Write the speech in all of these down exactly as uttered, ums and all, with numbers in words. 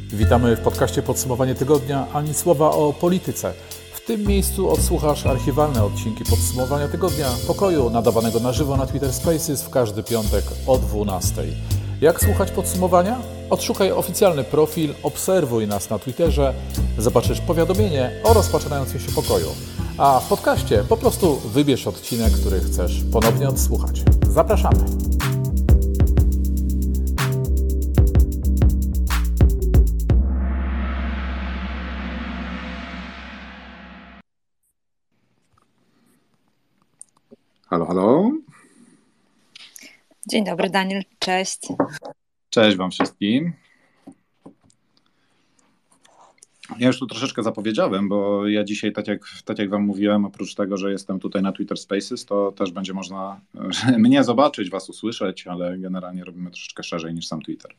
Witamy w podcaście Podsumowanie Tygodnia, ani słowa o polityce. W tym miejscu odsłuchasz archiwalne odcinki Podsumowania Tygodnia Pokoju, nadawanego na żywo na Twitter Spaces w każdy piątek o dwunastej. Jak słuchać podsumowania? Odszukaj oficjalny profil, obserwuj nas na Twitterze, zobaczysz powiadomienie o rozpoczynającym się pokoju. A w podcaście po prostu wybierz odcinek, który chcesz ponownie odsłuchać. Zapraszamy! Halo, halo. Dzień dobry, Daniel. Cześć. Cześć Wam wszystkim. Ja już tu troszeczkę zapowiedziałem, bo ja dzisiaj, tak jak, tak jak Wam mówiłem, oprócz tego, że jestem tutaj na Twitter Spaces, to też będzie można mnie zobaczyć, Was usłyszeć, ale generalnie robimy troszeczkę szerzej niż sam Twitter.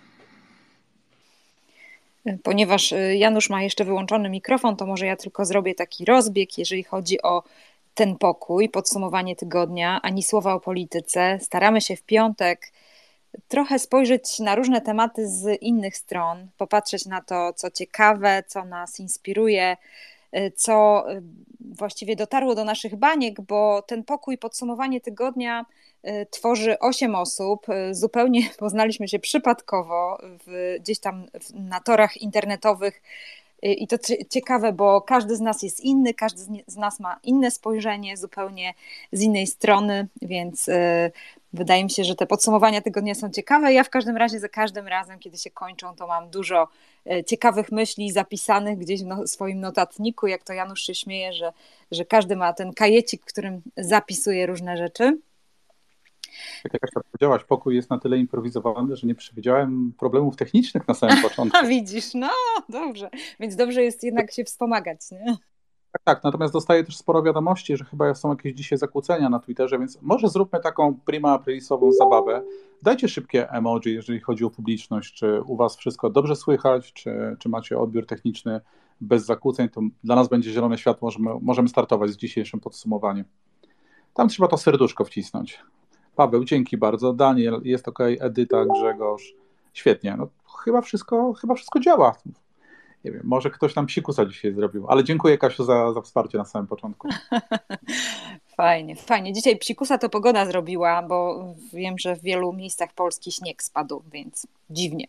Ponieważ Janusz ma jeszcze wyłączony mikrofon, to może ja tylko zrobię taki rozbieg, jeżeli chodzi o ten pokój, podsumowanie tygodnia, ani słowa o polityce. Staramy się w piątek trochę spojrzeć na różne tematy z innych stron, popatrzeć na to, co ciekawe, co nas inspiruje, co właściwie dotarło do naszych baniek, bo ten pokój, podsumowanie tygodnia tworzy osiem osób. Zupełnie poznaliśmy się przypadkowo w, gdzieś tam na torach internetowych. I to ciekawe, bo każdy z nas jest inny, każdy z nas ma inne spojrzenie, zupełnie z innej strony, więc y, wydaje mi się, że te podsumowania tygodnia są ciekawe. Ja w każdym razie za każdym razem, kiedy się kończą, to mam dużo y, ciekawych myśli zapisanych gdzieś w no, swoim notatniku, jak to Janusz się śmieje, że, że każdy ma ten kajecik, w którym zapisuje różne rzeczy. Jak jakaś tam powiedziałaś, pokój jest na tyle improwizowany, że nie przewidziałem problemów technicznych na samym początku. A widzisz, no dobrze, więc dobrze jest jednak się wspomagać, nie? Tak, tak, natomiast dostaję też sporo wiadomości, że chyba są jakieś dzisiaj zakłócenia na Twitterze, więc może zróbmy taką prima aprilisową zabawę. Dajcie szybkie emoji, jeżeli chodzi o publiczność, czy u Was wszystko dobrze słychać, czy, czy macie odbiór techniczny bez zakłóceń, to dla nas będzie zielone światło, możemy, możemy startować z dzisiejszym podsumowaniem. Tam trzeba to serduszko wcisnąć. Paweł, dzięki bardzo. Daniel, jest ok. Edyta, Grzegorz. Świetnie. No, chyba wszystko, chyba wszystko działa. Nie wiem, może ktoś tam psikusa dzisiaj zrobił, ale dziękuję, Kasiu, za, za wsparcie na samym początku. Fajnie, fajnie. Dzisiaj psikusa to pogoda zrobiła, bo wiem, że w wielu miejscach Polski śnieg spadł, więc dziwnie.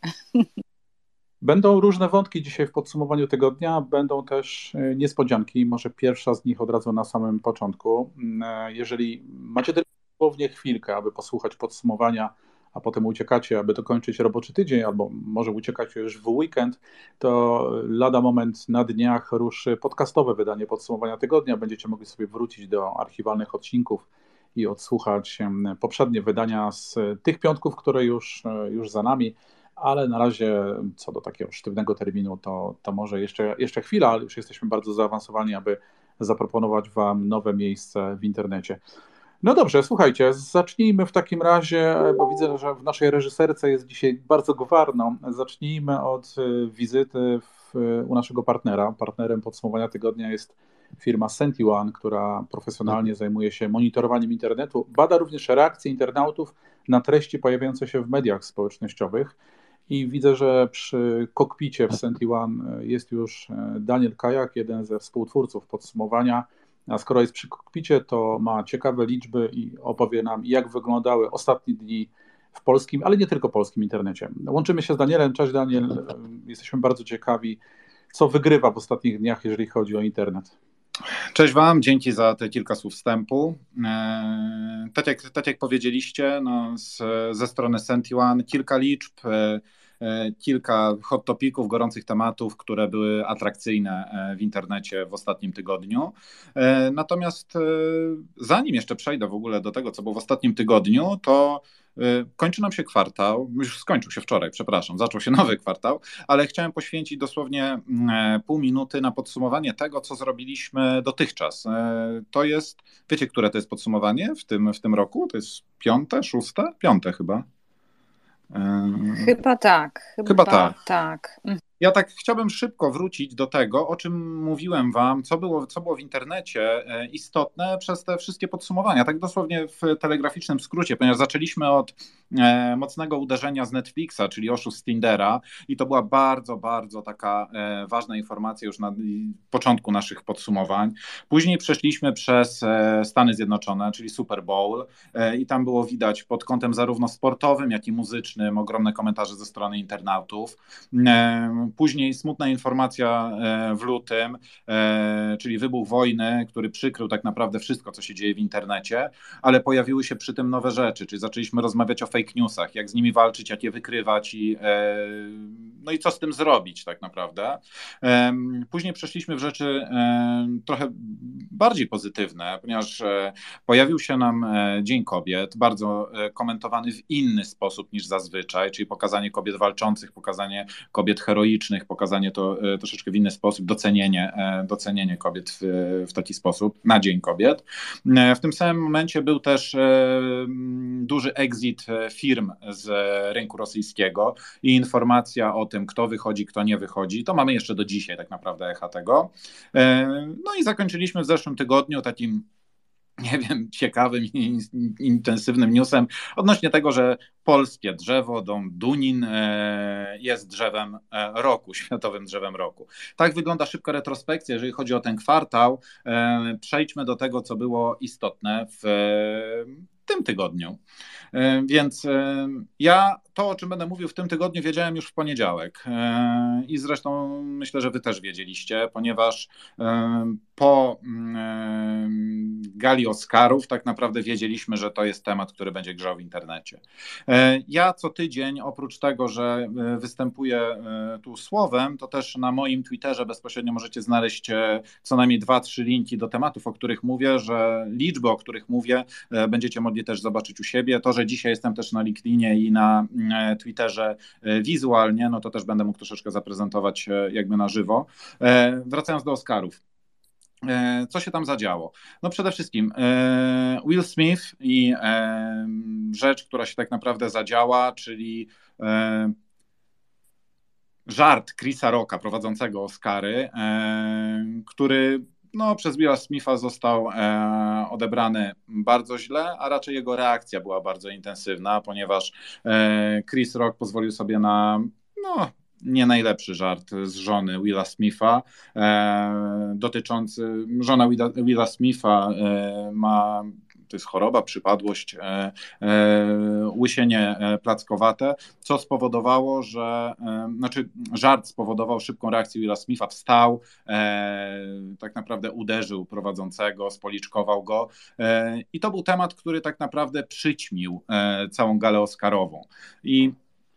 Będą różne wątki dzisiaj w podsumowaniu tygodnia, będą też niespodzianki, może pierwsza z nich od razu na samym początku. Jeżeli macie dosłownie chwilkę, aby posłuchać podsumowania, a potem uciekacie, aby dokończyć roboczy tydzień, albo może uciekacie już w weekend, to lada moment na dniach ruszy podcastowe wydanie podsumowania tygodnia. Będziecie mogli sobie wrócić do archiwalnych odcinków i odsłuchać poprzednie wydania z tych piątków, które już, już za nami, ale na razie co do takiego sztywnego terminu, to, to może jeszcze, jeszcze chwila, ale już jesteśmy bardzo zaawansowani, aby zaproponować Wam nowe miejsce w internecie. No dobrze, słuchajcie, zacznijmy w takim razie, bo widzę, że w naszej reżyserce jest dzisiaj bardzo gwarno. Zacznijmy od wizyty w, u naszego partnera. Partnerem podsumowania tygodnia jest firma SentiOne, która profesjonalnie zajmuje się monitorowaniem internetu. Bada również reakcje internautów na treści pojawiające się w mediach społecznościowych. I widzę, że przy kokpicie w SentiOne jest już Daniel Kajak, jeden ze współtwórców podsumowania. A skoro jest przy kokpicie, to ma ciekawe liczby i opowie nam, jak wyglądały ostatnie dni w polskim, ale nie tylko polskim internecie. Łączymy się z Danielem. Cześć Daniel, jesteśmy bardzo ciekawi, co wygrywa w ostatnich dniach, jeżeli chodzi o internet. Cześć Wam, dzięki za te kilka słów wstępu. Tak jak, tak jak powiedzieliście, no, z, ze strony SentiOne kilka liczb, kilka hot topików, gorących tematów, które były atrakcyjne w internecie w ostatnim tygodniu. Natomiast zanim jeszcze przejdę w ogóle do tego, co było w ostatnim tygodniu, to kończy nam się kwartał, już skończył się wczoraj, przepraszam, zaczął się nowy kwartał, ale chciałem poświęcić dosłownie pół minuty na podsumowanie tego, co zrobiliśmy dotychczas. To jest, wiecie, które to jest podsumowanie w tym, w tym roku? To jest piąte, szóste? Piąte chyba. Chyba tak. Chyba, chyba tak. tak. Ja tak chciałbym szybko wrócić do tego, o czym mówiłem wam, co było, co było w internecie istotne przez te wszystkie podsumowania. Tak dosłownie w telegraficznym skrócie, ponieważ zaczęliśmy od mocnego uderzenia z Netflixa, czyli oszustw z Tindera i to była bardzo, bardzo taka ważna informacja już na początku naszych podsumowań. Później przeszliśmy przez Stany Zjednoczone, czyli Super Bowl i tam było widać pod kątem zarówno sportowym, jak i muzycznym ogromne komentarze ze strony internautów. Później smutna informacja w lutym, czyli wybuch wojny, który przykrył tak naprawdę wszystko, co się dzieje w internecie, ale pojawiły się przy tym nowe rzeczy, czyli zaczęliśmy rozmawiać o fake newsach, jak z nimi walczyć, jak je wykrywać i, no i co z tym zrobić tak naprawdę. Później przeszliśmy w rzeczy trochę bardziej pozytywne, ponieważ pojawił się nam Dzień Kobiet, bardzo komentowany w inny sposób niż zazwyczaj, czyli pokazanie kobiet walczących, pokazanie kobiet heroicznych, pokazanie to troszeczkę w inny sposób, docenienie, docenienie kobiet w, w taki sposób na Dzień Kobiet. W tym samym momencie był też duży exit firm z rynku rosyjskiego i informacja o tym, kto wychodzi, kto nie wychodzi. To mamy jeszcze do dzisiaj tak naprawdę echa tego. No i zakończyliśmy w zeszłym tygodniu takim, nie wiem, ciekawym i intensywnym newsem odnośnie tego, że polskie drzewo, dom Dunin, jest drzewem roku, światowym drzewem roku. Tak wygląda szybka retrospekcja, jeżeli chodzi o ten kwartał. Przejdźmy do tego, co było istotne w tym tygodniu. Więc ja to, o czym będę mówił w tym tygodniu, wiedziałem już w poniedziałek i zresztą myślę, że wy też wiedzieliście, ponieważ po gali Oscarów tak naprawdę wiedzieliśmy, że to jest temat, który będzie grzał w internecie. Ja co tydzień, oprócz tego, że występuję tu słowem, to też na moim Twitterze bezpośrednio możecie znaleźć co najmniej dwa, trzy linki do tematów, o których mówię, że liczby, o których mówię, będziecie mogli też zobaczyć u siebie. To, że dzisiaj jestem też na LinkedInie i na Twitterze wizualnie, no to też będę mógł troszeczkę zaprezentować jakby na żywo. Wracając do Oscarów. Co się tam zadziało? No przede wszystkim Will Smith i rzecz, która się tak naprawdę zadziała, czyli żart Chrisa Rocka prowadzącego Oscary, który no, przez Willa Smitha został e, odebrany bardzo źle, a raczej jego reakcja była bardzo intensywna, ponieważ e, Chris Rock pozwolił sobie na no, nie najlepszy żart z żony Willa Smitha, e, dotyczący, żona Willa, Willa Smitha e, ma, to jest choroba, przypadłość, e, e, łysienie plackowate, co spowodowało, że, e, znaczy żart spowodował szybką reakcję Willa Smitha, wstał, e, tak naprawdę uderzył prowadzącego, spoliczkował go e, i to był temat, który tak naprawdę przyćmił e, całą galę Oscarową. I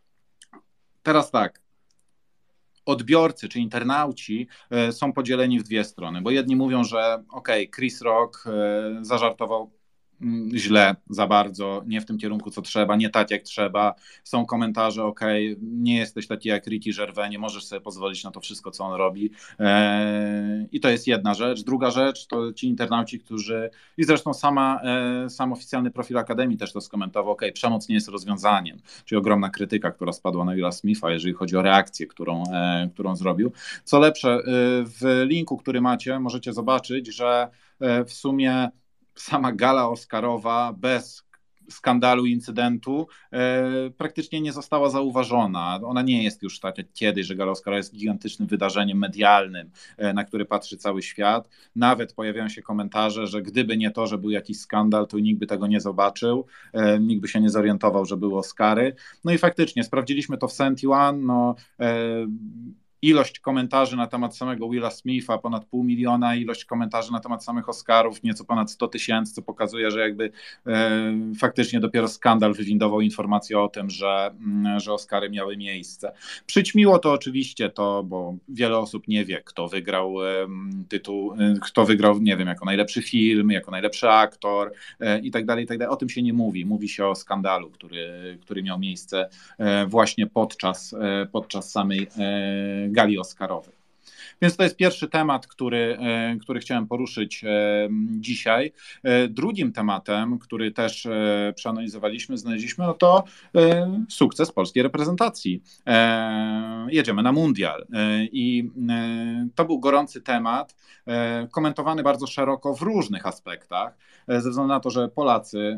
teraz tak, odbiorcy czy internauci są podzieleni w dwie strony, bo jedni mówią, że okej, okay, Chris Rock zażartował źle, za bardzo, nie w tym kierunku, co trzeba, nie tak jak trzeba. Są komentarze, okej, okay, nie jesteś taki jak Ricky Gervais, nie możesz sobie pozwolić na to wszystko, co on robi. Eee, I to jest jedna rzecz. Druga rzecz to ci internauci, którzy, i zresztą sama, e, sam oficjalny profil Akademii też to skomentował, okej, okay, przemoc nie jest rozwiązaniem, czyli ogromna krytyka, która spadła na Willa Smitha, jeżeli chodzi o reakcję, którą, e, którą zrobił. Co lepsze, e, w linku, który macie, możecie zobaczyć, że e, w sumie sama gala Oscarowa bez skandalu, incydentu e, praktycznie nie została zauważona. Ona nie jest już tak jak kiedyś, że gala Oscarowa jest gigantycznym wydarzeniem medialnym, e, na który patrzy cały świat. Nawet pojawiają się komentarze, że gdyby nie to, że był jakiś skandal, to nikt by tego nie zobaczył, e, nikt by się nie zorientował, że były Oscary. No i faktycznie sprawdziliśmy to w Sentiwan, no e, ilość komentarzy na temat samego Willa Smitha, ponad pół miliona, ilość komentarzy na temat samych Oscarów, nieco ponad sto tysięcy, co pokazuje, że jakby e, faktycznie dopiero skandal wywindował informację o tym, że, m, że Oscary miały miejsce. Przyćmiło to oczywiście to, bo wiele osób nie wie, kto wygrał e, tytuł, e, kto wygrał, nie wiem, jako najlepszy film, jako najlepszy aktor e, i tak dalej, i tak dalej. O tym się nie mówi. Mówi się o skandalu, który, który miał miejsce e, właśnie podczas, e, podczas samej e, gali Oscarowej. Więc to jest pierwszy temat, który, który chciałem poruszyć dzisiaj. Drugim tematem, który też przeanalizowaliśmy, znaleźliśmy, no to sukces polskiej reprezentacji. Jedziemy na mundial i to był gorący temat, komentowany bardzo szeroko w różnych aspektach, ze względu na to, że Polacy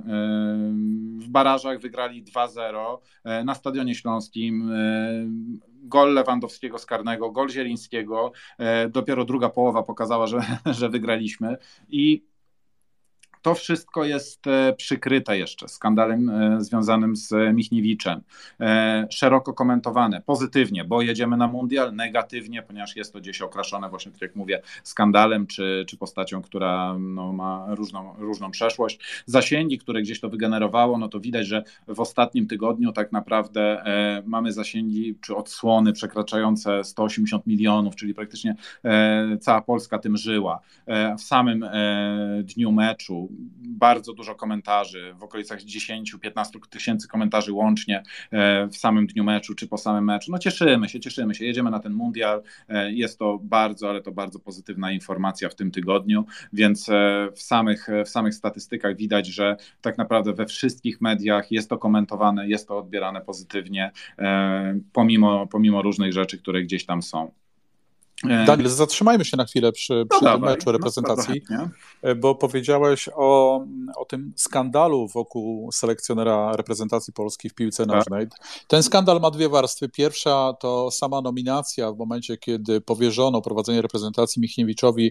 w barażach wygrali dwa zero na Stadionie Śląskim, gol Lewandowskiego z karnego, gol Zielińskiego, dopiero druga połowa pokazała, że, że wygraliśmy i to wszystko jest przykryte jeszcze skandalem związanym z Michniewiczem. Szeroko komentowane, pozytywnie, bo jedziemy na mundial, negatywnie, ponieważ jest to gdzieś okraszone właśnie, tak jak mówię, skandalem czy, czy postacią, która no, ma różną, różną przeszłość. Zasięgi, które gdzieś to wygenerowało, no to widać, że w ostatnim tygodniu tak naprawdę mamy zasięgi czy odsłony przekraczające sto osiemdziesiąt milionów, czyli praktycznie cała Polska tym żyła. W samym dniu meczu bardzo dużo komentarzy, w okolicach dziesięć do piętnastu tysięcy komentarzy łącznie w samym dniu meczu, czy po samym meczu. No cieszymy się, cieszymy się, jedziemy na ten mundial, jest to bardzo, ale to bardzo pozytywna informacja w tym tygodniu, więc w samych, w samych statystykach widać, że tak naprawdę we wszystkich mediach jest to komentowane, jest to odbierane pozytywnie, pomimo, pomimo różnych rzeczy, które gdzieś tam są. Daniel, zatrzymajmy się na chwilę przy, przy no tym dawaj, meczu reprezentacji, no, bo powiedziałeś o, o tym skandalu wokół selekcjonera reprezentacji Polski w piłce nożnej. Ten skandal ma dwie warstwy. Pierwsza to sama nominacja w momencie, kiedy powierzono prowadzenie reprezentacji Michniewiczowi.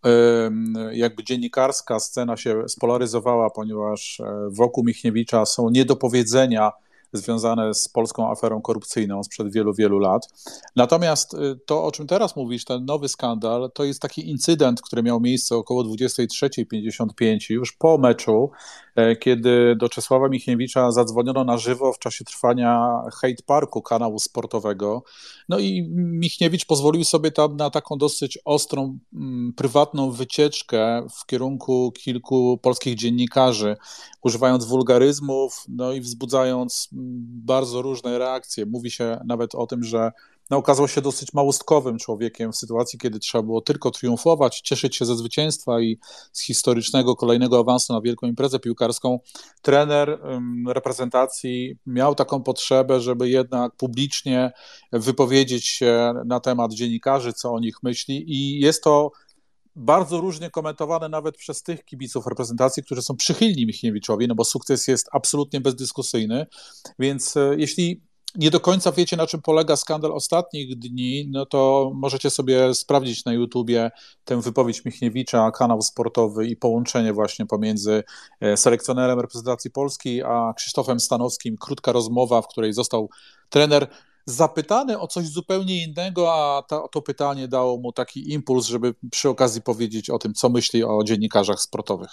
Jakby dziennikarska scena się spolaryzowała, ponieważ wokół Michniewicza są niedopowiedzenia związane z polską aferą korupcyjną sprzed wielu, wielu lat. Natomiast to, o czym teraz mówisz, ten nowy skandal, to jest taki incydent, który miał miejsce około dwudziestej trzeciej pięćdziesiąt pięć, już po meczu, kiedy do Czesława Michniewicza zadzwoniono na żywo w czasie trwania Hate Parku kanału sportowego. No i Michniewicz pozwolił sobie tam na taką dosyć ostrą, prywatną wycieczkę w kierunku kilku polskich dziennikarzy, używając wulgaryzmów, no i wzbudzając bardzo różne reakcje. Mówi się nawet o tym, że no, okazał się dosyć małostkowym człowiekiem w sytuacji, kiedy trzeba było tylko triumfować, cieszyć się ze zwycięstwa i z historycznego kolejnego awansu na wielką imprezę piłkarską. Trener um, reprezentacji miał taką potrzebę, żeby jednak publicznie wypowiedzieć się na temat dziennikarzy, co o nich myśli, i jest to bardzo różnie komentowane nawet przez tych kibiców reprezentacji, którzy są przychylni Michniewiczowi, no bo sukces jest absolutnie bezdyskusyjny, więc jeśli nie do końca wiecie, na czym polega skandal ostatnich dni, no to możecie sobie sprawdzić na YouTubie tę wypowiedź Michniewicza, kanał sportowy i połączenie właśnie pomiędzy selekcjonerem reprezentacji Polski a Krzysztofem Stanowskim. Krótka rozmowa, w której został trener zapytany o coś zupełnie innego, a to, to pytanie dało mu taki impuls, żeby przy okazji powiedzieć o tym, co myśli o dziennikarzach sportowych.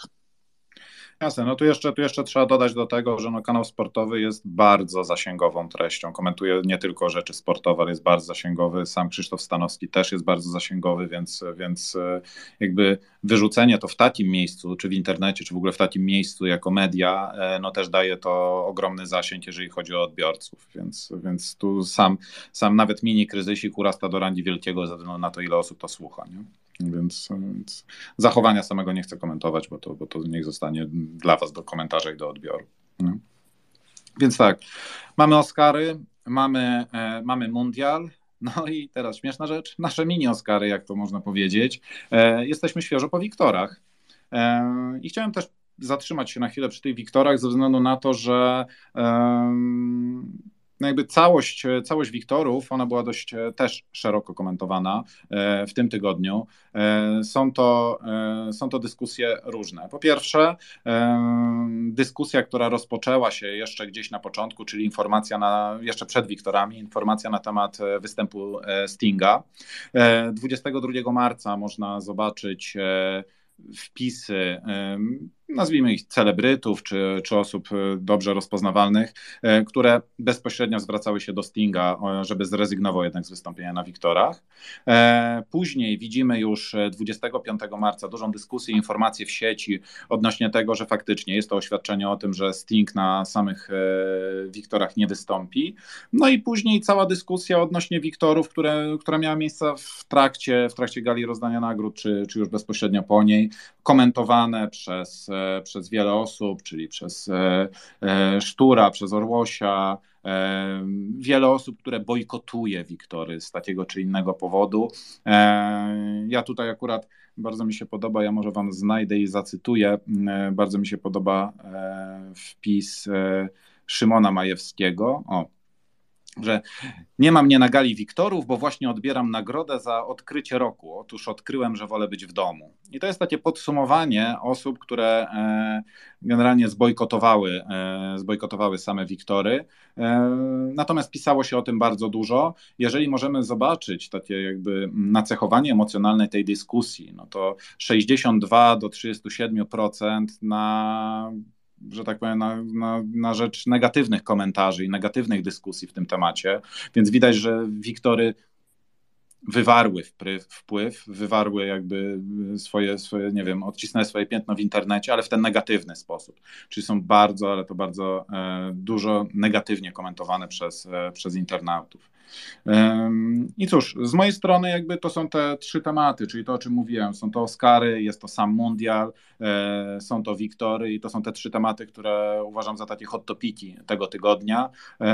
Jasne, no tu jeszcze, tu jeszcze trzeba dodać do tego, że no kanał sportowy jest bardzo zasięgową treścią, komentuje nie tylko rzeczy sportowe, ale jest bardzo zasięgowy, sam Krzysztof Stanowski też jest bardzo zasięgowy, więc, więc jakby wyrzucenie to w takim miejscu, czy w internecie, czy w ogóle w takim miejscu jako media, no też daje to ogromny zasięg, jeżeli chodzi o odbiorców, więc, więc tu sam, sam nawet mini kryzysik urasta do rangi wielkiego ze względu na to, ile osób to słucha, nie? Więc, więc zachowania samego nie chcę komentować, bo to, bo to niech zostanie dla was do komentarza i do odbioru. No. Więc tak, mamy Oscary, mamy, e, mamy mundial, no i teraz śmieszna rzecz, nasze mini Oscary, jak to można powiedzieć. E, jesteśmy świeżo po Wiktorach e, i chciałem też zatrzymać się na chwilę przy tych Wiktorach ze względu na to, że e, no jakby całość, całość Wiktorów, ona była dość też szeroko komentowana w tym tygodniu. Są to, są to dyskusje różne. Po pierwsze, dyskusja, która rozpoczęła się jeszcze gdzieś na początku, czyli informacja na, jeszcze przed Wiktorami, informacja na temat występu Stinga. dwudziestego drugiego marca można zobaczyć wpisy nazwijmy ich celebrytów, czy, czy osób dobrze rozpoznawalnych, które bezpośrednio zwracały się do Stinga, żeby zrezygnował jednak z wystąpienia na Wiktorach. Później widzimy już dwudziestego piątego marca dużą dyskusję, informacje w sieci odnośnie tego, że faktycznie jest to oświadczenie o tym, że Sting na samych Wiktorach nie wystąpi. No i później cała dyskusja odnośnie Wiktorów, które, która miała miejsce w trakcie, w trakcie gali rozdania nagród, czy, czy już bezpośrednio po niej, komentowane przez przez wiele osób, czyli przez Sztura, przez Orłosia, wiele osób, które bojkotuje Wiktory z takiego czy innego powodu. Ja tutaj akurat bardzo mi się podoba, ja może wam znajdę i zacytuję, bardzo mi się podoba wpis Szymona Majewskiego, o, że nie ma mnie na gali Wiktorów, bo właśnie odbieram nagrodę za odkrycie roku. Otóż odkryłem, że wolę być w domu. I to jest takie podsumowanie osób, które generalnie zbojkotowały, zbojkotowały same Wiktory. Natomiast pisało się o tym bardzo dużo. Jeżeli możemy zobaczyć takie jakby nacechowanie emocjonalne tej dyskusji, no to sześćdziesiąt dwa do trzydziestu siedmiu procent na że tak powiem, na, na, na rzecz negatywnych komentarzy i negatywnych dyskusji w tym temacie, więc widać, że Wiktory wywarły wpływ, wpływ wywarły jakby swoje, swoje, nie wiem, odcisnęły swoje piętno w internecie, ale w ten negatywny sposób. Czyli są bardzo, ale to bardzo e, dużo negatywnie komentowane przez, e, przez internautów. I cóż, z mojej strony jakby to są te trzy tematy, czyli to, o czym mówiłem, są to Oscary, jest to sam mundial, są to Wiktory i to są te trzy tematy, które uważam za takie hot topiki tego tygodnia.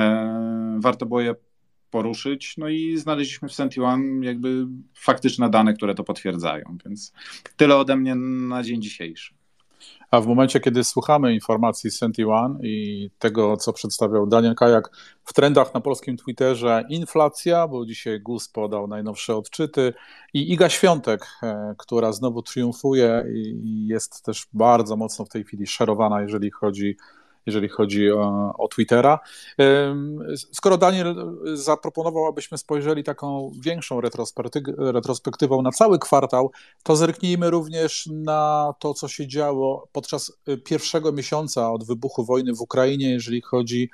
Warto było je poruszyć, no i znaleźliśmy w Senti One jakby faktyczne dane, które to potwierdzają, więc tyle ode mnie na dzień dzisiejszy. A w momencie, kiedy słuchamy informacji z Senti One i tego, co przedstawiał Daniel Kajak w trendach na polskim Twitterze, inflacja, bo dzisiaj G U S podał najnowsze odczyty, i Iga Świątek, która znowu triumfuje i jest też bardzo mocno w tej chwili szerowana, jeżeli chodzi jeżeli chodzi o, o Twittera. Skoro Daniel zaproponował, abyśmy spojrzeli taką większą retrospektywą na cały kwartał, to zerknijmy również na to, co się działo podczas pierwszego miesiąca od wybuchu wojny w Ukrainie, jeżeli chodzi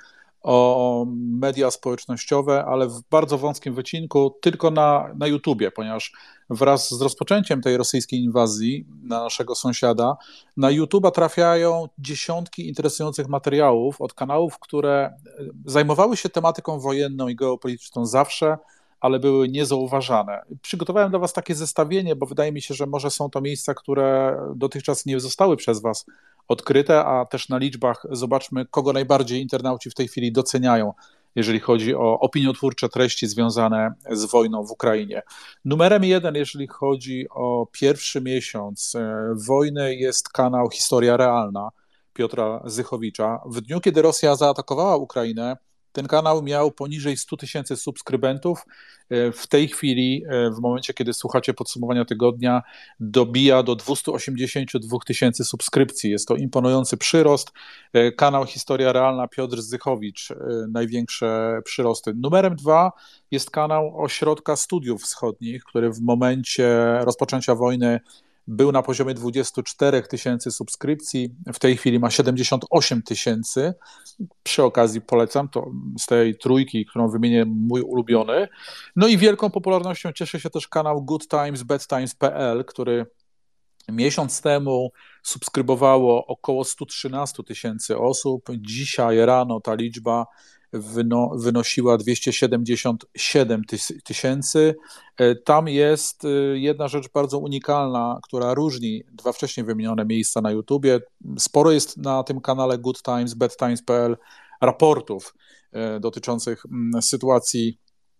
o media społecznościowe, ale w bardzo wąskim wycinku, tylko na, na YouTubie, ponieważ wraz z rozpoczęciem tej rosyjskiej inwazji na naszego sąsiada, na YouTube'a trafiają dziesiątki interesujących materiałów od kanałów, które zajmowały się tematyką wojenną i geopolityczną zawsze, ale były niezauważane. Przygotowałem dla was takie zestawienie, bo wydaje mi się, że może są to miejsca, które dotychczas nie zostały przez was odkryte, a też na liczbach zobaczmy, kogo najbardziej internauci w tej chwili doceniają, jeżeli chodzi o opiniotwórcze treści związane z wojną w Ukrainie. Numerem jeden, jeżeli chodzi o pierwszy miesiąc wojny, jest kanał Historia Realna Piotra Zychowicza. W dniu, kiedy Rosja zaatakowała Ukrainę, ten kanał miał poniżej stu tysięcy subskrybentów. W tej chwili, w momencie, kiedy słuchacie podsumowania tygodnia, dobija do dwieście osiemdziesiąt dwa tysięcy subskrypcji. Jest to imponujący przyrost. Kanał Historia Realna Piotr Zychowicz, największe przyrosty. Numerem dwa jest kanał Ośrodka Studiów Wschodnich, który w momencie rozpoczęcia wojny był na poziomie dwudziestu czterech tysięcy subskrypcji, w tej chwili ma siedemdziesiąt osiem tysięcy. Przy okazji polecam, to z tej trójki, którą wymienię, mój ulubiony. No i wielką popularnością cieszy się też kanał good times bad times kropka p l, który miesiąc temu subskrybowało około stu trzynastu tysięcy osób. Dzisiaj rano ta liczba Wyno, wynosiła dwieście siedemdziesiąt siedem tysięcy. Tam jest jedna rzecz bardzo unikalna, która różni dwa wcześniej wymienione miejsca na YouTubie. Sporo jest na tym kanale good times bad times kropka p l raportów dotyczących sytuacji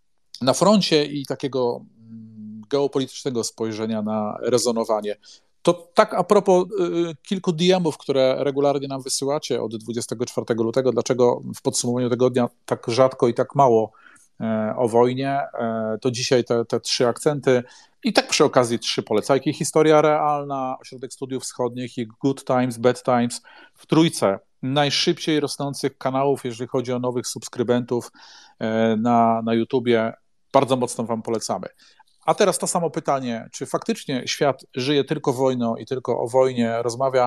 na froncie i takiego geopolitycznego spojrzenia na rezonowanie. To tak a propos y, kilku D M-ów, które regularnie nam wysyłacie od dwudziestego czwartego lutego, dlaczego w podsumowaniu tego dnia tak rzadko i tak mało e, o wojnie, e, to dzisiaj te, te trzy akcenty i tak przy okazji trzy polecajki. Historia Realna, Ośrodek Studiów Wschodnich i Good Times, Bad Times w trójce najszybciej rosnących kanałów, jeżeli chodzi o nowych subskrybentów e, na, na YouTubie. Bardzo mocno wam polecamy. A teraz to samo pytanie, czy faktycznie świat żyje tylko wojną i tylko o wojnie rozmawia?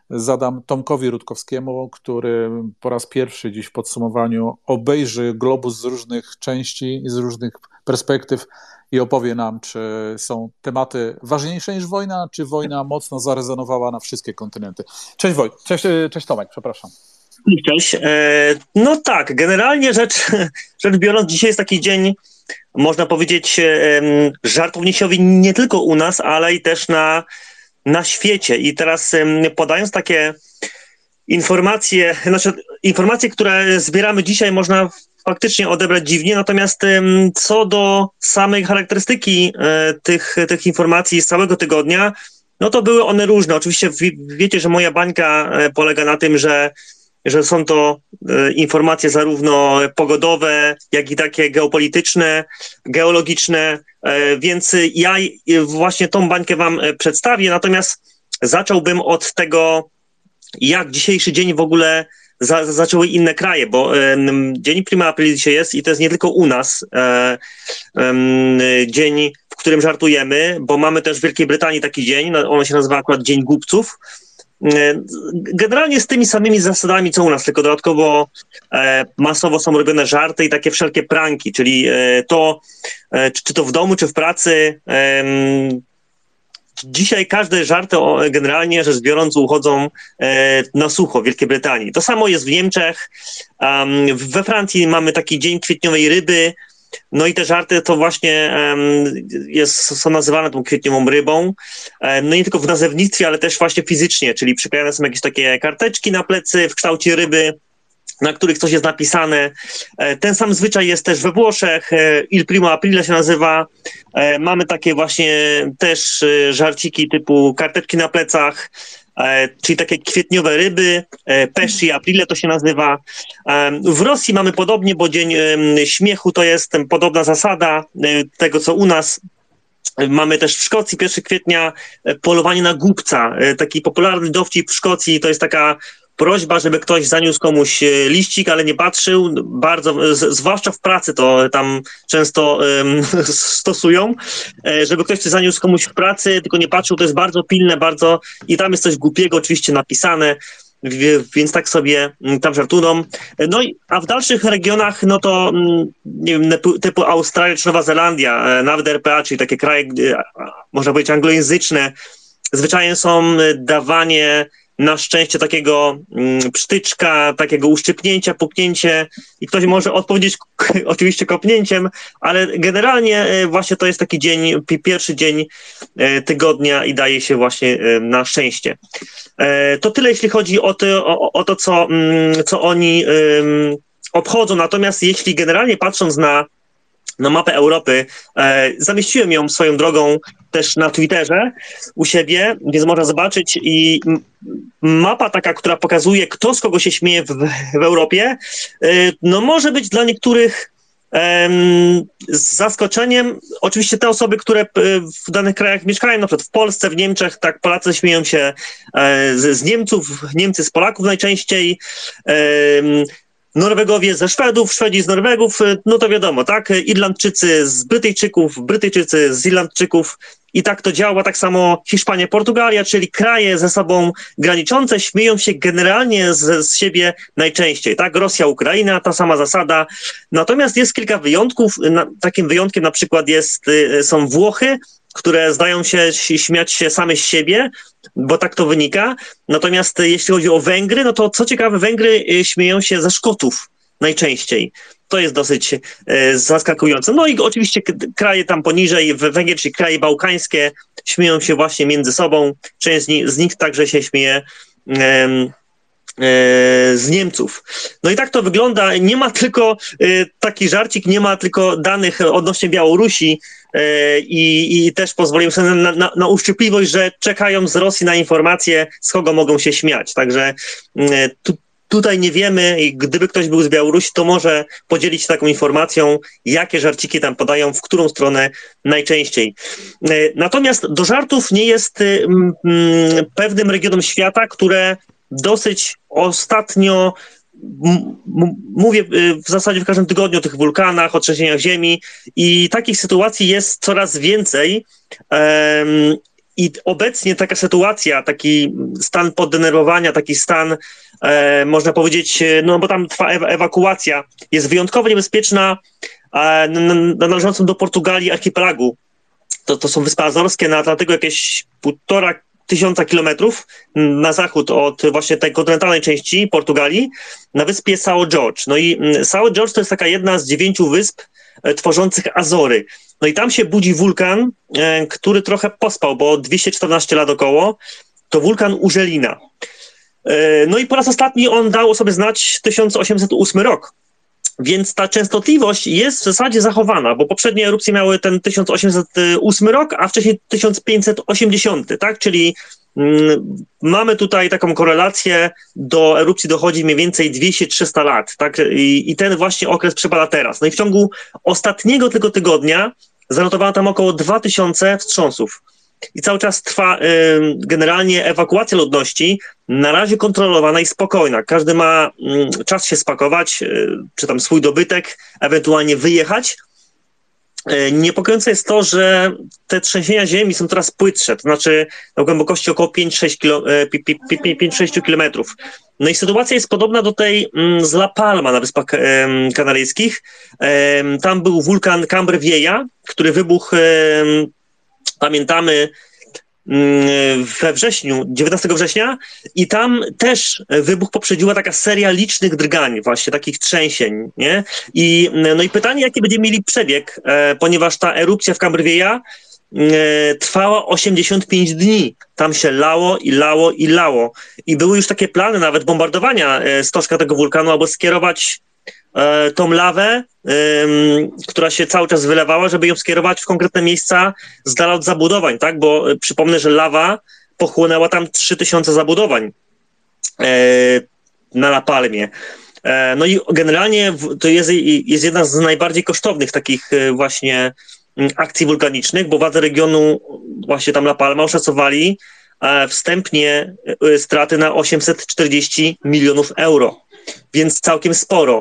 zadam Tomkowi Rutkowskiemu, który po raz pierwszy dziś w podsumowaniu obejrzy globus z różnych części i z różnych perspektyw i opowie nam, czy są tematy ważniejsze niż wojna, czy wojna mocno zarezonowała na wszystkie kontynenty. Cześć Wojt, cześć, cześć Tomek, przepraszam. Cześć. No tak, generalnie rzecz, rzecz biorąc, dzisiaj jest taki dzień, można powiedzieć, żartowniciowy nie tylko u nas, ale i też na, na świecie. I teraz podając takie informacje, znaczy informacje, które zbieramy dzisiaj, można faktycznie odebrać dziwnie, natomiast co do samej charakterystyki tych, tych informacji z całego tygodnia, no to były one różne. Oczywiście wiecie, że moja bańka polega na tym, że że są to informacje zarówno pogodowe, jak i takie geopolityczne, geologiczne, więc ja właśnie tą bańkę wam przedstawię, natomiast zacząłbym od tego, jak dzisiejszy dzień w ogóle za, zaczęły inne kraje, bo um, dzień Prima Aprilis dzisiaj jest i to jest nie tylko u nas e, um, dzień, w którym żartujemy, bo mamy też w Wielkiej Brytanii taki dzień, no, on się nazywa akurat Dzień Głupców. Generalnie z tymi samymi zasadami, co u nas, tylko dodatkowo e, masowo są robione żarty i takie wszelkie pranki, czyli e, to, e, czy, czy to w domu, czy w pracy. E, dzisiaj każde żarty o, generalnie rzecz biorąc uchodzą e, na sucho w Wielkiej Brytanii. To samo jest w Niemczech. Um, we Francji mamy taki dzień kwietniowej ryby. No i te żarty to właśnie um, jest, są nazywane tą kwietniową rybą. Um, no nie tylko w nazewnictwie, ale też właśnie fizycznie, czyli przyklejane są jakieś takie karteczki na plecy w kształcie ryby, na których coś jest napisane. E, ten sam zwyczaj jest też we Włoszech. E, Il Primo Aprile się nazywa. E, mamy takie właśnie też e, żarciki typu karteczki na plecach, E, czyli takie kwietniowe ryby, e, Pesci Aprile to się nazywa. E, w Rosji mamy podobnie, bo Dzień e, Śmiechu to jest e, podobna zasada e, tego, co u nas. E, mamy też w Szkocji pierwszego kwietnia e, polowanie na głupca. E, taki popularny dowcip w Szkocji to jest taka prośba, żeby ktoś zaniósł komuś liścik, ale nie patrzył. Bardzo, z, zwłaszcza w pracy to tam często um, stosują, żeby ktoś coś zaniósł komuś w pracy, tylko nie patrzył. To jest bardzo pilne, bardzo i tam jest coś głupiego oczywiście napisane, więc tak sobie tam żartują. No i, a w dalszych regionach, no to nie wiem, typu Australia czy Nowa Zelandia, nawet R P A, czyli takie kraje, można powiedzieć anglojęzyczne, zwyczajem są dawanie na szczęście takiego mm, psztyczka, takiego uszczypnięcia, puknięcie i ktoś może odpowiedzieć k- oczywiście kopnięciem, ale generalnie e, właśnie to jest taki dzień, pi- pierwszy dzień e, tygodnia i daje się właśnie e, na szczęście. E, to tyle, jeśli chodzi o, ty, o, o to, co, mm, co oni e, obchodzą. Natomiast jeśli generalnie patrząc na na mapę Europy, e, zamieściłem ją swoją drogą też na Twitterze u siebie, więc można zobaczyć i m- mapa taka, która pokazuje, kto z kogo się śmieje w, w Europie, e, no może być dla niektórych e, z zaskoczeniem. Oczywiście te osoby, które w danych krajach mieszkają, na przykład w Polsce, w Niemczech, tak Polacy śmieją się e, z, z Niemców, Niemcy z Polaków najczęściej, e, Norwegowie ze Szwedów, Szwedzi z Norwegów, no to wiadomo, tak? Irlandczycy z Brytyjczyków, Brytyjczycy z Irlandczyków i tak to działa. Tak samo Hiszpania, Portugalia, czyli kraje ze sobą graniczące śmieją się generalnie z, z siebie najczęściej, tak? Rosja, Ukraina, ta sama zasada. Natomiast jest kilka wyjątków. Na, takim wyjątkiem na przykład jest, są Włochy, które zdają się śmiać się same z siebie, bo tak to wynika. Natomiast jeśli chodzi o Węgry, no to co ciekawe, Węgry śmieją się ze Szkotów najczęściej. To jest dosyć e, zaskakujące. No i oczywiście kraje tam poniżej, Węgier, czyli kraje bałkańskie, śmieją się właśnie między sobą. Część z nich, z nich także się śmieje e, z Niemców. No i tak to wygląda. Nie ma tylko taki żarcik, nie ma tylko danych odnośnie Białorusi i, i też pozwoliłem sobie na, na, na uszczypliwość, że czekają z Rosji na informacje, z kogo mogą się śmiać. Także tu, tutaj nie wiemy i gdyby ktoś był z Białorusi, to może podzielić się taką informacją, jakie żarciki tam podają, w którą stronę najczęściej. Natomiast do żartów nie jest mm, pewnym regionom świata, które dosyć ostatnio, m- m- mówię w zasadzie w każdym tygodniu o tych wulkanach, o trzęsieniach ziemi i takich sytuacji jest coraz więcej. Um, I obecnie taka sytuacja, taki stan poddenerwowania, taki stan, e, można powiedzieć, no bo tam trwa ewa- ewakuacja, jest wyjątkowo niebezpieczna e, na, na należącym do Portugalii archipelagu. To, to są Wyspy Azorskie na Atlantyku, jakieś półtora tysiąca kilometrów na zachód od właśnie tej kontynentalnej części Portugalii, na wyspie São Jorge. No i São Jorge to jest taka jedna z dziewięciu wysp e, tworzących Azory. No i tam się budzi wulkan, e, który trochę pospał, bo dwieście czternaście lat około, to wulkan Urzelina. E, no i po raz ostatni on dał o sobie znać tysiąc osiemset ósmy rok. Więc ta częstotliwość jest w zasadzie zachowana, bo poprzednie erupcje miały ten tysiąc osiemset ósmy rok, a wcześniej tysiąc pięćset osiemdziesiąty, tak? Czyli mm, mamy tutaj taką korelację, do erupcji dochodzi mniej więcej dwieście trzysta lat, tak? I, I ten właśnie okres przypada teraz. No i w ciągu ostatniego tylko tygodnia zanotowano tam około dwa tysiące wstrząsów. I cały czas trwa y, generalnie ewakuacja ludności, na razie kontrolowana i spokojna. Każdy ma y, czas się spakować, y, czy tam swój dobytek, ewentualnie wyjechać. Y, niepokojące jest to, że te trzęsienia ziemi są coraz płytsze, to znaczy na głębokości około pięć sześć kilometrów. No i sytuacja jest podobna do tej y, z La Palma na Wyspach y, Kanaryjskich. Y, tam był wulkan Cambre Vieja, który wybuchł y, pamiętamy we wrześniu, dziewiętnastego września, i tam też wybuch poprzedziła taka seria licznych drgań, właśnie takich trzęsień, nie? I, no i pytanie, jaki będziemy mieli przebieg, e, ponieważ ta erupcja w Cambre Vieja e, trwała osiemdziesiąt pięć dni. Tam się lało i lało i lało. I były już takie plany nawet bombardowania e, stożka tego wulkanu, albo skierować e, tą lawę, która się cały czas wylewała, żeby ją skierować w konkretne miejsca z dala od zabudowań, tak? Bo y, przypomnę, że lawa pochłonęła tam trzy tysiące zabudowań e, na La Palmie. E, no i generalnie w, to jest, jest jedna z najbardziej kosztownych takich y, właśnie y, akcji wulkanicznych, bo władze regionu właśnie tam La Palma oszacowali e, wstępnie y, straty na osiemset czterdzieści milionów euro, więc całkiem sporo.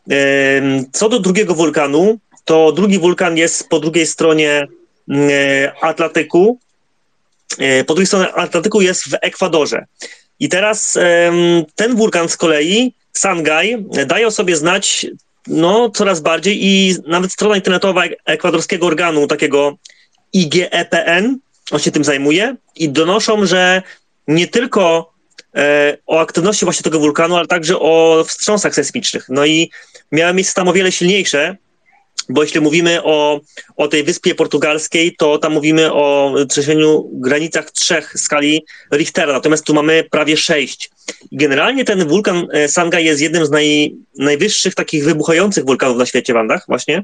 Co do drugiego wulkanu, to drugi wulkan jest po drugiej stronie Atlantyku. Po drugiej stronie Atlantyku jest w Ekwadorze. I teraz ten wulkan z kolei, Sangay, daje o sobie znać no, coraz bardziej i nawet strona internetowa ekwadorskiego organu, takiego I G E P N, on się tym zajmuje i donoszą, że nie tylko o aktywności właśnie tego wulkanu, ale także o wstrząsach sejsmicznych. No i miały miejsce tam o wiele silniejsze, bo jeśli mówimy o, o tej wyspie portugalskiej, to tam mówimy o trzęsieniu w granicach trzech skali Richtera, natomiast tu mamy prawie sześć. Generalnie ten wulkan Sangay jest jednym z naj, najwyższych takich wybuchających wulkanów na świecie w Andach właśnie.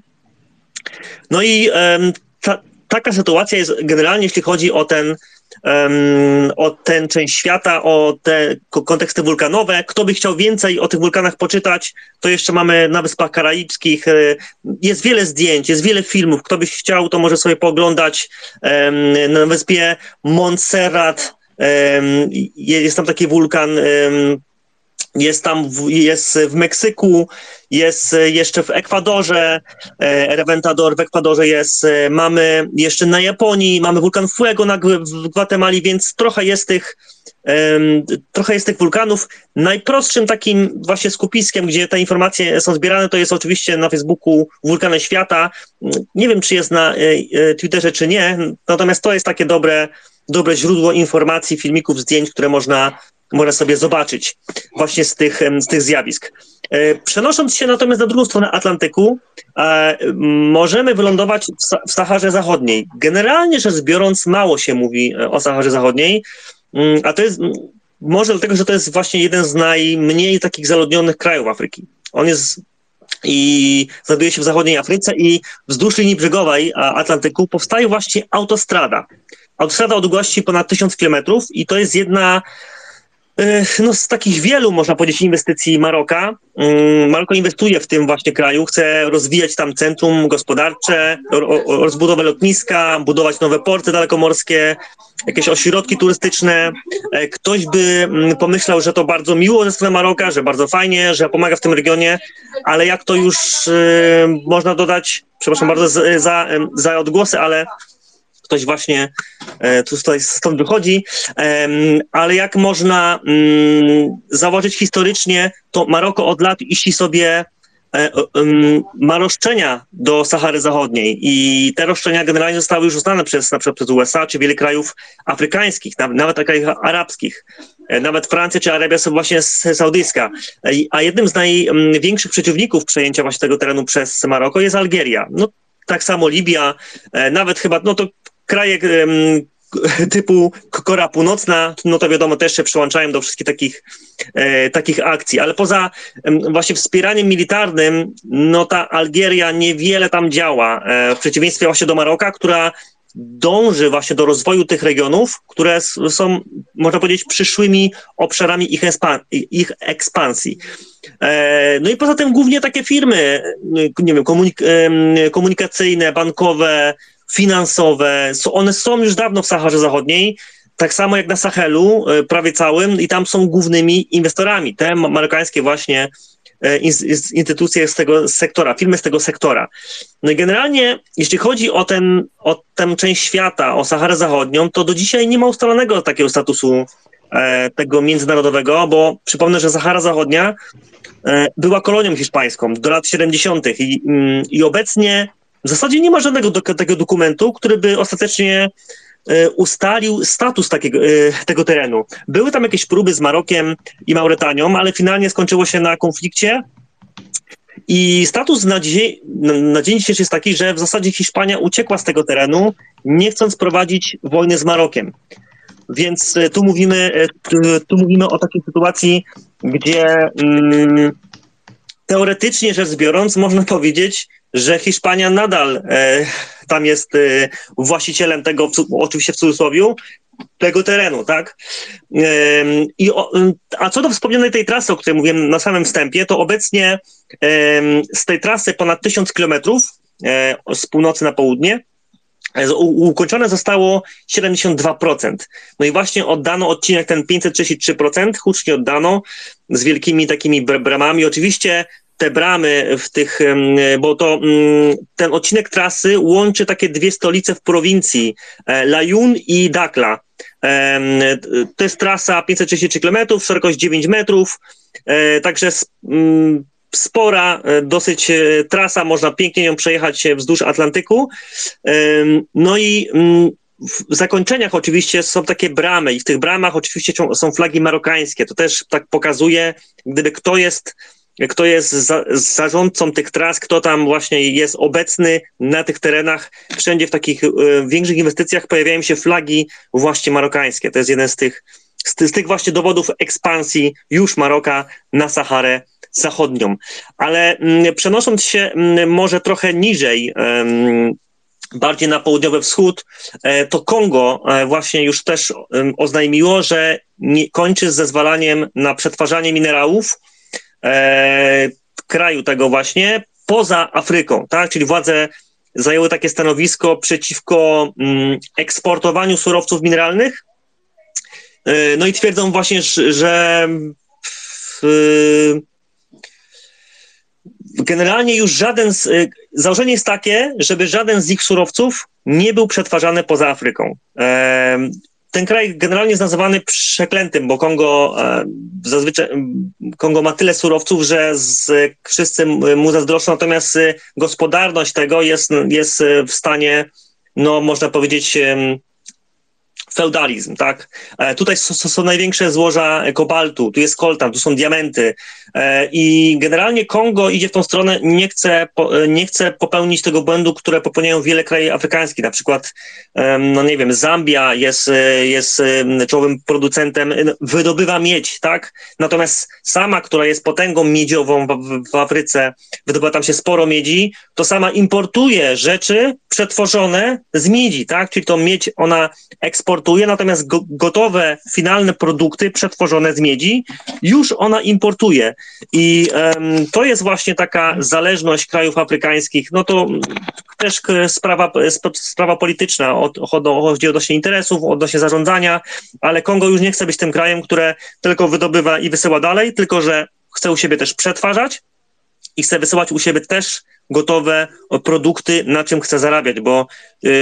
No i um, ta, taka sytuacja jest generalnie, jeśli chodzi o ten Um, o tę część świata, o te konteksty wulkanowe. Kto by chciał więcej o tych wulkanach poczytać, to jeszcze mamy na Wyspach Karaibskich. Jest wiele zdjęć, jest wiele filmów. Kto by chciał, to może sobie pooglądać um, na wyspie Montserrat. Um, jest tam taki wulkan, um, jest tam w, jest w Meksyku, jest jeszcze w Ekwadorze, e, Reventador w Ekwadorze jest, e, mamy jeszcze na Japonii, mamy wulkan Fuego na, w Gwatemali, więc trochę jest tych e, trochę jest tych wulkanów. Najprostszym takim właśnie skupiskiem, gdzie te informacje są zbierane, to jest oczywiście na Facebooku Wulkany Świata. Nie wiem, czy jest na e, Twitterze, czy nie, natomiast to jest takie dobre, dobre źródło informacji, filmików, zdjęć, które można można sobie zobaczyć właśnie z tych, z tych zjawisk. Przenosząc się natomiast na drugą stronę Atlantyku, możemy wylądować w Saharze Zachodniej. Generalnie rzecz biorąc, mało się mówi o Saharze Zachodniej, a to jest może dlatego, że to jest właśnie jeden z najmniej takich zaludnionych krajów Afryki. On jest i znajduje się w zachodniej Afryce i wzdłuż linii brzegowej Atlantyku powstaje właśnie autostrada. Autostrada o długości ponad tysiąc kilometrów i to jest jedna no, z takich wielu, można powiedzieć, inwestycji Maroka. Maroko inwestuje w tym właśnie kraju, chce rozwijać tam centrum gospodarcze, rozbudowę lotniska, budować nowe porty dalekomorskie, jakieś ośrodki turystyczne. Ktoś by pomyślał, że to bardzo miło ze strony Maroka, że bardzo fajnie, że pomaga w tym regionie, ale jak to już można dodać, przepraszam bardzo za, za odgłosy, ale ktoś właśnie tutaj stąd wychodzi, ale jak można zauważyć historycznie, to Maroko od lat iści sobie ma roszczenia do Sahary Zachodniej i te roszczenia generalnie zostały już uznane przez, na przykład przez U S A czy wiele krajów afrykańskich, nawet krajów arabskich. Nawet Francja czy Arabia właśnie Saudyjska. A jednym z największych przeciwników przejęcia właśnie tego terenu przez Maroko jest Algieria. No, tak samo Libia, nawet chyba, no to kraje typu Korea Północna, no to wiadomo, też się przyłączają do wszystkich takich, e, takich akcji, ale poza e, właśnie wspieraniem militarnym, no ta Algieria niewiele tam działa, e, w przeciwieństwie właśnie do Maroka, która dąży właśnie do rozwoju tych regionów, które są, można powiedzieć, przyszłymi obszarami ich, ekspan- ich ekspansji. E, no i poza tym głównie takie firmy, nie wiem, komunik- e, komunikacyjne, bankowe, finansowe, one są już dawno w Saharze Zachodniej, tak samo jak na Sahelu, prawie całym, i tam są głównymi inwestorami, te marokańskie właśnie instytucje z tego sektora, firmy z tego sektora. No i generalnie, jeśli chodzi o, ten, o tę część świata, o Saharę Zachodnią, to do dzisiaj nie ma ustalonego takiego statusu e, tego międzynarodowego, bo przypomnę, że Sahara Zachodnia e, była kolonią hiszpańską do lat siedemdziesiątych i, i obecnie w zasadzie nie ma żadnego do, takiego dokumentu, który by ostatecznie e, ustalił status takiego, e, tego terenu. Były tam jakieś próby z Marokiem i Mauretanią, ale finalnie skończyło się na konflikcie i status na, dzie- na dzień dzisiejszy jest taki, że w zasadzie Hiszpania uciekła z tego terenu, nie chcąc prowadzić wojny z Marokiem. Więc e, tu mówimy, e, tu mówimy o takiej sytuacji, gdzie mm, teoretycznie rzecz biorąc można powiedzieć, że Hiszpania nadal e, tam jest e, właścicielem tego, w, oczywiście w cudzysłowiu, tego terenu, tak? E, i o, a co do wspomnianej tej trasy, o której mówiłem na samym wstępie, to obecnie e, z tej trasy ponad tysiąc kilometrów e, z północy na południe e, u, ukończone zostało siedemdziesiąt dwa procent. No i właśnie oddano odcinek ten pięćset trzydzieści trzy procent, hucznie oddano z wielkimi takimi bramami. Oczywiście te bramy w tych, bo to ten odcinek trasy łączy takie dwie stolice w prowincji, Laayoune i Dakhla. To jest trasa pięćset trzydzieści trzy kilometrów, szerokość dziewięć metrów, także spora dosyć trasa, można pięknie ją przejechać wzdłuż Atlantyku. No i w zakończeniach oczywiście są takie bramy i w tych bramach oczywiście są flagi marokańskie. To też tak pokazuje, gdyby kto jest kto jest za, zarządcą tych tras, kto tam właśnie jest obecny na tych terenach. Wszędzie w takich y, większych inwestycjach pojawiają się flagi właśnie marokańskie. To jest jeden z tych, z, z tych właśnie dowodów ekspansji już Maroka na Saharę Zachodnią. Ale y, przenosząc się y, może trochę niżej, y, bardziej na południowy wschód, y, to Kongo y, właśnie już też y, oznajmiło, że nie, kończy z zezwalaniem na przetwarzanie minerałów E, kraju tego właśnie, poza Afryką, tak? Czyli władze zajęły takie stanowisko przeciwko mm, eksportowaniu surowców mineralnych, e, no i twierdzą właśnie, że w, generalnie już żaden z, założenie jest takie, żeby żaden z ich surowców nie był przetwarzany poza Afryką. E, Ten kraj generalnie jest nazywany przeklętym, bo Kongo e, zazwyczaj Kongo ma tyle surowców, że z, wszyscy mu zazdroszczą, natomiast gospodarność tego jest, jest w stanie, no można powiedzieć, e, feudalizm, tak? E, tutaj są, są największe złoża kobaltu, tu jest koltan, tu są diamenty e, i generalnie Kongo idzie w tą stronę, nie chce, po, nie chce popełnić tego błędu, które popełniają wiele krajów afrykańskich, na przykład, e, no nie wiem, Zambia jest, jest czołowym producentem, wydobywa miedź, tak? Natomiast sama, która jest potęgą miedziową w, w, w Afryce, wydobywa tam się sporo miedzi, to sama importuje rzeczy przetworzone z miedzi, tak? Czyli tą miedź ona eksportuje, natomiast go, gotowe, finalne produkty przetworzone z miedzi już ona importuje. I um, to jest właśnie taka zależność krajów afrykańskich. No to też sprawa, sprawa polityczna, od, chodzi odnośnie interesów, odnośnie zarządzania, ale Kongo już nie chce być tym krajem, które tylko wydobywa i wysyła dalej, tylko że chce u siebie też przetwarzać i chce wysyłać u siebie też gotowe produkty, na czym chce zarabiać, bo yy,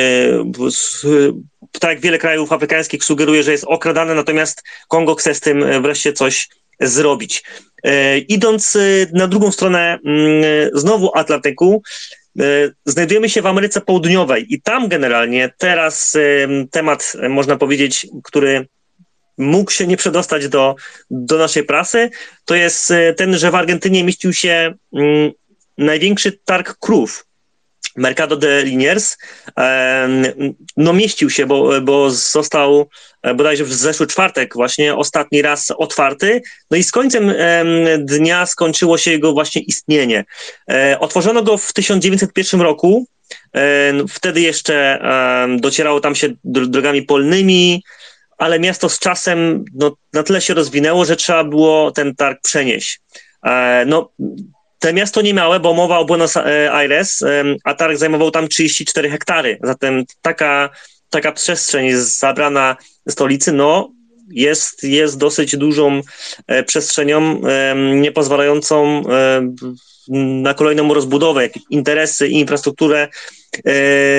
yy, tak jak wiele krajów afrykańskich sugeruje, że jest okradane, natomiast Kongo chce z tym wreszcie coś zrobić. Yy, idąc yy, na drugą stronę yy, znowu Atlantyku, yy, znajdujemy się w Ameryce Południowej i tam generalnie teraz yy, temat, yy, można powiedzieć, który mógł się nie przedostać do, do naszej prasy, to jest ten, że w Argentynie mieścił się mm, największy targ krów, Mercado de Liniers. E, no mieścił się, bo, bo został bodajże w zeszły czwartek właśnie ostatni raz otwarty, no i z końcem e, dnia skończyło się jego właśnie istnienie. E, otworzono go w tysiąc dziewięćset pierwszym roku, e, wtedy jeszcze e, docierało tam się drogami polnymi, ale miasto z czasem no, na tyle się rozwinęło, że trzeba było ten targ przenieść. E, no, te miasto nie małe, bo mowa o Buenos Aires, e, a targ zajmował tam trzydzieści cztery hektary, zatem taka, taka przestrzeń jest zabrana stolicy, no jest, jest dosyć dużą e, przestrzenią, e, nie pozwalającą e, na kolejną rozbudowę, interesy i infrastrukturę. E,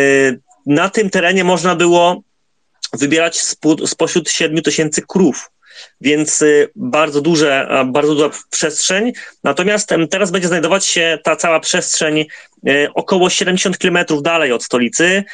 na tym terenie można było wybierać spośród siedmiu tysięcy krów, więc bardzo duże, bardzo duża przestrzeń. Natomiast teraz będzie znajdować się ta cała przestrzeń około siedemdziesiąt kilometrów dalej od stolicy,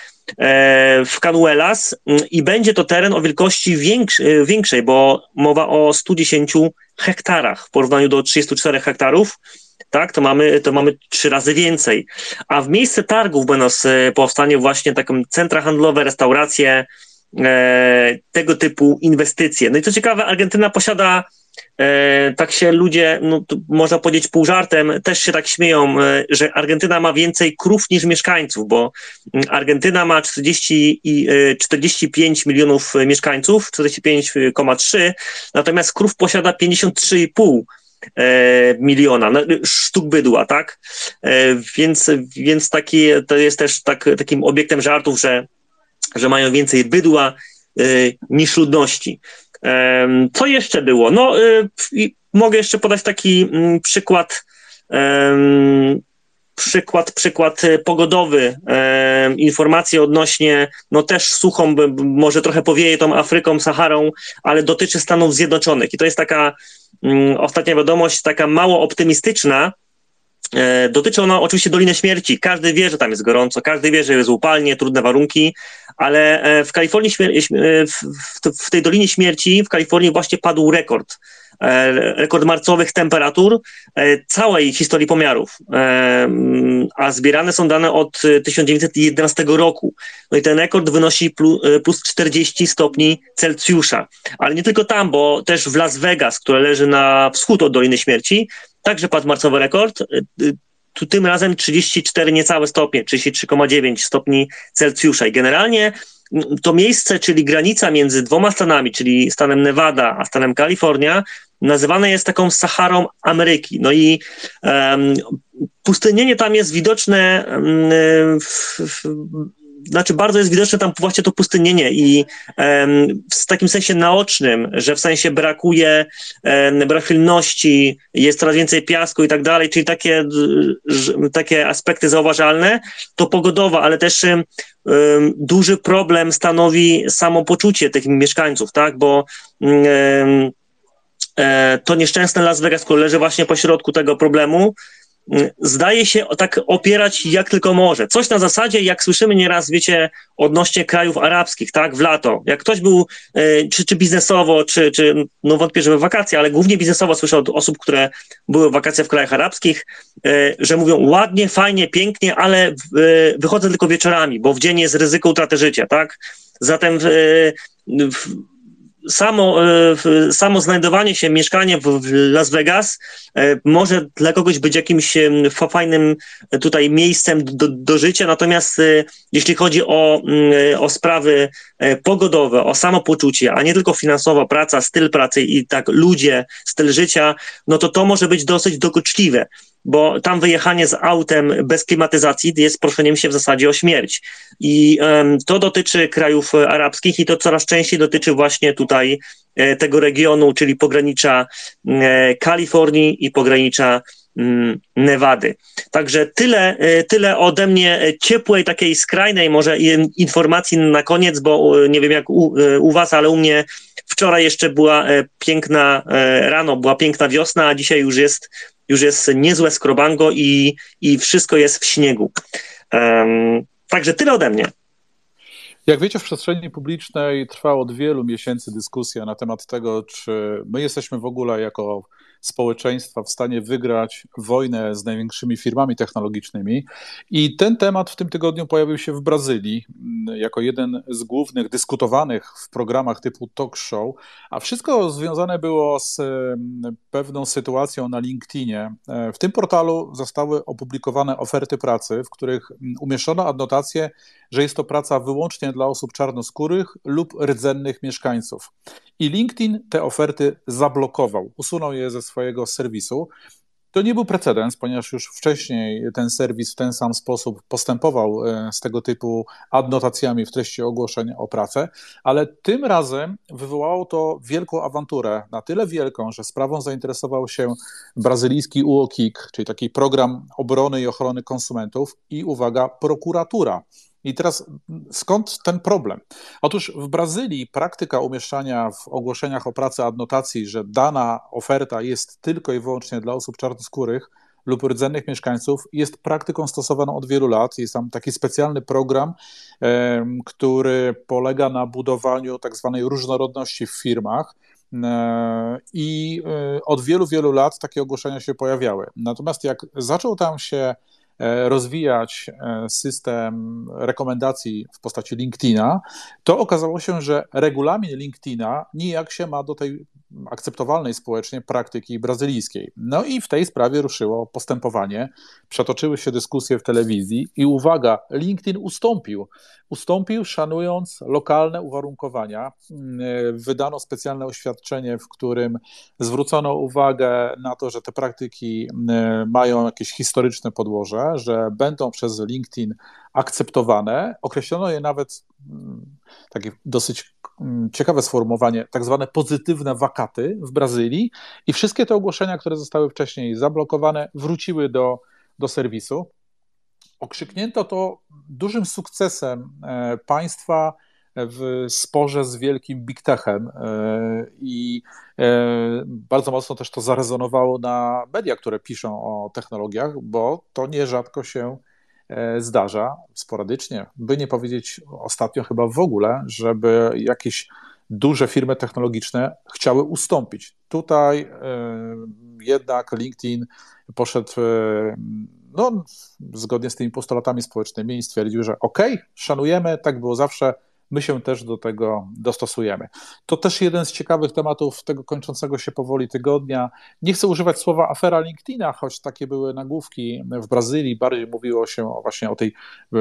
w Canuelas, i będzie to teren o wielkości większej, bo mowa o stu dziesięciu hektarach w porównaniu do trzydziestu czterech hektarów. Tak, to mamy, to mamy trzy razy więcej. A w miejsce targów Buenos powstanie właśnie takie centra handlowe, restauracje, E, tego typu inwestycje. No i co ciekawe, Argentyna posiada, e, tak się ludzie, no, można powiedzieć pół żartem, też się tak śmieją, e, że Argentyna ma więcej krów niż mieszkańców, bo Argentyna ma czterdzieści, e, czterdzieści pięć milionów mieszkańców, czterdzieści pięć przecinek trzy, natomiast krów posiada pięćdziesiąt trzy i pół e, miliona no, sztuk bydła, tak? E, więc więc taki, to jest też tak, takim obiektem żartów, że że mają więcej bydła y, niż ludności. E, co jeszcze było? No, y, y, mogę jeszcze podać taki y, przykład, y, przykład, przykład pogodowy, y, informacje odnośnie, no też suchą, może trochę powieje tą Afryką, Saharą, ale dotyczy Stanów Zjednoczonych. I to jest taka y, ostatnia wiadomość, taka mało optymistyczna. E, dotyczy ona oczywiście Doliny Śmierci. Każdy wie, że tam jest gorąco, każdy wie, że jest upalnie, trudne warunki, ale w Kalifornii, w, w tej Dolinie Śmierci w Kalifornii właśnie padł rekord. E, rekord marcowych temperatur e, całej historii pomiarów, e, a zbierane są dane od tysiąc dziewięćset jedenastego roku. No i ten rekord wynosi plus, plus czterdzieści stopni Celsjusza. Ale nie tylko tam, bo też w Las Vegas, które leży na wschód od Doliny Śmierci, także padł marcowy rekord, tu tym razem trzydzieści cztery niecałe stopnie, trzydzieści trzy przecinek dziewięć stopni Celsjusza. I generalnie to miejsce, czyli granica między dwoma stanami, czyli stanem Nevada a stanem Kalifornia, nazywane jest taką Saharą Ameryki. No i um, pustynienie tam jest widoczne, um, w, w, znaczy bardzo jest widoczne tam właśnie to pustynienie i um, w takim sensie naocznym, że w sensie brakuje um, brakilności, jest coraz więcej piasku i tak dalej, czyli takie, że, takie aspekty zauważalne, to pogodowa, ale też um, duży problem stanowi samopoczucie tych mieszkańców, tak, bo um, to nieszczęsne Las Vegas, które leży właśnie pośrodku tego problemu, zdaje się tak opierać jak tylko może. Coś na zasadzie, jak słyszymy nieraz, wiecie, odnośnie krajów arabskich, tak, w lato. Jak ktoś był, czy, czy biznesowo, czy, czy, no wątpię, że w wakacje, ale głównie biznesowo słyszę od osób, które były w wakacjach w krajach arabskich, że mówią ładnie, fajnie, pięknie, ale wychodzę tylko wieczorami, bo w dzień jest ryzyko utraty życia, tak. Zatem w, w, Samo, samo znajdowanie się, mieszkanie w Las Vegas może dla kogoś być jakimś fajnym tutaj miejscem do, do życia, natomiast jeśli chodzi o, o sprawy pogodowe, o samopoczucie, a nie tylko finansowa praca, styl pracy i tak ludzie, styl życia, no to to może być dosyć dokuczliwe. bo tam wyjechanie z autem bez klimatyzacji jest proszeniem się w zasadzie o śmierć. I um, to dotyczy krajów arabskich i to coraz częściej dotyczy właśnie tutaj e, tego regionu, czyli pogranicza e, Kalifornii i pogranicza mm, Nevady. Także tyle, e, tyle ode mnie ciepłej, takiej skrajnej może informacji na koniec, bo nie wiem jak u, u was, ale u mnie wczoraj jeszcze była e, piękna, e, rano była piękna wiosna, a dzisiaj już jest już jest niezłe skrobango i, i wszystko jest w śniegu. Um, także tyle ode mnie. Jak wiecie, w przestrzeni publicznej trwa od wielu miesięcy dyskusja na temat tego, czy my jesteśmy w ogóle jako społeczeństwa w stanie wygrać wojnę z największymi firmami technologicznymi. I ten temat w tym tygodniu pojawił się w Brazylii jako jeden z głównych dyskutowanych w programach typu talk show, a wszystko związane było z pewną sytuacją na LinkedInie. W tym portalu zostały opublikowane oferty pracy, w których umieszczono adnotację, że jest to praca wyłącznie dla osób czarnoskórych lub rdzennych mieszkańców. I LinkedIn te oferty zablokował, usunął je ze swojego serwisu. To nie był precedens, ponieważ już wcześniej ten serwis w ten sam sposób postępował z tego typu adnotacjami w treści ogłoszeń o pracę, ale tym razem wywołało to wielką awanturę, na tyle wielką, że sprawą zainteresował się brazylijski U O K I K, czyli taki program obrony i ochrony konsumentów i uwaga, prokuratura. I teraz skąd ten problem? Otóż w Brazylii praktyka umieszczania w ogłoszeniach o pracę adnotacji, że dana oferta jest tylko i wyłącznie dla osób czarnoskórych lub rdzennych mieszkańców, jest praktyką stosowaną od wielu lat. Jest tam taki specjalny program, e, który polega na budowaniu tak zwanej różnorodności w firmach. I od wielu, wielu lat takie ogłoszenia się pojawiały. Natomiast jak zaczął tam się rozwijać system rekomendacji w postaci LinkedIna, to okazało się, że regulamin LinkedIna nijak się ma do tej akceptowalnej społecznie praktyki brazylijskiej. No i w tej sprawie ruszyło postępowanie, przetoczyły się dyskusje w telewizji i uwaga, LinkedIn ustąpił. Ustąpił, szanując lokalne uwarunkowania. Wydano specjalne oświadczenie, w którym zwrócono uwagę na to, że te praktyki mają jakieś historyczne podłoże, że będą przez LinkedIn akceptowane. Określono je nawet, takie dosyć ciekawe sformułowanie, tak zwane pozytywne wakaty w Brazylii i wszystkie te ogłoszenia, które zostały wcześniej zablokowane, wróciły do, do serwisu. Okrzyknięto to dużym sukcesem państwa w sporze z wielkim big techem i bardzo mocno też to zarezonowało na media, które piszą o technologiach, bo to nierzadko się zdarza sporadycznie, by nie powiedzieć ostatnio chyba w ogóle, żeby jakieś duże firmy technologiczne chciały ustąpić. Tutaj jednak LinkedIn poszedł no, zgodnie z tymi postulatami społecznymi i stwierdził, że okej, okay, szanujemy, tak było zawsze, my się też do tego dostosujemy. To też jeden z ciekawych tematów tego kończącego się powoli tygodnia. Nie chcę używać słowa afera LinkedIna, choć takie były nagłówki w Brazylii. Bardziej mówiło się o właśnie o tej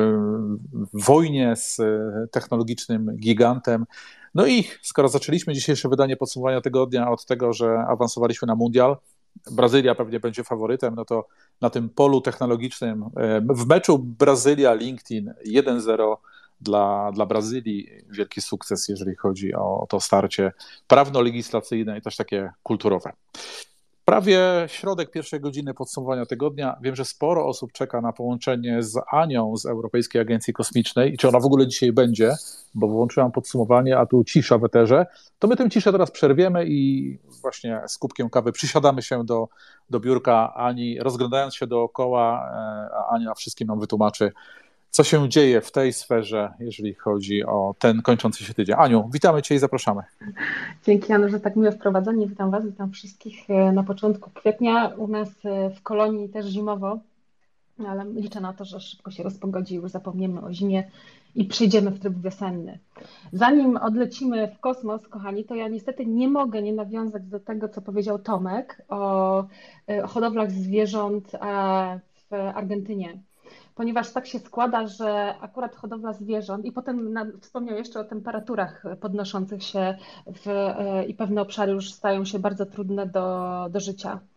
wojnie z technologicznym gigantem. No i skoro zaczęliśmy dzisiejsze wydanie podsumowania tygodnia od tego, że awansowaliśmy na mundial, Brazylia pewnie będzie faworytem, no to na tym polu technologicznym w meczu Brazylia-LinkedIn jeden zero Dla, dla Brazylii wielki sukces, jeżeli chodzi o to starcie prawno-legislacyjne i też takie kulturowe. Prawie środek pierwszej godziny podsumowania tygodnia. Wiem, że sporo osób czeka na połączenie z Anią z Europejskiej Agencji Kosmicznej i czy ona w ogóle dzisiaj będzie, bo włączyłam podsumowanie, a tu cisza w eterze. To my tę ciszę teraz przerwiemy i właśnie z kubkiem kawy przysiadamy się do, do biurka Ani, rozglądając się dookoła, a Ania wszystkim nam wytłumaczy, co się dzieje w tej sferze, jeżeli chodzi o ten kończący się tydzień. Aniu, witamy Cię i zapraszamy. Dzięki Janu, że tak miłe wprowadzenie. Witam Was, witam wszystkich na początku kwietnia. U nas w Kolonii też zimowo, ale liczę na to, że szybko się rozpogodzi, już zapomniemy o zimie i przejdziemy w tryb wiosenny. Zanim odlecimy w kosmos, kochani, to ja niestety nie mogę nie nawiązać do tego, co powiedział Tomek o hodowlach zwierząt w Argentynie. Ponieważ tak się składa, że akurat hodowla zwierząt i potem na, wspomniał jeszcze o temperaturach podnoszących się w, i pewne obszary już stają się bardzo trudne do, do życia.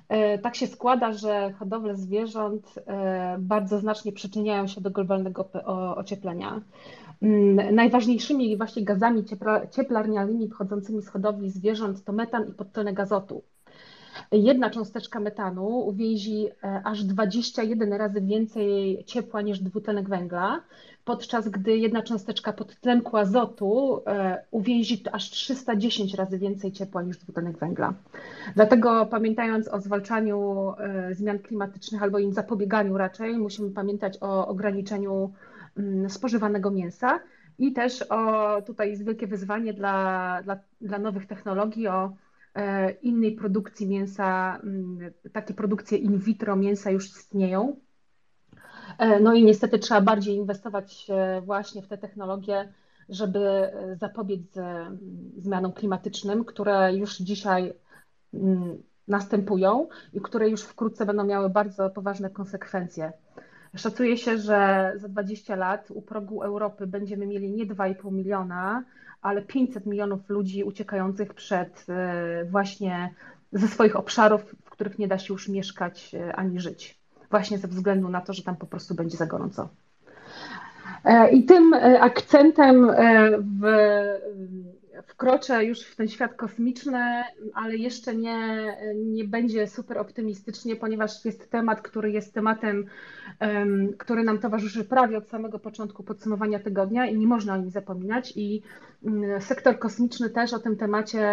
Tak się składa, że hodowle zwierząt bardzo znacznie przyczyniają się do globalnego ocieplenia. Najważniejszymi właśnie gazami cieplarnianymi pochodzącymi z hodowli zwierząt to metan i podtlenek azotu. Jedna cząsteczka metanu uwięzi aż dwadzieścia jeden razy więcej ciepła niż dwutlenek węgla, podczas gdy jedna cząsteczka podtlenku azotu uwięzi aż trzysta dziesięć razy więcej ciepła niż dwutlenek węgla. Dlatego pamiętając o zwalczaniu zmian klimatycznych albo im zapobieganiu raczej, musimy pamiętać o ograniczeniu spożywanego mięsa i też o, tutaj jest wielkie wyzwanie dla, dla, dla nowych technologii, o innej produkcji mięsa, takie produkcje in vitro mięsa już istnieją. No i niestety trzeba bardziej inwestować właśnie w te technologie, żeby zapobiec zmianom klimatycznym, które już dzisiaj następują i które już wkrótce będą miały bardzo poważne konsekwencje. Szacuje się, że za dwadzieścia lat u progu Europy będziemy mieli nie dwa i pół miliona, ale pięćset milionów ludzi uciekających przed właśnie ze swoich obszarów, w których nie da się już mieszkać ani żyć. Właśnie ze względu na to, że tam po prostu będzie za gorąco. I tym akcentem w, wkroczę już w ten świat kosmiczny, ale jeszcze nie, nie będzie super optymistycznie, ponieważ jest temat, który jest tematem, który nam towarzyszy prawie od samego początku podsumowania tygodnia i nie można o nim zapominać. I sektor kosmiczny też o tym temacie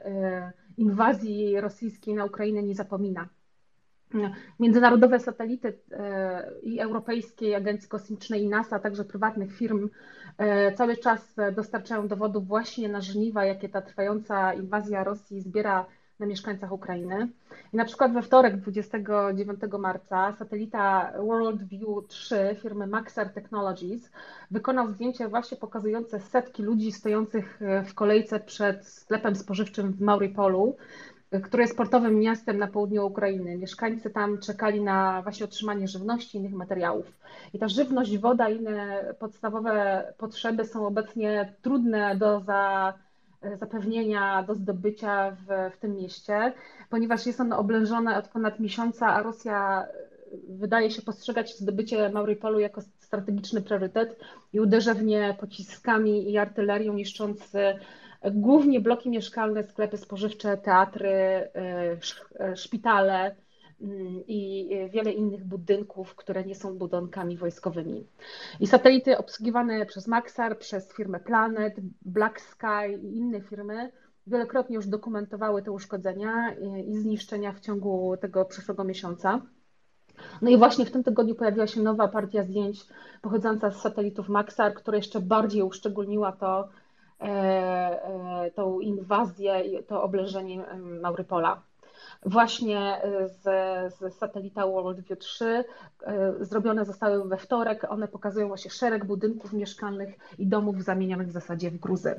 inwazji rosyjskiej na Ukrainę nie zapomina. Międzynarodowe satelity i Europejskiej Agencji Kosmicznej i NASA, a także prywatnych firm cały czas dostarczają dowodów właśnie na żniwa, jakie ta trwająca inwazja Rosji zbiera na mieszkańcach Ukrainy. I na przykład we wtorek, dwudziestego dziewiątego marca, satelita Worldview trzy firmy Maxar Technologies wykonał zdjęcie właśnie pokazujące setki ludzi stojących w kolejce przed sklepem spożywczym w Mariupolu, które jest portowym miastem na południu Ukrainy. Mieszkańcy tam czekali na właśnie otrzymanie żywności i innych materiałów. I ta żywność, woda i inne podstawowe potrzeby są obecnie trudne do za, zapewnienia, do zdobycia w, w tym mieście, ponieważ jest ono oblężone od ponad miesiąca, a Rosja wydaje się postrzegać zdobycie Mariupolu jako strategiczny priorytet i uderza w nie pociskami i artylerią, niszcząc głównie bloki mieszkalne, sklepy spożywcze, teatry, szpitale i wiele innych budynków, które nie są budynkami wojskowymi. I satelity obsługiwane przez Maxar, przez firmę Planet, Black Sky i inne firmy wielokrotnie już dokumentowały te uszkodzenia i zniszczenia w ciągu tego przyszłego miesiąca. No i właśnie w tym tygodniu pojawiła się nowa partia zdjęć pochodząca z satelitów Maxar, która jeszcze bardziej uszczególniła to, tą inwazję i to oblężenie Mariupola. Właśnie z, z satelita Worldview trzy zrobione zostały we wtorek. One pokazują właśnie szereg budynków mieszkalnych i domów zamienionych w zasadzie w gruzy.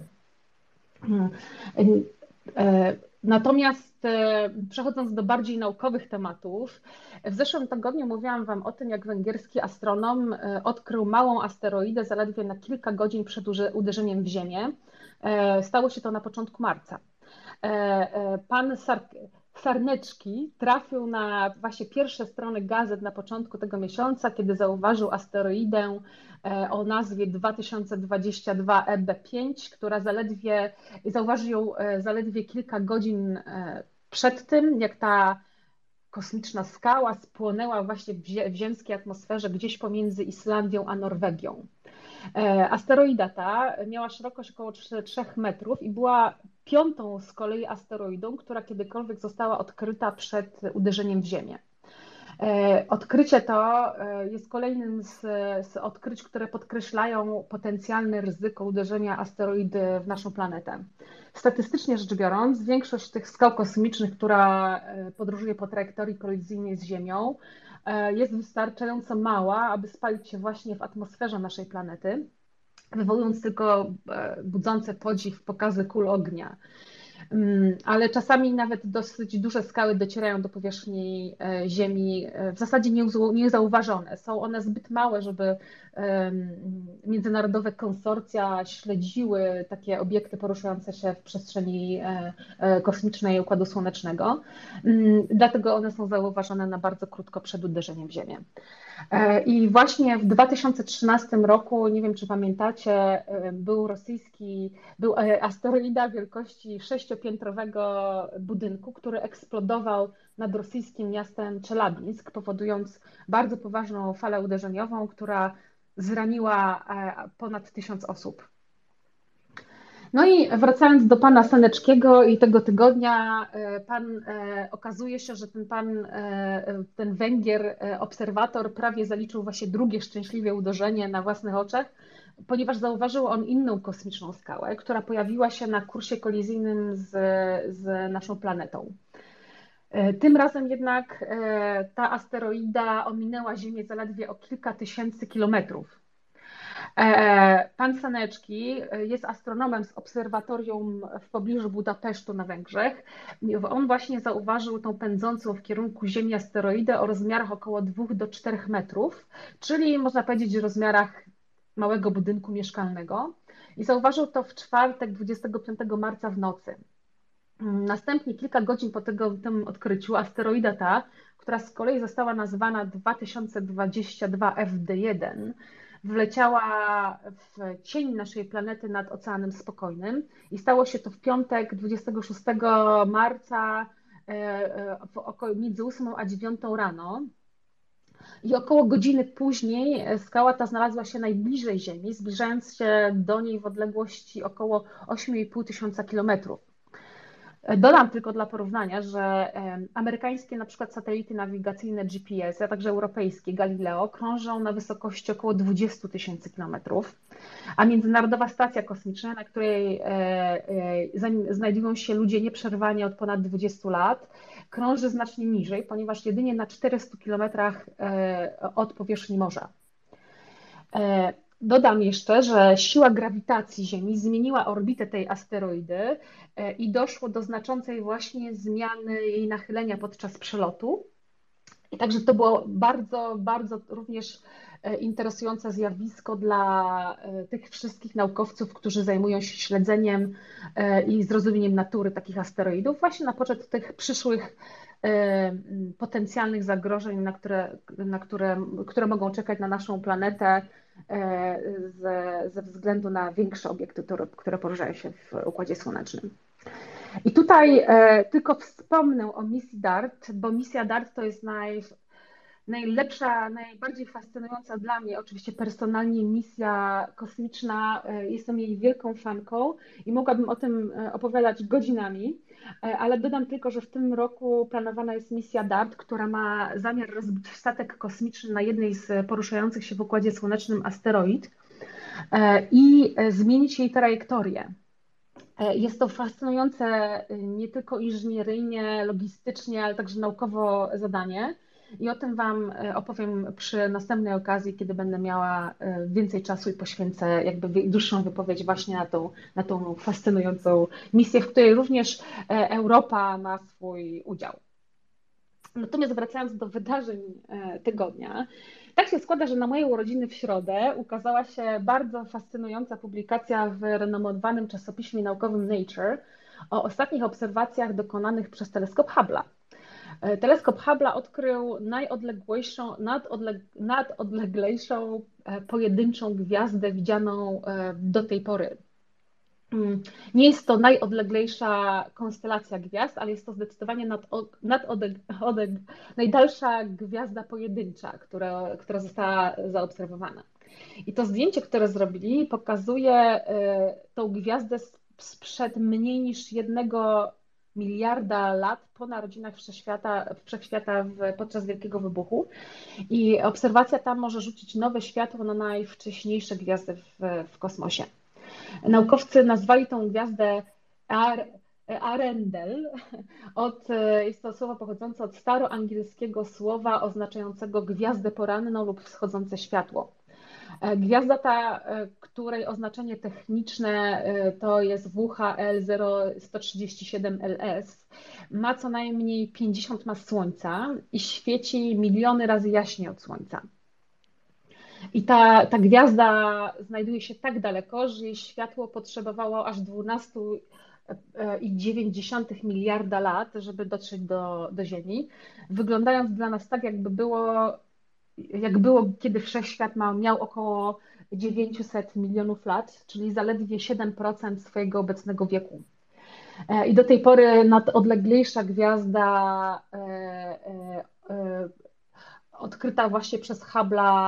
Natomiast przechodząc do bardziej naukowych tematów, w zeszłym tygodniu mówiłam Wam o tym, jak węgierski astronom odkrył małą asteroidę zaledwie na kilka godzin przed uderzeniem w Ziemię. Stało się to na początku marca. Pan Sarnecki trafił na właśnie pierwsze strony gazet na początku tego miesiąca, kiedy zauważył asteroidę o nazwie dwa tysiące dwadzieścia dwa E B pięć, która zaledwie, zauważył ją zaledwie kilka godzin przed tym, jak ta kosmiczna skała spłonęła właśnie w ziemskiej atmosferze gdzieś pomiędzy Islandią a Norwegią. Asteroida ta miała szerokość około trzech metrów i była piątą z kolei asteroidą, która kiedykolwiek została odkryta przed uderzeniem w Ziemię. Odkrycie to jest kolejnym z, z odkryć, które podkreślają potencjalne ryzyko uderzenia asteroidy w naszą planetę. Statystycznie rzecz biorąc, większość tych skał kosmicznych, która podróżuje po trajektorii kolizyjnej z Ziemią, jest wystarczająco mała, aby spalić się właśnie w atmosferze naszej planety, wywołując tylko budzące podziw pokazy kul ognia. ale czasami nawet dosyć duże skały docierają do powierzchni Ziemi w zasadzie niezauważone. Są one zbyt małe, żeby międzynarodowe konsorcja śledziły takie obiekty poruszające się w przestrzeni kosmicznej Układu Słonecznego. Dlatego one są zauważone na bardzo krótko przed uderzeniem w Ziemię. I właśnie w dwa tysiące trzynastym roku, nie wiem czy pamiętacie, był rosyjski, był asteroida wielkości sześciopiętrowego budynku, który eksplodował nad rosyjskim miastem Czelabińsk, powodując bardzo poważną falę uderzeniową, która zraniła ponad tysiąc osób. No i wracając do pana Seneckiego i tego tygodnia, pan, okazuje się, że ten pan, ten Węgier, obserwator, prawie zaliczył właśnie drugie szczęśliwie uderzenie na własnych oczach, ponieważ zauważył on inną kosmiczną skałę, która pojawiła się na kursie kolizyjnym z, z naszą planetą. Tym razem jednak ta asteroida ominęła Ziemię zaledwie o kilka tysięcy kilometrów. Pan Senecki jest astronomem z obserwatorium w pobliżu Budapesztu na Węgrzech. On właśnie zauważył tą pędzącą w kierunku Ziemi asteroidę o rozmiarach około dwóch do czterech metrów, czyli można powiedzieć w rozmiarach małego budynku mieszkalnego. I zauważył to w czwartek, dwudziestego piątego marca w nocy. Następnie kilka godzin po tego, tym odkryciu asteroida ta, która z kolei została nazwana dwa tysiące dwadzieścia dwa F D jeden, wleciała w cień naszej planety nad Oceanem Spokojnym i stało się to w piątek dwudziestego szóstego marca w około między ósmą a dziewiątą rano. I około godziny później skała ta znalazła się najbliżej Ziemi, zbliżając się do niej w odległości około ośmiu i pół tysiąca kilometrów. Dodam tylko dla porównania, że amerykańskie na przykład satelity nawigacyjne G P S, a także europejskie Galileo krążą na wysokości około dwudziestu tysięcy kilometrów, a Międzynarodowa Stacja Kosmiczna, na której znajdują się ludzie nieprzerwanie od ponad dwudziestu lat, krąży znacznie niżej, ponieważ jedynie na czterystu kilometrach od powierzchni morza. Dodam jeszcze, że siła grawitacji Ziemi zmieniła orbitę tej asteroidy i doszło do znaczącej właśnie zmiany jej nachylenia podczas przelotu. I także to było bardzo, bardzo również interesujące zjawisko dla tych wszystkich naukowców, którzy zajmują się śledzeniem i zrozumieniem natury takich asteroidów, właśnie na poczet tych przyszłych potencjalnych zagrożeń, na które, na które, które mogą czekać na naszą planetę ze, ze względu na większe obiekty, które, które poruszają się w Układzie Słonecznym. I tutaj tylko wspomnę o misji DART, bo misja DART to jest naj, najlepsza, najbardziej fascynująca dla mnie, oczywiście personalnie misja kosmiczna. Jestem jej wielką fanką i mogłabym o tym opowiadać godzinami, ale dodam tylko, że w tym roku planowana jest misja DART, która ma zamiar rozbić statek kosmiczny na jednej z poruszających się w Układzie Słonecznym asteroid i zmienić jej trajektorię. Jest to fascynujące nie tylko inżynieryjnie, logistycznie, ale także naukowo zadanie. I o tym Wam opowiem przy następnej okazji, kiedy będę miała więcej czasu i poświęcę jakby dłuższą wypowiedź właśnie na tą, na tą fascynującą misję, w której również Europa ma swój udział. Natomiast wracając do wydarzeń tygodnia, tak się składa, że na moje urodziny w środę ukazała się bardzo fascynująca publikacja w renomowanym czasopiśmie naukowym Nature o ostatnich obserwacjach dokonanych przez teleskop Hubble'a. Teleskop Hubble'a odkrył najodległejszą, nadodleg, nadodleglejszą pojedynczą gwiazdę widzianą do tej pory. Nie jest to najodleglejsza konstelacja gwiazd, ale jest to zdecydowanie nad, nad odeg, odeg, najdalsza gwiazda pojedyncza, która, która została zaobserwowana. I to zdjęcie, które zrobili, pokazuje tą gwiazdę sprzed mniej niż jednego miliarda lat po narodzinach wszechświata, wszechświata w, podczas Wielkiego Wybuchu. I obserwacja ta może rzucić nowe światło na najwcześniejsze gwiazdy w, w kosmosie. Naukowcy nazwali tą gwiazdę Ar, Arendel. Od, jest to słowo pochodzące od staroangielskiego słowa oznaczającego gwiazdę poranną lub wschodzące światło. Gwiazda ta, której oznaczenie techniczne to jest W H L zero sto trzydzieści siedem L S, ma co najmniej pięćdziesiąt mas Słońca i świeci miliony razy jaśniej od Słońca. I ta, ta gwiazda znajduje się tak daleko, że jej światło potrzebowało aż dwanaście i dziewięć dziesiątych miliarda lat, żeby dotrzeć do, do Ziemi, wyglądając dla nas tak, jakby było, jak było, kiedy Wszechświat ma, miał około dziewięćset milionów lat, czyli zaledwie siedem procent swojego obecnego wieku. I do tej pory najodleglejsza gwiazda e, e, e, odkryta właśnie przez Hubble'a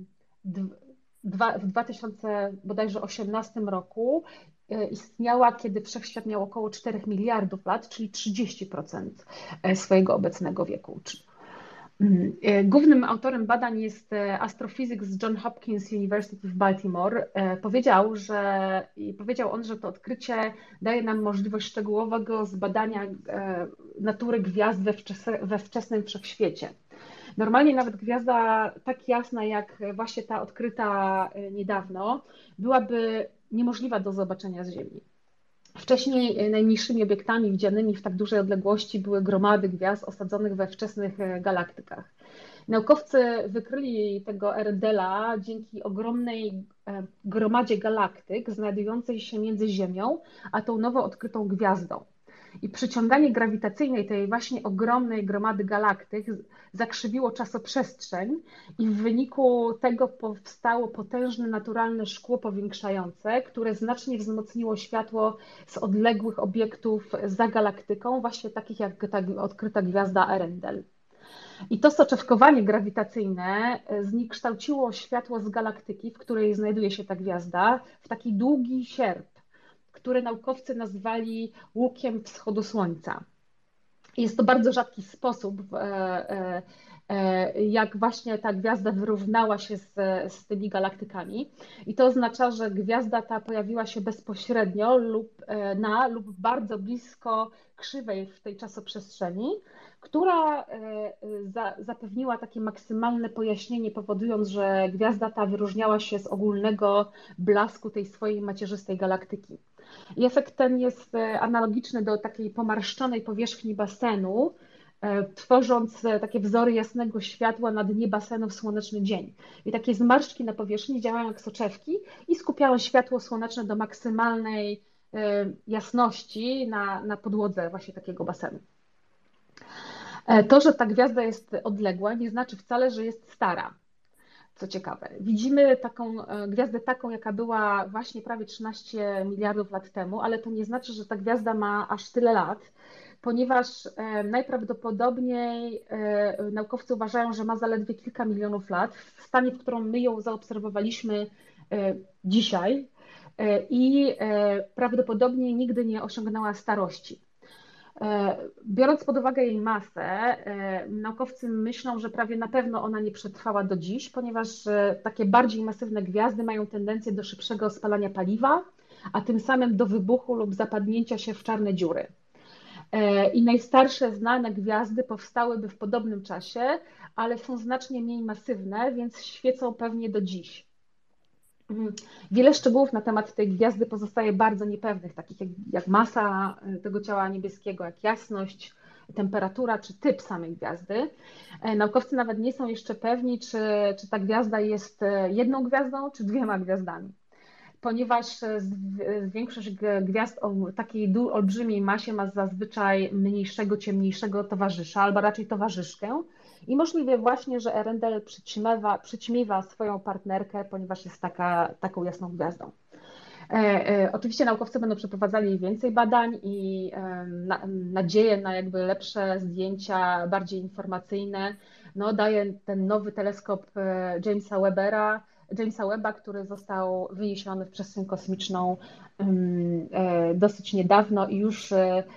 w dwa tysiące osiemnastym roku istniała, kiedy Wszechświat miał około czterech miliardów lat, czyli trzydzieści procent swojego obecnego wieku. Głównym autorem badań jest astrofizyk z Johns Hopkins University w Baltimore. Powiedział, że, i powiedział on, że to odkrycie daje nam możliwość szczegółowego zbadania natury gwiazd we, wczes- we wczesnym wszechświecie. Normalnie nawet gwiazda tak jasna, jak właśnie ta odkryta niedawno, byłaby niemożliwa do zobaczenia z Ziemi. Wcześniej najmniejszymi obiektami widzianymi w tak dużej odległości były gromady gwiazd osadzonych we wczesnych galaktykach. Naukowcy wykryli tego Eryndela dzięki ogromnej gromadzie galaktyk znajdującej się między Ziemią a tą nowo odkrytą gwiazdą. I przyciąganie grawitacyjne tej właśnie ogromnej gromady galaktyk zakrzywiło czasoprzestrzeń i w wyniku tego powstało potężne naturalne szkło powiększające, które znacznie wzmocniło światło z odległych obiektów za galaktyką, właśnie takich jak ta odkryta gwiazda Eryndel. I to soczewkowanie grawitacyjne zniekształciło światło z galaktyki, w której znajduje się ta gwiazda, w taki długi sierp, które naukowcy nazwali łukiem wschodu Słońca. Jest to bardzo rzadki sposób, jak właśnie ta gwiazda wyrównała się z, z tymi galaktykami. I to oznacza, że gwiazda ta pojawiła się bezpośrednio lub na lub bardzo blisko krzywej w tej czasoprzestrzeni, która za, zapewniła takie maksymalne pojaśnienie, powodując, że gwiazda ta wyróżniała się z ogólnego blasku tej swojej macierzystej galaktyki. I efekt ten jest analogiczny do takiej pomarszczonej powierzchni basenu, tworząc takie wzory jasnego światła na dnie basenu w słoneczny dzień. I takie zmarszczki na powierzchni działają jak soczewki i skupiają światło słoneczne do maksymalnej jasności na, na podłodze właśnie takiego basenu. To, że ta gwiazda jest odległa, nie znaczy wcale, że jest stara. Co ciekawe, widzimy taką gwiazdę taką, jaka była właśnie prawie trzynaście miliardów lat temu, ale to nie znaczy, że ta gwiazda ma aż tyle lat, ponieważ najprawdopodobniej naukowcy uważają, że ma zaledwie kilka milionów lat w stanie, w którym my ją zaobserwowaliśmy dzisiaj i prawdopodobnie nigdy nie osiągnęła starości. Biorąc pod uwagę jej masę, naukowcy myślą, że prawie na pewno ona nie przetrwała do dziś, ponieważ takie bardziej masywne gwiazdy mają tendencję do szybszego spalania paliwa, a tym samym do wybuchu lub zapadnięcia się w czarne dziury. I najstarsze znane gwiazdy powstałyby w podobnym czasie, ale są znacznie mniej masywne, więc świecą pewnie do dziś. Wiele szczegółów na temat tej gwiazdy pozostaje bardzo niepewnych, takich jak, jak masa tego ciała niebieskiego, jak jasność, temperatura czy typ samej gwiazdy. Naukowcy nawet nie są jeszcze pewni, czy, czy ta gwiazda jest jedną gwiazdą, czy dwiema gwiazdami, ponieważ większość gwiazd o takiej olbrzymiej masie ma zazwyczaj mniejszego, ciemniejszego towarzysza, albo raczej towarzyszkę. I możliwe właśnie, że Eryndel przyćmiewa, przyćmiewa swoją partnerkę, ponieważ jest taka, taką jasną gwiazdą. E, e, oczywiście naukowcy będą przeprowadzali więcej badań i e, na, nadzieję na jakby lepsze zdjęcia, bardziej informacyjne, no, daje ten nowy teleskop Jamesa Webbera, Jamesa Webba, który został wyniesiony w przestrzeń kosmiczną dosyć niedawno i już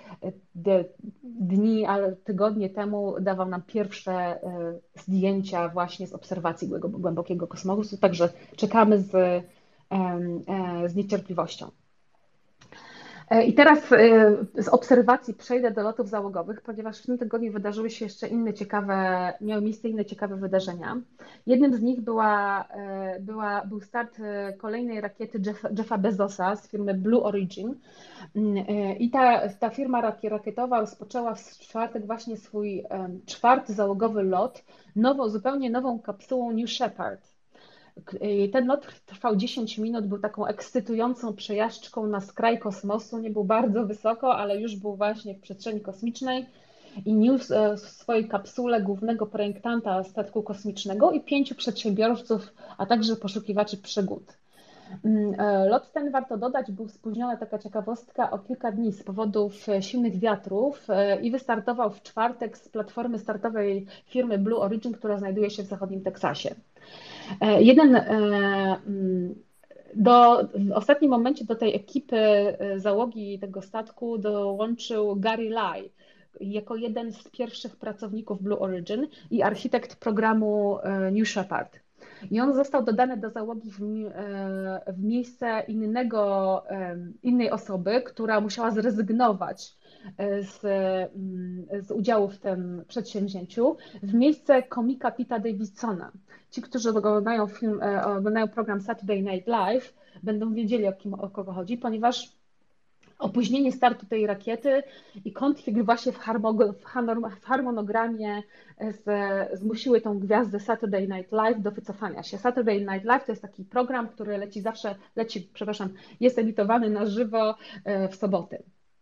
dni, ale tygodnie temu dawał nam pierwsze zdjęcia właśnie z obserwacji głębokiego kosmosu, także czekamy z, z niecierpliwością. I teraz z obserwacji przejdę do lotów załogowych, ponieważ w tym tygodniu wydarzyły się jeszcze inne ciekawe, miały miejsce inne ciekawe wydarzenia. Jednym z nich była, była, był start kolejnej rakiety Jeffa, Jeffa Bezosa z firmy Blue Origin. I ta, ta firma rakietowa rozpoczęła w czwartek właśnie swój czwarty załogowy lot, nową, zupełnie nową kapsułą New Shepard. Ten lot trwał dziesięć minut, był taką ekscytującą przejażdżką na skraj kosmosu, nie był bardzo wysoko, ale już był właśnie w przestrzeni kosmicznej i niósł w swojej kapsule głównego projektanta statku kosmicznego i pięciu przedsiębiorców, a także poszukiwaczy przygód. Lot ten, warto dodać, był spóźniony, taka ciekawostka, o kilka dni z powodów silnych wiatrów i wystartował w czwartek z platformy startowej firmy Blue Origin, która znajduje się w zachodnim Teksasie. Jeden do, w ostatnim momencie do tej ekipy załogi tego statku dołączył Gary Lai jako jeden z pierwszych pracowników Blue Origin i architekt programu New Shepard. I on został dodany do załogi w, w miejsce innego, innej osoby, która musiała zrezygnować z, z udziału w tym przedsięwzięciu, w miejsce komika Pita Davidsona. Ci, którzy oglądają film, oglądają program Saturday Night Live, będą wiedzieli, o, kim, o kogo chodzi, ponieważ opóźnienie startu tej rakiety i konflikt właśnie w, w harmonogramie z, zmusiły tą gwiazdę Saturday Night Live do wycofania się. Saturday Night Live to jest taki program, który leci zawsze, leci, przepraszam, jest emitowany na żywo w soboty.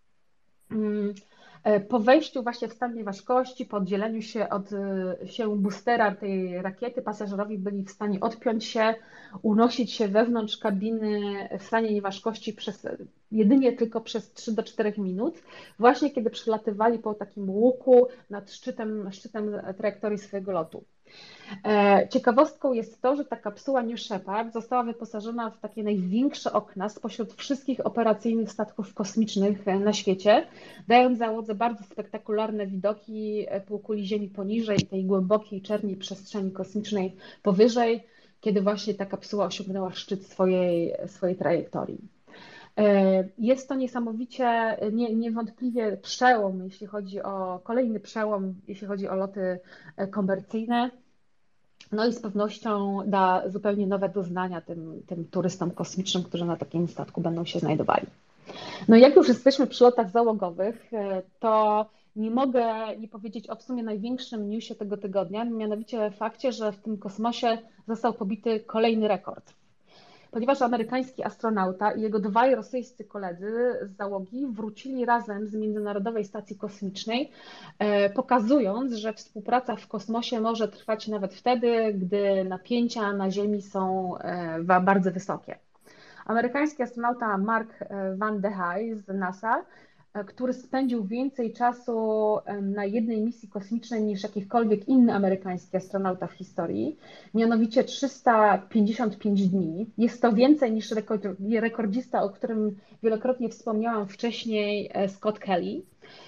Po wejściu właśnie w stan nieważkości, po oddzieleniu się od się boostera tej rakiety, pasażerowie byli w stanie odpiąć się, unosić się wewnątrz kabiny w stanie nieważkości przez, jedynie tylko przez trzy do czterech minut, właśnie kiedy przelatywali po takim łuku nad szczytem, szczytem trajektorii swojego lotu. Ciekawostką jest to, że ta kapsuła New Shepard została wyposażona w takie największe okna spośród wszystkich operacyjnych statków kosmicznych na świecie, dając załodze bardzo spektakularne widoki półkuli Ziemi poniżej i tej głębokiej czerni przestrzeni kosmicznej powyżej, kiedy właśnie ta kapsuła osiągnęła szczyt swojej, swojej trajektorii. Jest to niesamowicie, nie, niewątpliwie przełom, jeśli chodzi o kolejny przełom, jeśli chodzi o loty komercyjne. No i z pewnością da zupełnie nowe doznania tym, tym turystom kosmicznym, którzy na takim statku będą się znajdowali. No i jak już jesteśmy przy lotach załogowych, to nie mogę nie powiedzieć o w sumie największym newsie tego tygodnia, mianowicie fakcie, że w tym kosmosie został pobity kolejny rekord. Ponieważ amerykański astronauta i jego dwaj rosyjscy koledzy z załogi wrócili razem z Międzynarodowej Stacji Kosmicznej, pokazując, że współpraca w kosmosie może trwać nawet wtedy, gdy napięcia na Ziemi są bardzo wysokie. Amerykański astronauta Mark Van de Haye z NASA, który spędził więcej czasu na jednej misji kosmicznej niż jakikolwiek inny amerykański astronauta w historii, mianowicie trzysta pięćdziesiąt pięć dni. Jest to więcej niż rekordzista, o którym wielokrotnie wspomniałam wcześniej, Scott Kelly.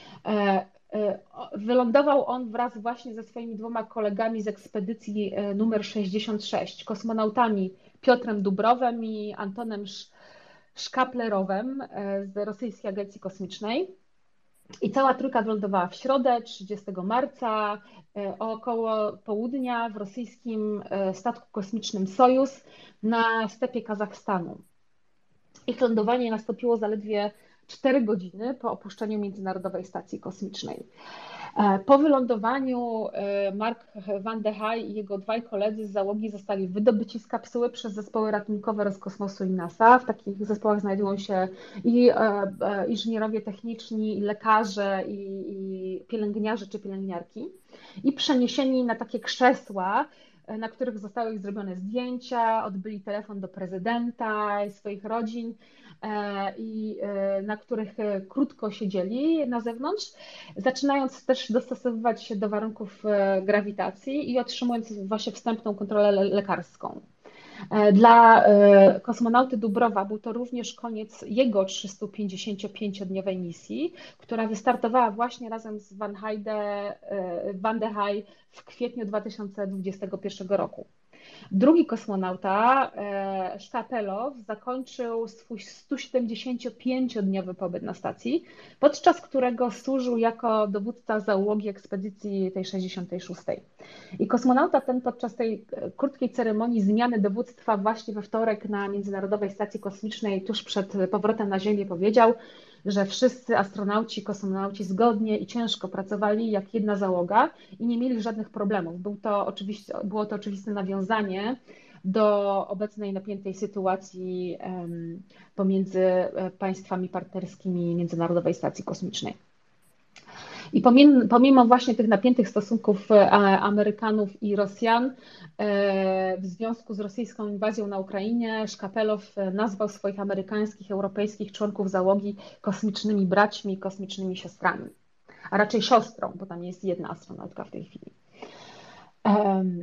Wylądował on wraz właśnie ze swoimi dwoma kolegami z ekspedycji numer sześćdziesiąt sześć, kosmonautami Piotrem Dubrowem i Antonem Szkaplerowem z rosyjskiej agencji kosmicznej. I cała trójka wylądowała w środę, trzydziestego marca, około południa w rosyjskim statku kosmicznym Sojuz na stepie Kazachstanu. Ich lądowanie nastąpiło zaledwie cztery godziny po opuszczeniu Międzynarodowej Stacji Kosmicznej. Po wylądowaniu Mark Van de Haye i jego dwaj koledzy z załogi zostali wydobyci z kapsuły przez zespoły ratunkowe Roskosmosu i NASA. W takich zespołach znajdują się i inżynierowie techniczni, i lekarze, i, i pielęgniarze czy pielęgniarki. I przeniesieni na takie krzesła, na których zostały ich zrobione zdjęcia, odbyli telefon do prezydenta i swoich rodzin, i na których krótko siedzieli na zewnątrz, zaczynając też dostosowywać się do warunków grawitacji i otrzymując właśnie wstępną kontrolę lekarską. Dla kosmonauty Dubrowa był to również koniec jego trzysta pięćdziesięciopięciodniowej misji, która wystartowała właśnie razem z Van, Hayde, Van de Haye w kwietniu dwa tysiące dwudziestego pierwszego roku. Drugi kosmonauta, Szkapelow, zakończył swój sto siedemdziesięciopięciodniowy pobyt na stacji, podczas którego służył jako dowódca załogi ekspedycji tej sześćdziesiątej szóstej. I kosmonauta ten podczas tej krótkiej ceremonii zmiany dowództwa właśnie we wtorek na Międzynarodowej Stacji Kosmicznej tuż przed powrotem na Ziemię powiedział, że wszyscy astronauci, kosmonauci zgodnie i ciężko pracowali jak jedna załoga i nie mieli żadnych problemów. Był to oczywiście, było to oczywiste nawiązanie do obecnej napiętej sytuacji um, pomiędzy państwami partnerskimi Międzynarodowej Stacji Kosmicznej. I pomimo, pomimo właśnie tych napiętych stosunków Amerykanów i Rosjan, w związku z rosyjską inwazją na Ukrainie, Szkapelow nazwał swoich amerykańskich, europejskich członków załogi kosmicznymi braćmi, kosmicznymi siostrami, a raczej siostrą, bo tam jest jedna astronautka w tej chwili. Um,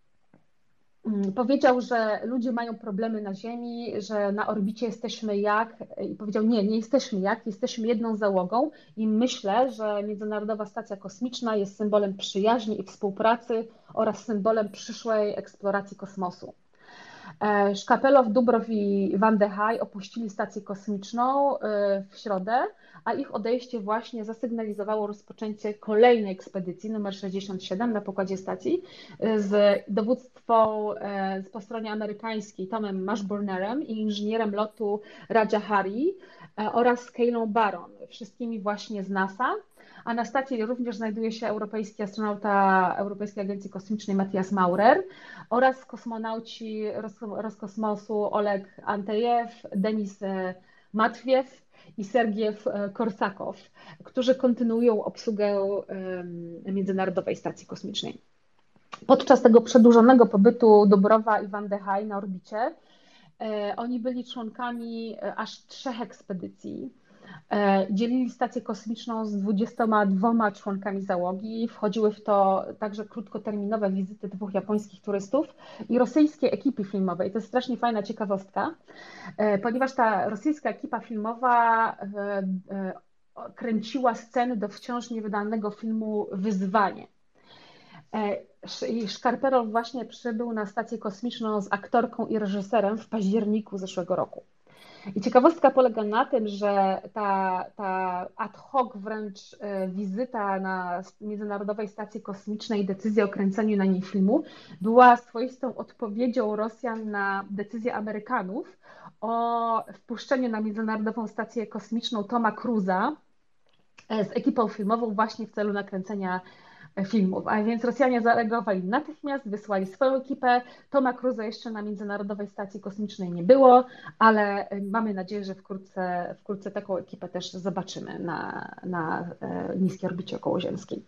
Powiedział, że ludzie mają problemy na Ziemi, że na orbicie jesteśmy jak, i powiedział, nie, nie jesteśmy jak, jesteśmy jedną załogą i myślę, że Międzynarodowa Stacja Kosmiczna jest symbolem przyjaźni i współpracy oraz symbolem przyszłej eksploracji kosmosu. Szkapelow, Dubrow i Van de Haye opuścili stację kosmiczną w środę, a ich odejście właśnie zasygnalizowało rozpoczęcie kolejnej ekspedycji numer sześćdziesiąt siedem na pokładzie stacji z dowództwą po stronie amerykańskiej Tomem Mashburnerem i inżynierem lotu Raja Hari oraz Keilą Baron, wszystkimi właśnie z NASA. A na stacji również znajduje się europejski astronauta Europejskiej Agencji Kosmicznej Matthias Maurer oraz kosmonauci Roskosmosu Oleg Antejew, Denis Matwiew i Sergiew Korsakow, którzy kontynuują obsługę Międzynarodowej Stacji Kosmicznej. Podczas tego przedłużonego pobytu Dubrowa i Van de Haye na orbicie oni byli członkami aż trzech ekspedycji. Dzielili stację kosmiczną z dwudziestoma dwoma członkami załogi. Wchodziły w to także krótkoterminowe wizyty dwóch japońskich turystów i rosyjskiej ekipy filmowej. To jest strasznie fajna ciekawostka, ponieważ ta rosyjska ekipa filmowa kręciła sceny do wciąż niewydanego filmu Wyzwanie. I Szkapelow właśnie przybył na stację kosmiczną z aktorką i reżyserem w październiku zeszłego roku. I ciekawostka polega na tym, że ta, ta ad hoc wręcz wizyta na Międzynarodowej Stacji Kosmicznej, decyzja o kręceniu na niej filmu była swoistą odpowiedzią Rosjan na decyzję Amerykanów o wpuszczeniu na Międzynarodową Stację Kosmiczną Toma Cruise'a z ekipą filmową właśnie w celu nakręcenia filmów. A więc Rosjanie zareagowali natychmiast, wysłali swoją ekipę. Toma Cruise'a jeszcze na Międzynarodowej Stacji Kosmicznej nie było, ale mamy nadzieję, że wkrótce, wkrótce taką ekipę też zobaczymy na, na niskiej orbicie okołoziemskiej.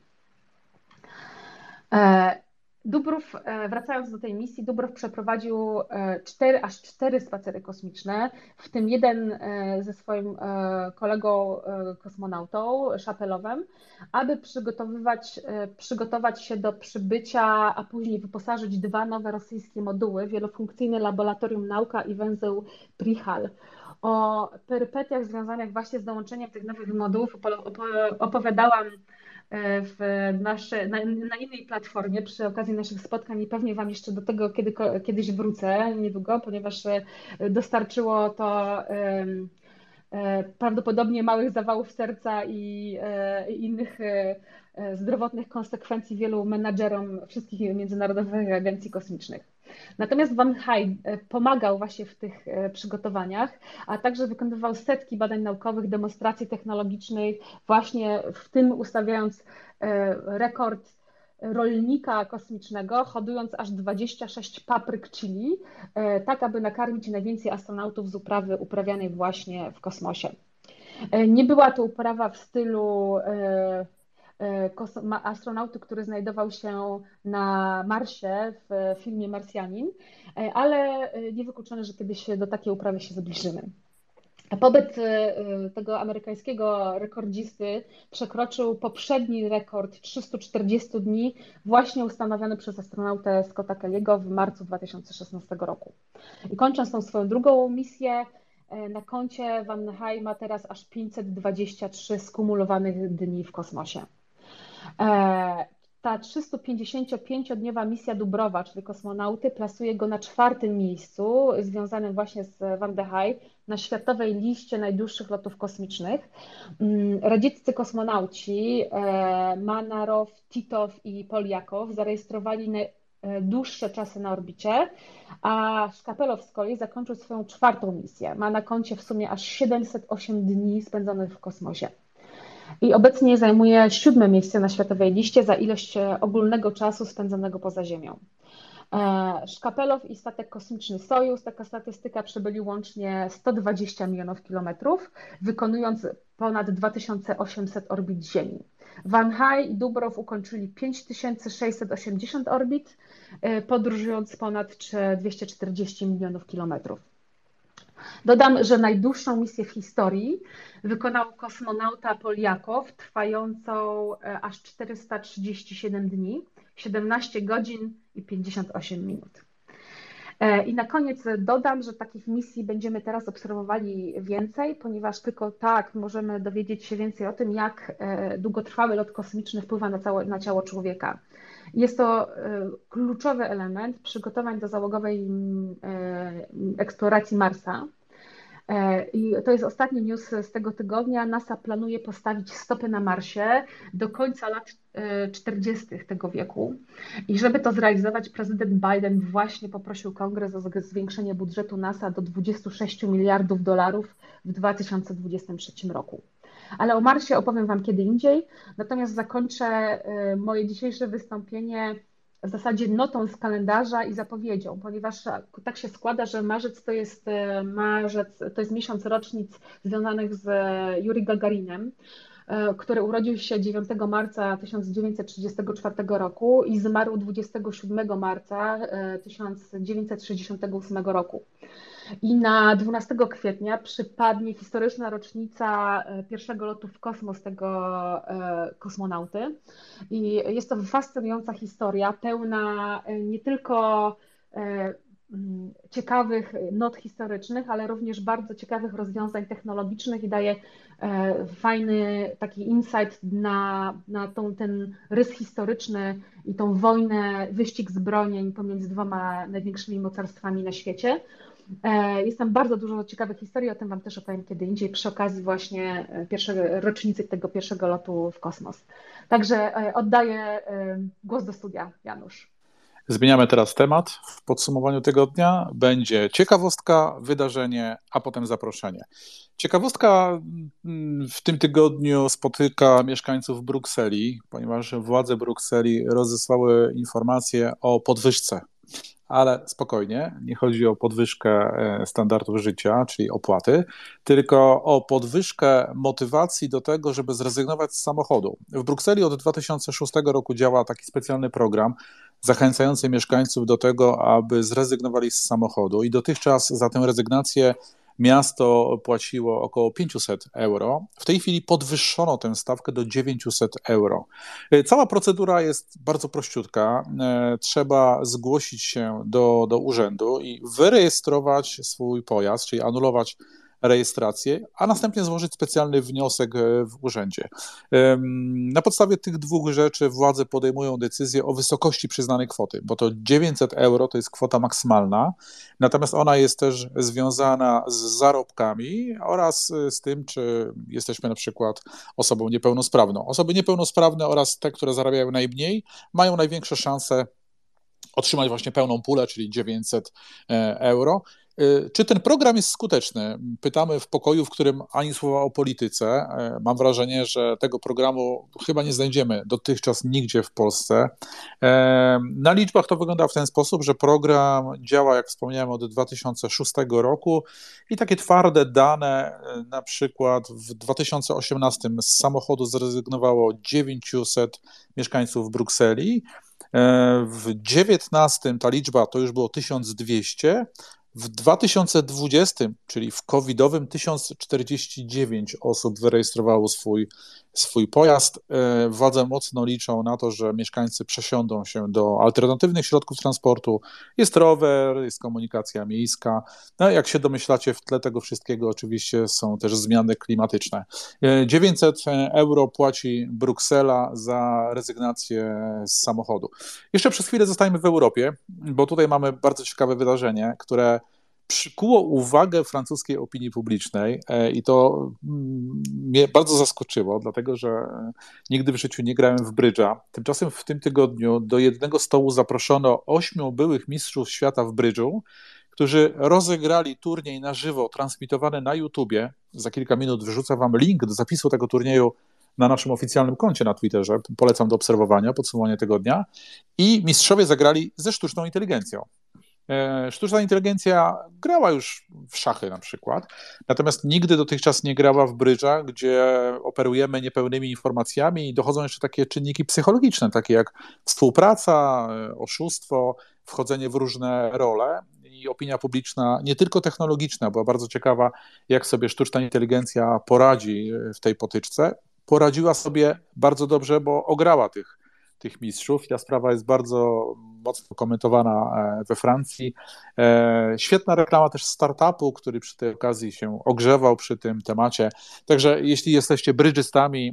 Dubrow, wracając do tej misji, Dubrow przeprowadził cztery, aż cztery spacery kosmiczne, w tym jeden ze swoim kolegą kosmonautą, Szapelowem, aby przygotowywać, przygotować się do przybycia, a później wyposażyć dwa nowe rosyjskie moduły, wielofunkcyjne laboratorium Nauka i węzeł Prichal. O perypetiach związanych właśnie z dołączeniem tych nowych modułów opowiadałam w nasze, na, na innej platformie przy okazji naszych spotkań i pewnie Wam jeszcze do tego kiedy, kiedyś wrócę niedługo, ponieważ dostarczyło to um, prawdopodobnie małych zawałów serca i, i innych zdrowotnych konsekwencji wielu menadżerom wszystkich międzynarodowych agencji kosmicznych. Natomiast Van Haye pomagał właśnie w tych przygotowaniach, a także wykonywał setki badań naukowych, demonstracji technologicznych, właśnie w tym ustawiając rekord rolnika kosmicznego, hodując aż dwadzieścia sześć papryk chili, tak aby nakarmić najwięcej astronautów z uprawy uprawianej właśnie w kosmosie. Nie była to uprawa w stylu astronauty, który znajdował się na Marsie w filmie Marsjanin, ale niewykluczone, że kiedyś do takiej uprawy się zbliżymy. Pobyt tego amerykańskiego rekordzisty przekroczył poprzedni rekord trzystu czterdziestu dni, właśnie ustanowiony przez astronautę Scotta Kelly'ego w marcu dwa tysiące szesnastego roku. I kończąc tą swoją drugą misję, na koncie Van Haye ma teraz aż pięćset dwadzieścia trzy skumulowanych dni w kosmosie. ta trzystupięćdziesięciopięciodniowa misja Dubrowa, czyli kosmonauty, plasuje go na czwartym miejscu, związanym właśnie z Van de Hey, na światowej liście najdłuższych lotów kosmicznych. Radzieccy kosmonauci Manarow, Titow i Poliakow zarejestrowali dłuższe czasy na orbicie, a Szkapelow z kolei zakończył swoją czwartą misję. Ma na koncie w sumie aż siedemset osiem dni spędzonych w kosmosie. I obecnie zajmuje siódme miejsce na światowej liście za ilość ogólnego czasu spędzonego poza Ziemią. Szkapelow i statek kosmiczny Sojus, taka statystyka, przebyli łącznie sto dwadzieścia milionów kilometrów, wykonując ponad dwa tysiące osiemset orbit Ziemi. Van Hey i Dubrow ukończyli pięć tysięcy sześćset osiemdziesiąt orbit, podróżując ponad dwieście czterdzieści milionów kilometrów. Dodam, że najdłuższą misję w historii wykonał kosmonauta Poliakow, trwającą aż czterysta trzydzieści siedem dni, siedemnaście godzin i pięćdziesiąt osiem minut. I na koniec dodam, że takich misji będziemy teraz obserwowali więcej, ponieważ tylko tak możemy dowiedzieć się więcej o tym, jak długotrwały lot kosmiczny wpływa na, całe, na ciało człowieka. Jest to kluczowy element przygotowań do załogowej eksploracji Marsa. I to jest ostatni news z tego tygodnia. NASA planuje postawić stopy na Marsie do końca lat czterdziestych tego wieku. I żeby to zrealizować, prezydent Biden właśnie poprosił Kongres o zwiększenie budżetu NASA do dwudziestu sześciu miliardów dolarów w dwa tysiące dwudziestym trzecim roku. Ale o Marsie opowiem Wam kiedy indziej. Natomiast zakończę moje dzisiejsze wystąpienie w zasadzie notą z kalendarza i zapowiedzią, ponieważ tak się składa, że marzec to jest marzec, to jest miesiąc rocznic związanych z Juri Gagarinem, który urodził się dziewiątego marca tysiąc dziewięćset trzydziestego czwartego roku i zmarł dwudziestego siódmego marca tysiąc dziewięćset sześćdziesiątego ósmego roku. I na dwunastego kwietnia przypadnie historyczna rocznica pierwszego lotu w kosmos tego kosmonauty. I jest to fascynująca historia, pełna nie tylko ciekawych not historycznych, ale również bardzo ciekawych rozwiązań technologicznych i daje fajny taki insight na, na tą, ten rys historyczny i tą wojnę, wyścig zbrojeń pomiędzy dwoma największymi mocarstwami na świecie. Jest tam bardzo dużo ciekawych historii, o tym Wam też opowiem kiedy indziej przy okazji właśnie pierwszej rocznicy tego pierwszego lotu w kosmos. Także oddaję głos do studia, Janusz. Zmieniamy teraz temat. W podsumowaniu tygodnia będzie ciekawostka, wydarzenie, a potem zaproszenie. Ciekawostka w tym tygodniu spotyka mieszkańców Brukseli, ponieważ władze Brukseli rozesłały informacje o podwyżce. Ale spokojnie, nie chodzi o podwyżkę standardów życia, czyli opłaty, tylko o podwyżkę motywacji do tego, żeby zrezygnować z samochodu. W Brukseli od dwa tysiące szóstego roku działa taki specjalny program zachęcający mieszkańców do tego, aby zrezygnowali z samochodu i dotychczas za tę rezygnację miasto płaciło około pięćset euro. W tej chwili podwyższono tę stawkę do dziewięćset euro. Cała procedura jest bardzo prościutka. Trzeba zgłosić się do, do urzędu i wyrejestrować swój pojazd, czyli anulować rejestrację, a następnie złożyć specjalny wniosek w urzędzie. Na podstawie tych dwóch rzeczy władze podejmują decyzję o wysokości przyznanej kwoty, bo to dziewięćset euro to jest kwota maksymalna, natomiast ona jest też związana z zarobkami oraz z tym, czy jesteśmy na przykład osobą niepełnosprawną. Osoby niepełnosprawne oraz te, które zarabiają najmniej, mają największe szanse otrzymać właśnie pełną pulę, czyli dziewięćset euro. Czy ten program jest skuteczny? Pytamy w pokoju, w którym ani słowa o polityce. Mam wrażenie, że tego programu chyba nie znajdziemy dotychczas nigdzie w Polsce. Na liczbach to wygląda w ten sposób, że program działa, jak wspomniałem, od dwa tysiące szóstego roku i takie twarde dane, na przykład w dwa tysiące osiemnastym z samochodu zrezygnowało dziewięćset mieszkańców Brukseli. W dziewiętnastym ta liczba to już było tysiąc dwieście, W dwa tysiące dwudziestym, czyli w covidowym, tysiąc czterdzieści dziewięć osób wyrejestrowało swój, swój pojazd. Władze mocno liczą na to, że mieszkańcy przesiądą się do alternatywnych środków transportu. Jest rower, jest komunikacja miejska. No, jak się domyślacie, w tle tego wszystkiego oczywiście są też zmiany klimatyczne. dziewięćset euro płaci Bruksela za rezygnację z samochodu. Jeszcze przez chwilę zostajemy w Europie, bo tutaj mamy bardzo ciekawe wydarzenie, które przykuło uwagę francuskiej opinii publicznej i to mnie bardzo zaskoczyło, dlatego że nigdy w życiu nie grałem w brydża. Tymczasem w tym tygodniu do jednego stołu zaproszono ośmiu byłych mistrzów świata w brydżu, którzy rozegrali turniej na żywo, transmitowany na YouTubie. Za kilka minut wrzucę wam link do zapisu tego turnieju na naszym oficjalnym koncie na Twitterze. Polecam do obserwowania, podsumowanie tygodnia. I mistrzowie zagrali ze sztuczną inteligencją. Sztuczna inteligencja grała już w szachy na przykład, natomiast nigdy dotychczas nie grała w brydża, gdzie operujemy niepełnymi informacjami i dochodzą jeszcze takie czynniki psychologiczne, takie jak współpraca, oszustwo, wchodzenie w różne role. I opinia publiczna, nie tylko technologiczna, była bardzo ciekawa, jak sobie sztuczna inteligencja poradzi w tej potyczce. Poradziła sobie bardzo dobrze, bo ograła tych tych mistrzów i ta sprawa jest bardzo mocno komentowana we Francji. Świetna reklama też startupu, który przy tej okazji się ogrzewał przy tym temacie. Także jeśli jesteście brydżystami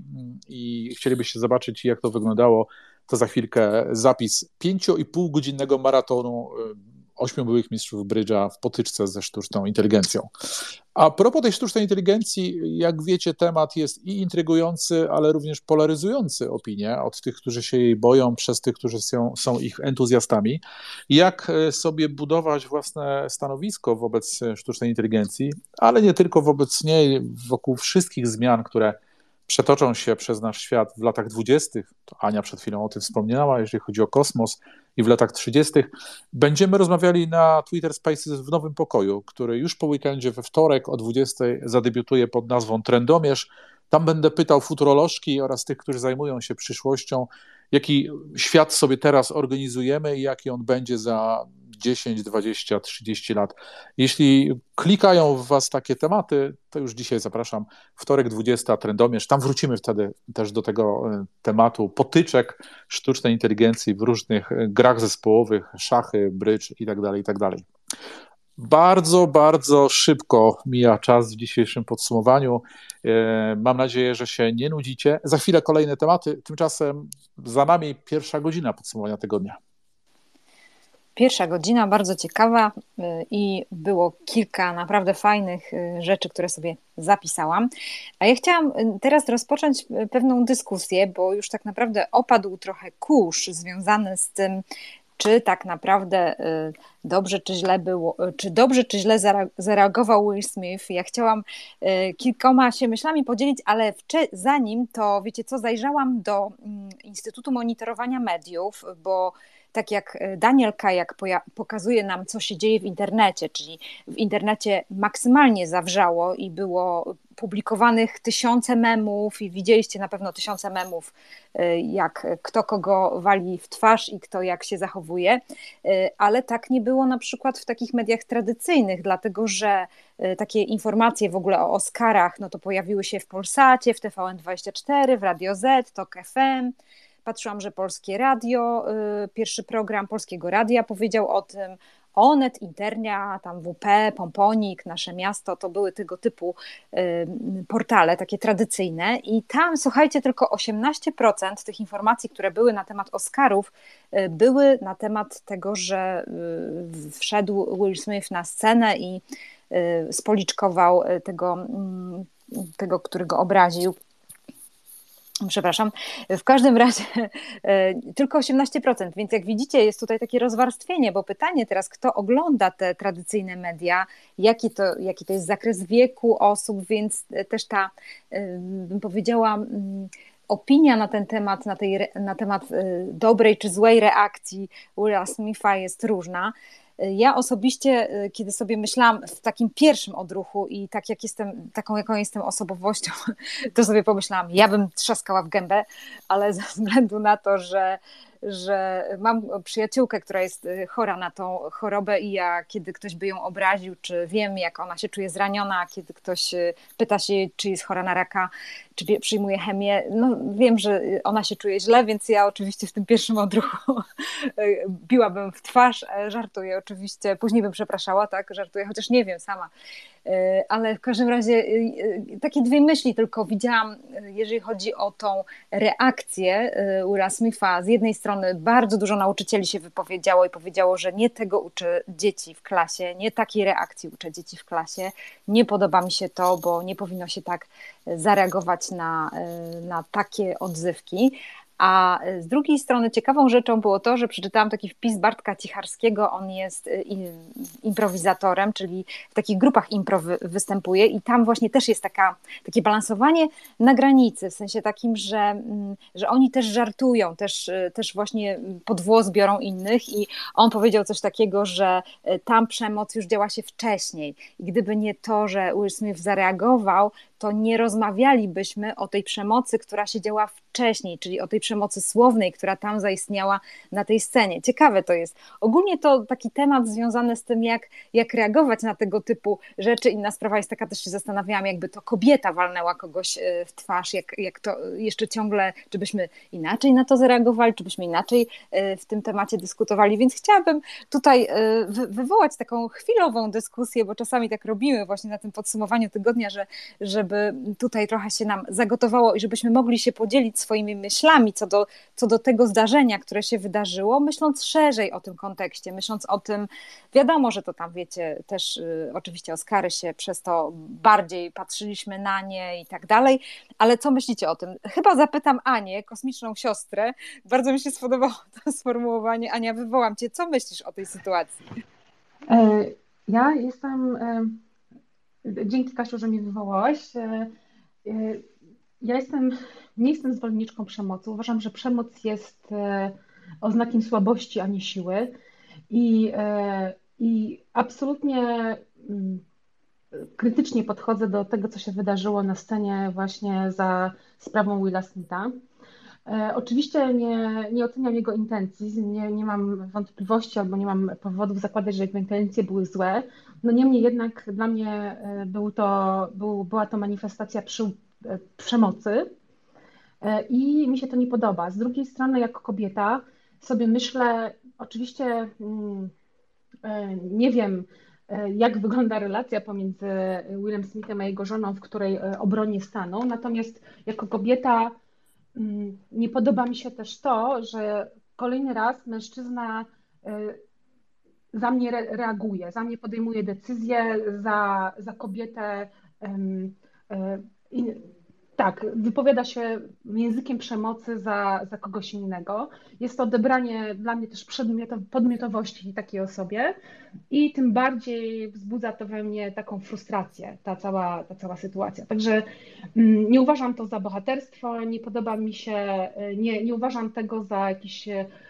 i chcielibyście zobaczyć, jak to wyglądało, to za chwilkę zapis pięcio i pół godzinnego maratonu ośmiu byłych mistrzów brydża w potyczce ze sztuczną inteligencją. A propos tej sztucznej inteligencji, jak wiecie, temat jest i intrygujący, ale również polaryzujący opinię od tych, którzy się jej boją, przez tych, którzy są, są ich entuzjastami. Jak sobie budować własne stanowisko wobec sztucznej inteligencji, ale nie tylko wobec niej, wokół wszystkich zmian, które przetoczą się przez nasz świat w latach dwudziestych, to Ania przed chwilą o tym wspomniała, jeżeli chodzi o kosmos, i w latach trzydziestych. Będziemy rozmawiali na Twitter Spaces w nowym pokoju, który już po weekendzie we wtorek o dwudziestej zadebiutuje pod nazwą Trendomierz. Tam będę pytał futurolożki oraz tych, którzy zajmują się przyszłością, jaki świat sobie teraz organizujemy i jaki on będzie za dziesięć, dwadzieścia, trzydzieści lat. Jeśli klikają w was takie tematy, to już dzisiaj zapraszam. Wtorek dwudziesta, Trendomierz. Tam wrócimy wtedy też do tego tematu potyczek sztucznej inteligencji w różnych grach zespołowych, szachy, brydż i tak dalej, i tak dalej. Bardzo, bardzo szybko mija czas w dzisiejszym podsumowaniu. Mam nadzieję, że się nie nudzicie. Za chwilę kolejne tematy. Tymczasem za nami pierwsza godzina podsumowania tygodnia. Pierwsza godzina, bardzo ciekawa i było kilka naprawdę fajnych rzeczy, które sobie zapisałam. A ja chciałam teraz rozpocząć pewną dyskusję, bo już tak naprawdę opadł trochę kurz związany z tym, czy tak naprawdę dobrze czy źle było, czy dobrze czy źle zareagował Will Smith. Ja chciałam kilkoma się myślami podzielić, ale zanim to, wiecie co, zajrzałam do Instytutu Monitorowania Mediów, bo tak jak Daniel Kajak pokazuje nam, co się dzieje w internecie, czyli w internecie maksymalnie zawrzało i było publikowanych tysiące memów i widzieliście na pewno tysiące memów, jak kto kogo wali w twarz i kto jak się zachowuje, ale tak nie było na przykład w takich mediach tradycyjnych, dlatego że takie informacje w ogóle o Oscarach, no to pojawiły się w Polsacie, w T V N dwadzieścia cztery, w Radio Z, Tok F M. Patrzyłam, że Polskie Radio, pierwszy program Polskiego Radia powiedział o tym, Onet, Internia, tam W P, Pomponik, Nasze Miasto, to były tego typu portale, takie tradycyjne i tam, słuchajcie, tylko osiemnaście procent tych informacji, które były na temat Oscarów, były na temat tego, że wszedł Will Smith na scenę i spoliczkował tego, tego który go obraził. Przepraszam, w każdym razie tylko osiemnaście procent, więc jak widzicie jest tutaj takie rozwarstwienie, bo pytanie teraz, kto ogląda te tradycyjne media, jaki to, jaki to jest zakres wieku osób, więc też ta, bym powiedziała, opinia na ten temat, na, tej, na temat dobrej czy złej reakcji Willa Smitha jest różna. Ja osobiście, kiedy sobie myślałam w takim pierwszym odruchu i tak jak jestem, taką jaką jestem osobowością, to sobie pomyślałam, ja bym trzaskała w gębę, ale ze względu na to, że że mam przyjaciółkę, która jest chora na tą chorobę i ja, kiedy ktoś by ją obraził, czy wiem, jak ona się czuje zraniona, kiedy ktoś pyta się, czy jest chora na raka, czy przyjmuje chemię, no wiem, że ona się czuje źle, więc ja oczywiście w tym pierwszym odruchu biłabym w twarz, żartuję oczywiście, później bym przepraszała, tak, żartuję, chociaż nie wiem sama. Ale w każdym razie takie dwie myśli tylko widziałam, jeżeli chodzi o tą reakcję Willa Smitha. Z jednej strony bardzo dużo nauczycieli się wypowiedziało i powiedziało, że nie tego uczę dzieci w klasie, nie takiej reakcji uczę dzieci w klasie. Nie podoba mi się to, bo nie powinno się tak zareagować na, na takie odzywki. A z drugiej strony ciekawą rzeczą było to, że przeczytałam taki wpis Bartka Cicharskiego, on jest improwizatorem, czyli w takich grupach improv występuje i tam właśnie też jest taka, takie balansowanie na granicy, w sensie takim, że, że oni też żartują, też, też właśnie pod włos biorą innych i on powiedział coś takiego, że tam przemoc już działa się wcześniej i gdyby nie to, że Will Smith zareagował, to nie rozmawialibyśmy o tej przemocy, która się działa wcześniej, czyli o tej przemocy słownej, która tam zaistniała na tej scenie. Ciekawe to jest. Ogólnie to taki temat związany z tym, jak, jak reagować na tego typu rzeczy. Inna sprawa jest taka, też się zastanawiałam, jakby to kobieta walnęła kogoś w twarz, jak, jak to jeszcze ciągle, czy byśmy inaczej na to zareagowali, czy byśmy inaczej w tym temacie dyskutowali. Więc chciałabym tutaj wywołać taką chwilową dyskusję, bo czasami tak robimy właśnie na tym podsumowaniu tygodnia, że, żeby tutaj trochę się nam zagotowało i żebyśmy mogli się podzielić swoimi myślami co do, co do tego zdarzenia, które się wydarzyło, myśląc szerzej o tym kontekście, myśląc o tym, wiadomo, że to tam wiecie, też y, oczywiście Oscary się przez to bardziej patrzyliśmy na nie i tak dalej, ale co myślicie o tym? Chyba zapytam Anię, kosmiczną siostrę, bardzo mi się spodobało to sformułowanie. Ania, wywołam cię, co myślisz o tej sytuacji? Ja jestem... Dzięki, Kasiu, że mnie wywołałaś. Ja jestem, nie jestem zwolenniczką przemocy. Uważam, że przemoc jest oznakiem słabości, a nie siły. I, i absolutnie krytycznie podchodzę do tego, co się wydarzyło na scenie właśnie za sprawą Willa Smitha. Oczywiście nie, nie oceniam jego intencji, nie, nie mam wątpliwości albo nie mam powodów zakładać, że jego intencje były złe. No niemniej jednak dla mnie był to, był, była to manifestacja przy, przemocy i mi się to nie podoba. Z drugiej strony jako kobieta sobie myślę, oczywiście nie wiem, jak wygląda relacja pomiędzy Willem Smithem a jego żoną, w której obronie staną, natomiast jako kobieta nie podoba mi się też to, że kolejny raz mężczyzna za mnie reaguje, za mnie podejmuje decyzje, za, za kobietę tak, wypowiada się językiem przemocy za, za kogoś innego. Jest to odebranie dla mnie też podmiotowości takiej osobie i tym bardziej wzbudza to we mnie taką frustrację, ta cała, ta cała sytuacja. Także nie uważam to za bohaterstwo, nie podoba mi się, nie, nie uważam tego za jakieś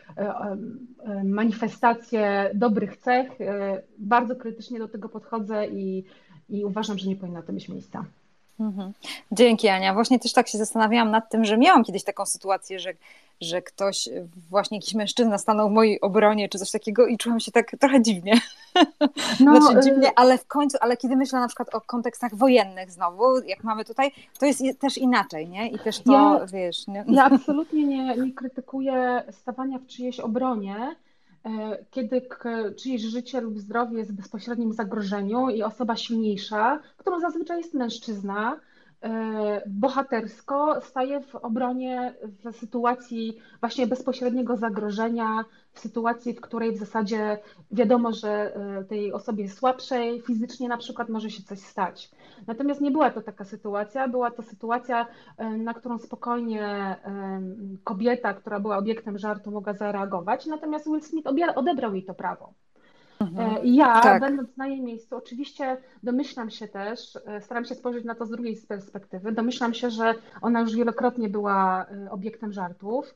manifestacje dobrych cech. Bardzo krytycznie do tego podchodzę i, i uważam, że nie powinno to mieć miejsca. Mhm. Dzięki, Ania. Właśnie też tak się zastanawiałam nad tym, że miałam kiedyś taką sytuację, że, że ktoś, właśnie jakiś mężczyzna stanął w mojej obronie czy coś takiego i czułam się tak trochę dziwnie. No, znaczy dziwnie, ale w końcu, ale kiedy myślę na przykład o kontekstach wojennych znowu, jak mamy tutaj, to jest też inaczej, nie? I też to, ja, wiesz... Nie? Ja absolutnie nie, nie krytykuję stawania w czyjejś obronie, kiedy czyjeś życie lub zdrowie jest w bezpośrednim zagrożeniu i osoba silniejsza, którą zazwyczaj jest mężczyzna, bohatersko staje w obronie w sytuacji właśnie bezpośredniego zagrożenia, w sytuacji, w której w zasadzie wiadomo, że tej osobie słabszej fizycznie na przykład może się coś stać. Natomiast nie była to taka sytuacja, była to sytuacja, na którą spokojnie kobieta, która była obiektem żartu, mogła zareagować, natomiast Will Smith odebrał jej to prawo. I ja, tak. Będąc na jej miejscu, oczywiście domyślam się też, staram się spojrzeć na to z drugiej perspektywy, domyślam się, że ona już wielokrotnie była obiektem żartów.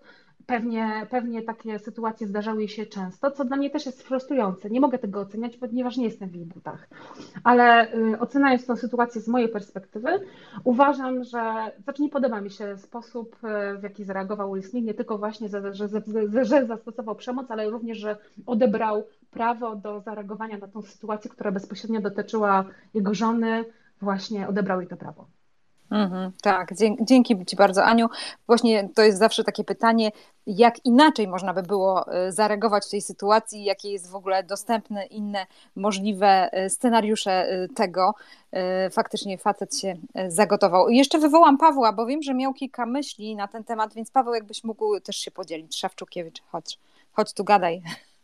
pewnie, pewnie takie sytuacje zdarzały jej się często, co dla mnie też jest frustrujące. Nie mogę tego oceniać, ponieważ nie jestem w jej butach. Ale y, oceniając tę sytuację z mojej perspektywy, uważam, że znaczy nie podoba mi się sposób, y, w jaki zareagował Will Smith, nie tylko właśnie, za, że, że, że zastosował przemoc, ale również, że odebrał prawo do zareagowania na tą sytuację, która bezpośrednio dotyczyła jego żony, właśnie odebrał jej to prawo. Mhm, tak, dzięki Ci bardzo, Aniu. Właśnie to jest zawsze takie pytanie, jak inaczej można by było zareagować w tej sytuacji, jakie jest w ogóle dostępne inne możliwe scenariusze tego. Faktycznie facet się zagotował. I jeszcze wywołam Pawła, bo wiem, że miał kilka myśli na ten temat, więc Paweł, jakbyś mógł też się podzielić. Szawczukiewicz, chodź, chodź tu gadaj.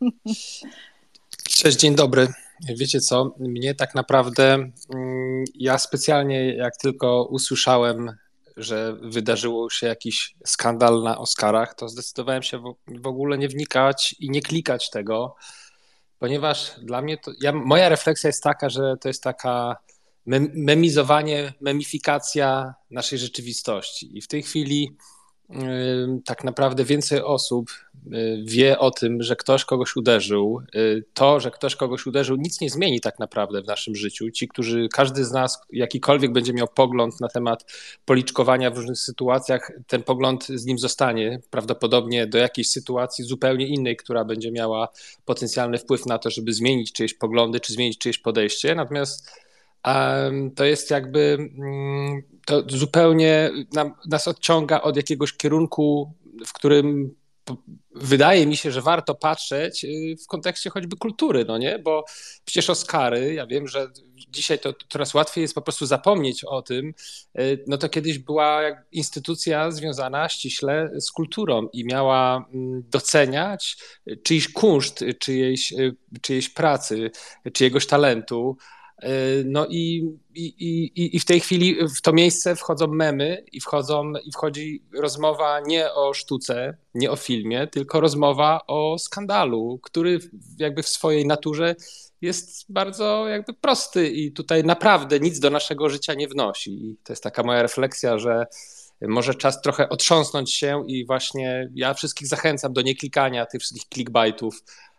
Cześć, dzień dobry. Wiecie co, mnie tak naprawdę, ja specjalnie jak tylko usłyszałem, że wydarzyło się jakiś skandal na Oscarach, to zdecydowałem się w ogóle nie wnikać i nie klikać tego, ponieważ dla mnie to, ja, moja refleksja jest taka, że to jest taka mem, memizowanie, memifikacja naszej rzeczywistości i w tej chwili tak naprawdę więcej osób wie o tym, że ktoś kogoś uderzył. To, że ktoś kogoś uderzył, nic nie zmieni tak naprawdę w naszym życiu. Ci, którzy, każdy z nas jakikolwiek będzie miał pogląd na temat policzkowania w różnych sytuacjach, ten pogląd z nim zostanie prawdopodobnie do jakiejś sytuacji zupełnie innej, która będzie miała potencjalny wpływ na to, żeby zmienić czyjeś poglądy, czy zmienić czyjeś podejście. Natomiast to jest jakby, to zupełnie nas odciąga od jakiegoś kierunku, w którym wydaje mi się, że warto patrzeć w kontekście choćby kultury, no nie? Bo przecież Oscary, ja wiem, że dzisiaj to coraz łatwiej jest po prostu zapomnieć o tym, no to kiedyś była instytucja związana ściśle z kulturą i miała doceniać czyjś kunszt, czyjejś, czyjejś pracy, czyjegoś talentu. No i, i, i, i w tej chwili w to miejsce wchodzą memy i, wchodzą, i wchodzi rozmowa nie o sztuce, nie o filmie, tylko rozmowa o skandalu, który jakby w swojej naturze jest bardzo jakby prosty i tutaj naprawdę nic do naszego życia nie wnosi. I to jest taka moja refleksja, że może czas trochę otrząsnąć się i właśnie ja wszystkich zachęcam do nieklikania tych wszystkich clickbaitów,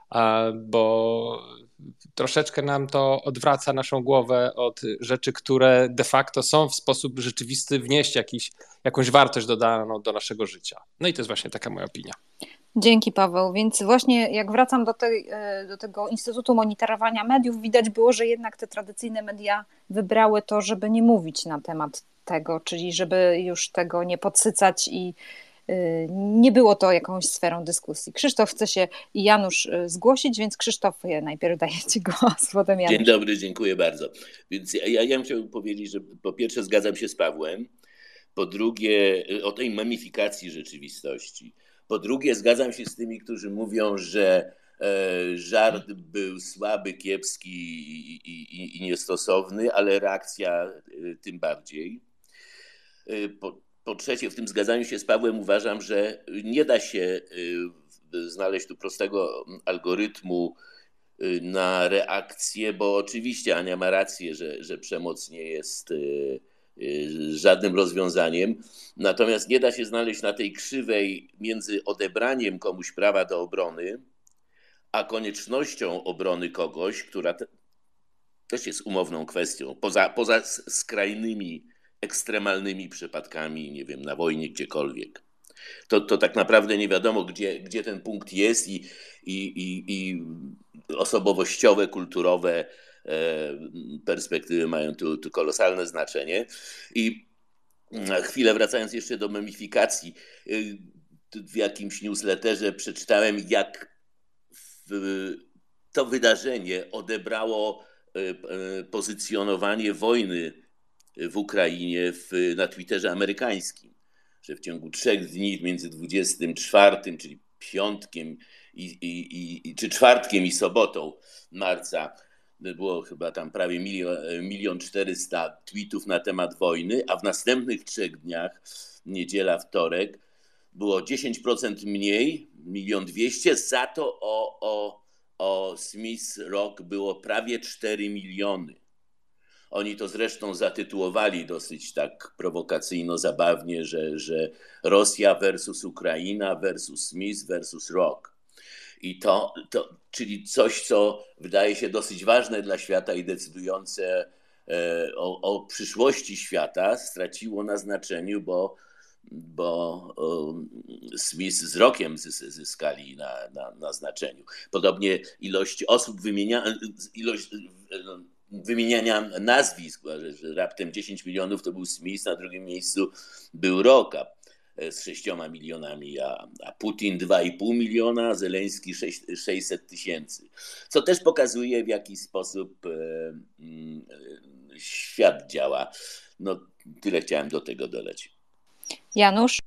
bo troszeczkę nam to odwraca naszą głowę od rzeczy, które de facto są w sposób rzeczywisty wnieść jakiś, jakąś wartość dodaną do naszego życia. No i to jest właśnie taka moja opinia. Dzięki, Paweł. Więc właśnie jak wracam do, tej, do tego Instytutu Monitorowania Mediów, widać było, że jednak te tradycyjne media wybrały to, żeby nie mówić na temat tego, czyli żeby już tego nie podsycać i nie było to jakąś sferą dyskusji. Krzysztof chce się i Janusz zgłosić, więc Krzysztof, ja najpierw daję Ci głos, potem Janusz. Dzień dobry, dziękuję bardzo. Więc ja, ja, ja chciałbym powiedzieć, że po pierwsze zgadzam się z Pawłem, po drugie o tej mamifikacji rzeczywistości, po drugie zgadzam się z tymi, którzy mówią, że e, żart był słaby, kiepski i, i, i niestosowny, ale reakcja e, tym bardziej. E, po, Po trzecie, w tym zgadzaniu się z Pawłem uważam, że nie da się znaleźć tu prostego algorytmu na reakcję, bo oczywiście Ania ma rację, że, że przemoc nie jest żadnym rozwiązaniem. Natomiast nie da się znaleźć na tej krzywej między odebraniem komuś prawa do obrony, a koniecznością obrony kogoś, która te, też jest umowną kwestią, poza, poza skrajnymi ekstremalnymi przypadkami, nie wiem, na wojnie, gdziekolwiek. To, to tak naprawdę nie wiadomo, gdzie, gdzie ten punkt jest i, i, i, i osobowościowe, kulturowe perspektywy mają tu, tu kolosalne znaczenie. I na chwilę wracając jeszcze do memifikacji, w jakimś newsletterze przeczytałem, jak to wydarzenie odebrało pozycjonowanie wojny w Ukrainie w, na Twitterze amerykańskim, że w ciągu trzech dni między dwudziestym czwartym, czyli piątkiem i, i, i, czy czwartkiem i sobotą marca było chyba tam prawie milion, milion czterysta tweetów na temat wojny, a w następnych trzech dniach, niedziela, wtorek, było dziesięć procent mniej, milion dwieście, za to o, o, o Smith Rock było prawie cztery miliony. Oni to zresztą zatytułowali dosyć tak prowokacyjno-zabawnie, że, że Rosja versus Ukraina versus Smith versus Rock. I to, to, czyli coś, co wydaje się dosyć ważne dla świata i decydujące o, o przyszłości świata, straciło na znaczeniu, bo, bo Smith z Rockiem zyskali na, na, na znaczeniu. Podobnie ilość osób wymienia, ilość wymieniania nazwisk, że raptem dziesięć milionów to był Smith, na drugim miejscu był Rocka z sześcioma milionami, a, a Putin dwa i pół miliona, a Zeleński sześćset tysięcy. Co też pokazuje, w jaki sposób e, e, świat działa. No, tyle chciałem do tego dodać. Janusz?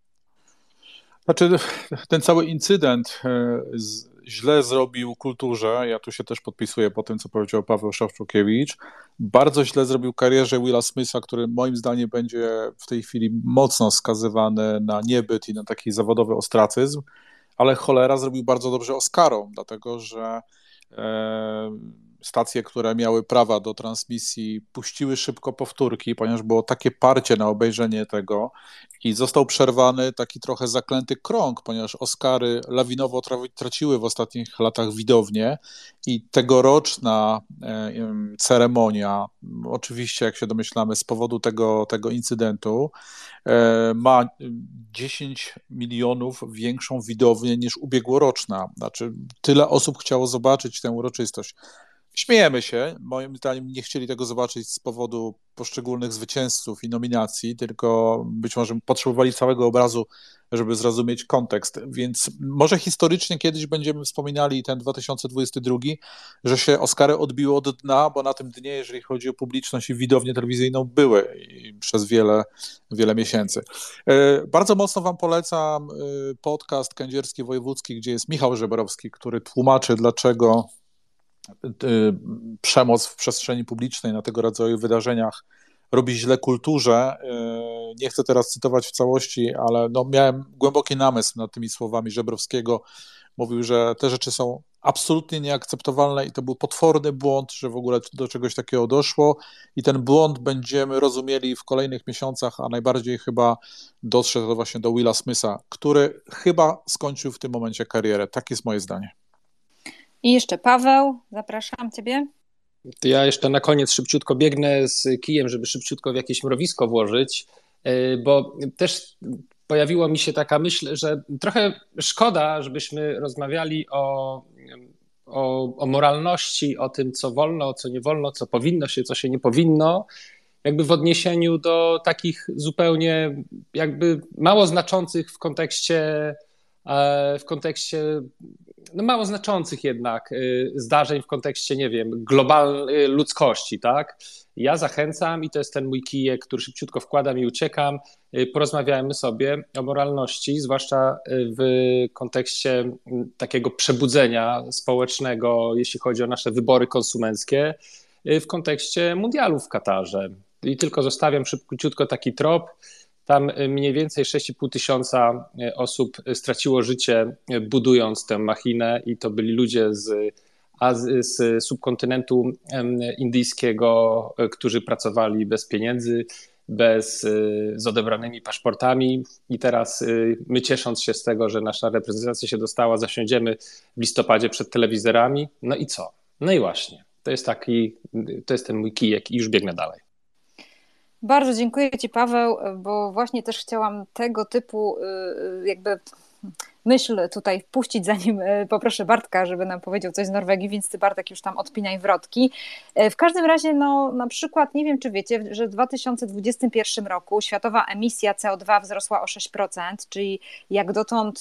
Znaczy, ten cały incydent z, źle zrobił kulturze, ja tu się też podpisuję po tym, co powiedział Paweł Szawczukiewicz, bardzo źle zrobił karierze Willa Smitha, który moim zdaniem będzie w tej chwili mocno skazywany na niebyt i na taki zawodowy ostracyzm, ale cholera zrobił bardzo dobrze Oscarom, dlatego że e, stacje, które miały prawa do transmisji, puściły szybko powtórki, ponieważ było takie parcie na obejrzenie tego i został przerwany taki trochę zaklęty krąg, ponieważ Oscary lawinowo traciły w ostatnich latach widownię i tegoroczna ceremonia, oczywiście jak się domyślamy z powodu tego, tego incydentu, ma dziesięć milionów większą widownię niż ubiegłoroczna. Znaczy tyle osób chciało zobaczyć tę uroczystość. Śmiejemy się, moim zdaniem nie chcieli tego zobaczyć z powodu poszczególnych zwycięzców i nominacji, tylko być może potrzebowali całego obrazu, żeby zrozumieć kontekst, więc może historycznie kiedyś będziemy wspominali ten dwa tysiące dwudziesty drugi, że się Oscary odbiły od dna, bo na tym dnie, jeżeli chodzi o publiczność i widownię telewizyjną, były przez wiele, wiele miesięcy. Bardzo mocno wam polecam podcast Kędzierski Wojewódzki, gdzie jest Michał Żebrowski, który tłumaczy, dlaczego przemoc w przestrzeni publicznej na tego rodzaju wydarzeniach robi źle kulturze. Nie chcę teraz cytować w całości, ale no miałem głęboki namysł nad tymi słowami Żebrowskiego. Mówił, że te rzeczy są absolutnie nieakceptowalne i to był potworny błąd, że w ogóle do czegoś takiego doszło i ten błąd będziemy rozumieli w kolejnych miesiącach, a najbardziej chyba doszedł właśnie do Willa Smitha, który chyba skończył w tym momencie karierę. Tak jest moje zdanie. I jeszcze Paweł, zapraszam ciebie. Ja jeszcze na koniec szybciutko biegnę z kijem, żeby szybciutko w jakieś mrowisko włożyć, bo też pojawiła mi się taka myśl, że trochę szkoda, żebyśmy rozmawiali o, o, o moralności, o tym, co wolno, co nie wolno, co powinno się, co się nie powinno, jakby w odniesieniu do takich zupełnie jakby mało znaczących w kontekście w kontekście no mało znaczących jednak zdarzeń w kontekście, nie wiem, globalnej ludzkości, tak? Ja zachęcam i to jest ten mój kijek, który szybciutko wkładam i uciekam. Porozmawiajmy sobie o moralności, zwłaszcza w kontekście takiego przebudzenia społecznego, jeśli chodzi o nasze wybory konsumenckie, w kontekście mundialu w Katarze. I tylko zostawiam szybciutko taki trop. Tam mniej więcej sześć i pół tysiąca osób straciło życie budując tę machinę i to byli ludzie z, z subkontynentu indyjskiego, którzy pracowali bez pieniędzy, bez, z odebranymi paszportami i teraz my, ciesząc się z tego, że nasza reprezentacja się dostała, zasiądziemy w listopadzie przed telewizorami. No i co? No i właśnie, to jest taki, to jest ten mój kijek i już biegnę dalej. Bardzo dziękuję ci, Paweł, bo właśnie też chciałam tego typu jakby myśl tutaj wpuścić, zanim poproszę Bartka, żeby nam powiedział coś z Norwegii, więc ty, Bartek, już tam odpinaj wrotki. W każdym razie, no na przykład, nie wiem czy wiecie, że w dwa tysiące dwudziestym pierwszym roku światowa emisja C O dwa wzrosła o sześć procent, czyli jak dotąd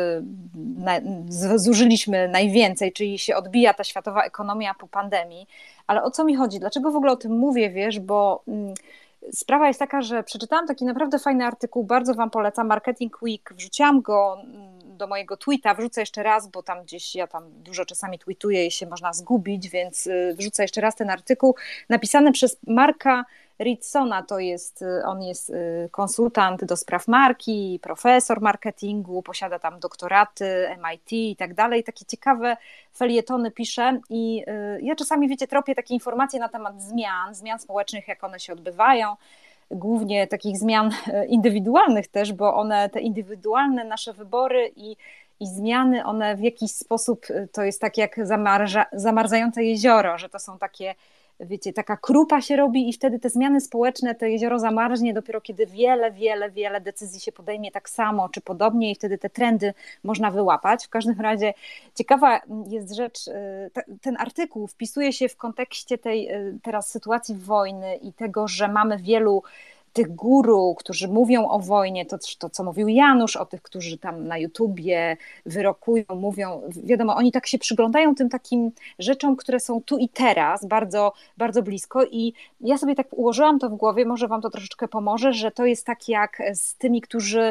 zużyliśmy najwięcej, czyli się odbija ta światowa ekonomia po pandemii. Ale o co mi chodzi? Dlaczego w ogóle o tym mówię, wiesz, bo sprawa jest taka, że przeczytałam taki naprawdę fajny artykuł, bardzo wam polecam, Marketing Week, wrzuciłam go do mojego tweeta, wrzucę jeszcze raz, bo tam gdzieś ja tam dużo czasami tweetuję i się można zgubić, więc wrzucę jeszcze raz ten artykuł, napisany przez Marka Ritsona to jest, on jest konsultant do spraw marki, profesor marketingu, posiada tam doktoraty, M I T i tak dalej. Takie ciekawe felietony pisze i ja czasami, wiecie, tropię takie informacje na temat zmian, zmian społecznych, jak one się odbywają, głównie takich zmian indywidualnych też, bo one, te indywidualne nasze wybory i I zmiany, one w jakiś sposób, to jest tak jak zamarza, zamarzające jezioro, że to są takie, wiecie, taka krupa się robi i wtedy te zmiany społeczne, to jezioro zamarznie dopiero kiedy wiele, wiele, wiele decyzji się podejmie tak samo czy podobnie i wtedy te trendy można wyłapać. W każdym razie ciekawa jest rzecz, ten artykuł wpisuje się w kontekście tej teraz sytuacji wojny i tego, że mamy wielu tych guru, którzy mówią o wojnie, to, to co mówił Janusz, o tych, którzy tam na YouTubie wyrokują, mówią, wiadomo, oni tak się przyglądają tym takim rzeczom, które są tu i teraz, bardzo, bardzo blisko i ja sobie tak ułożyłam to w głowie, może wam to troszeczkę pomoże, że to jest tak jak z tymi, którzy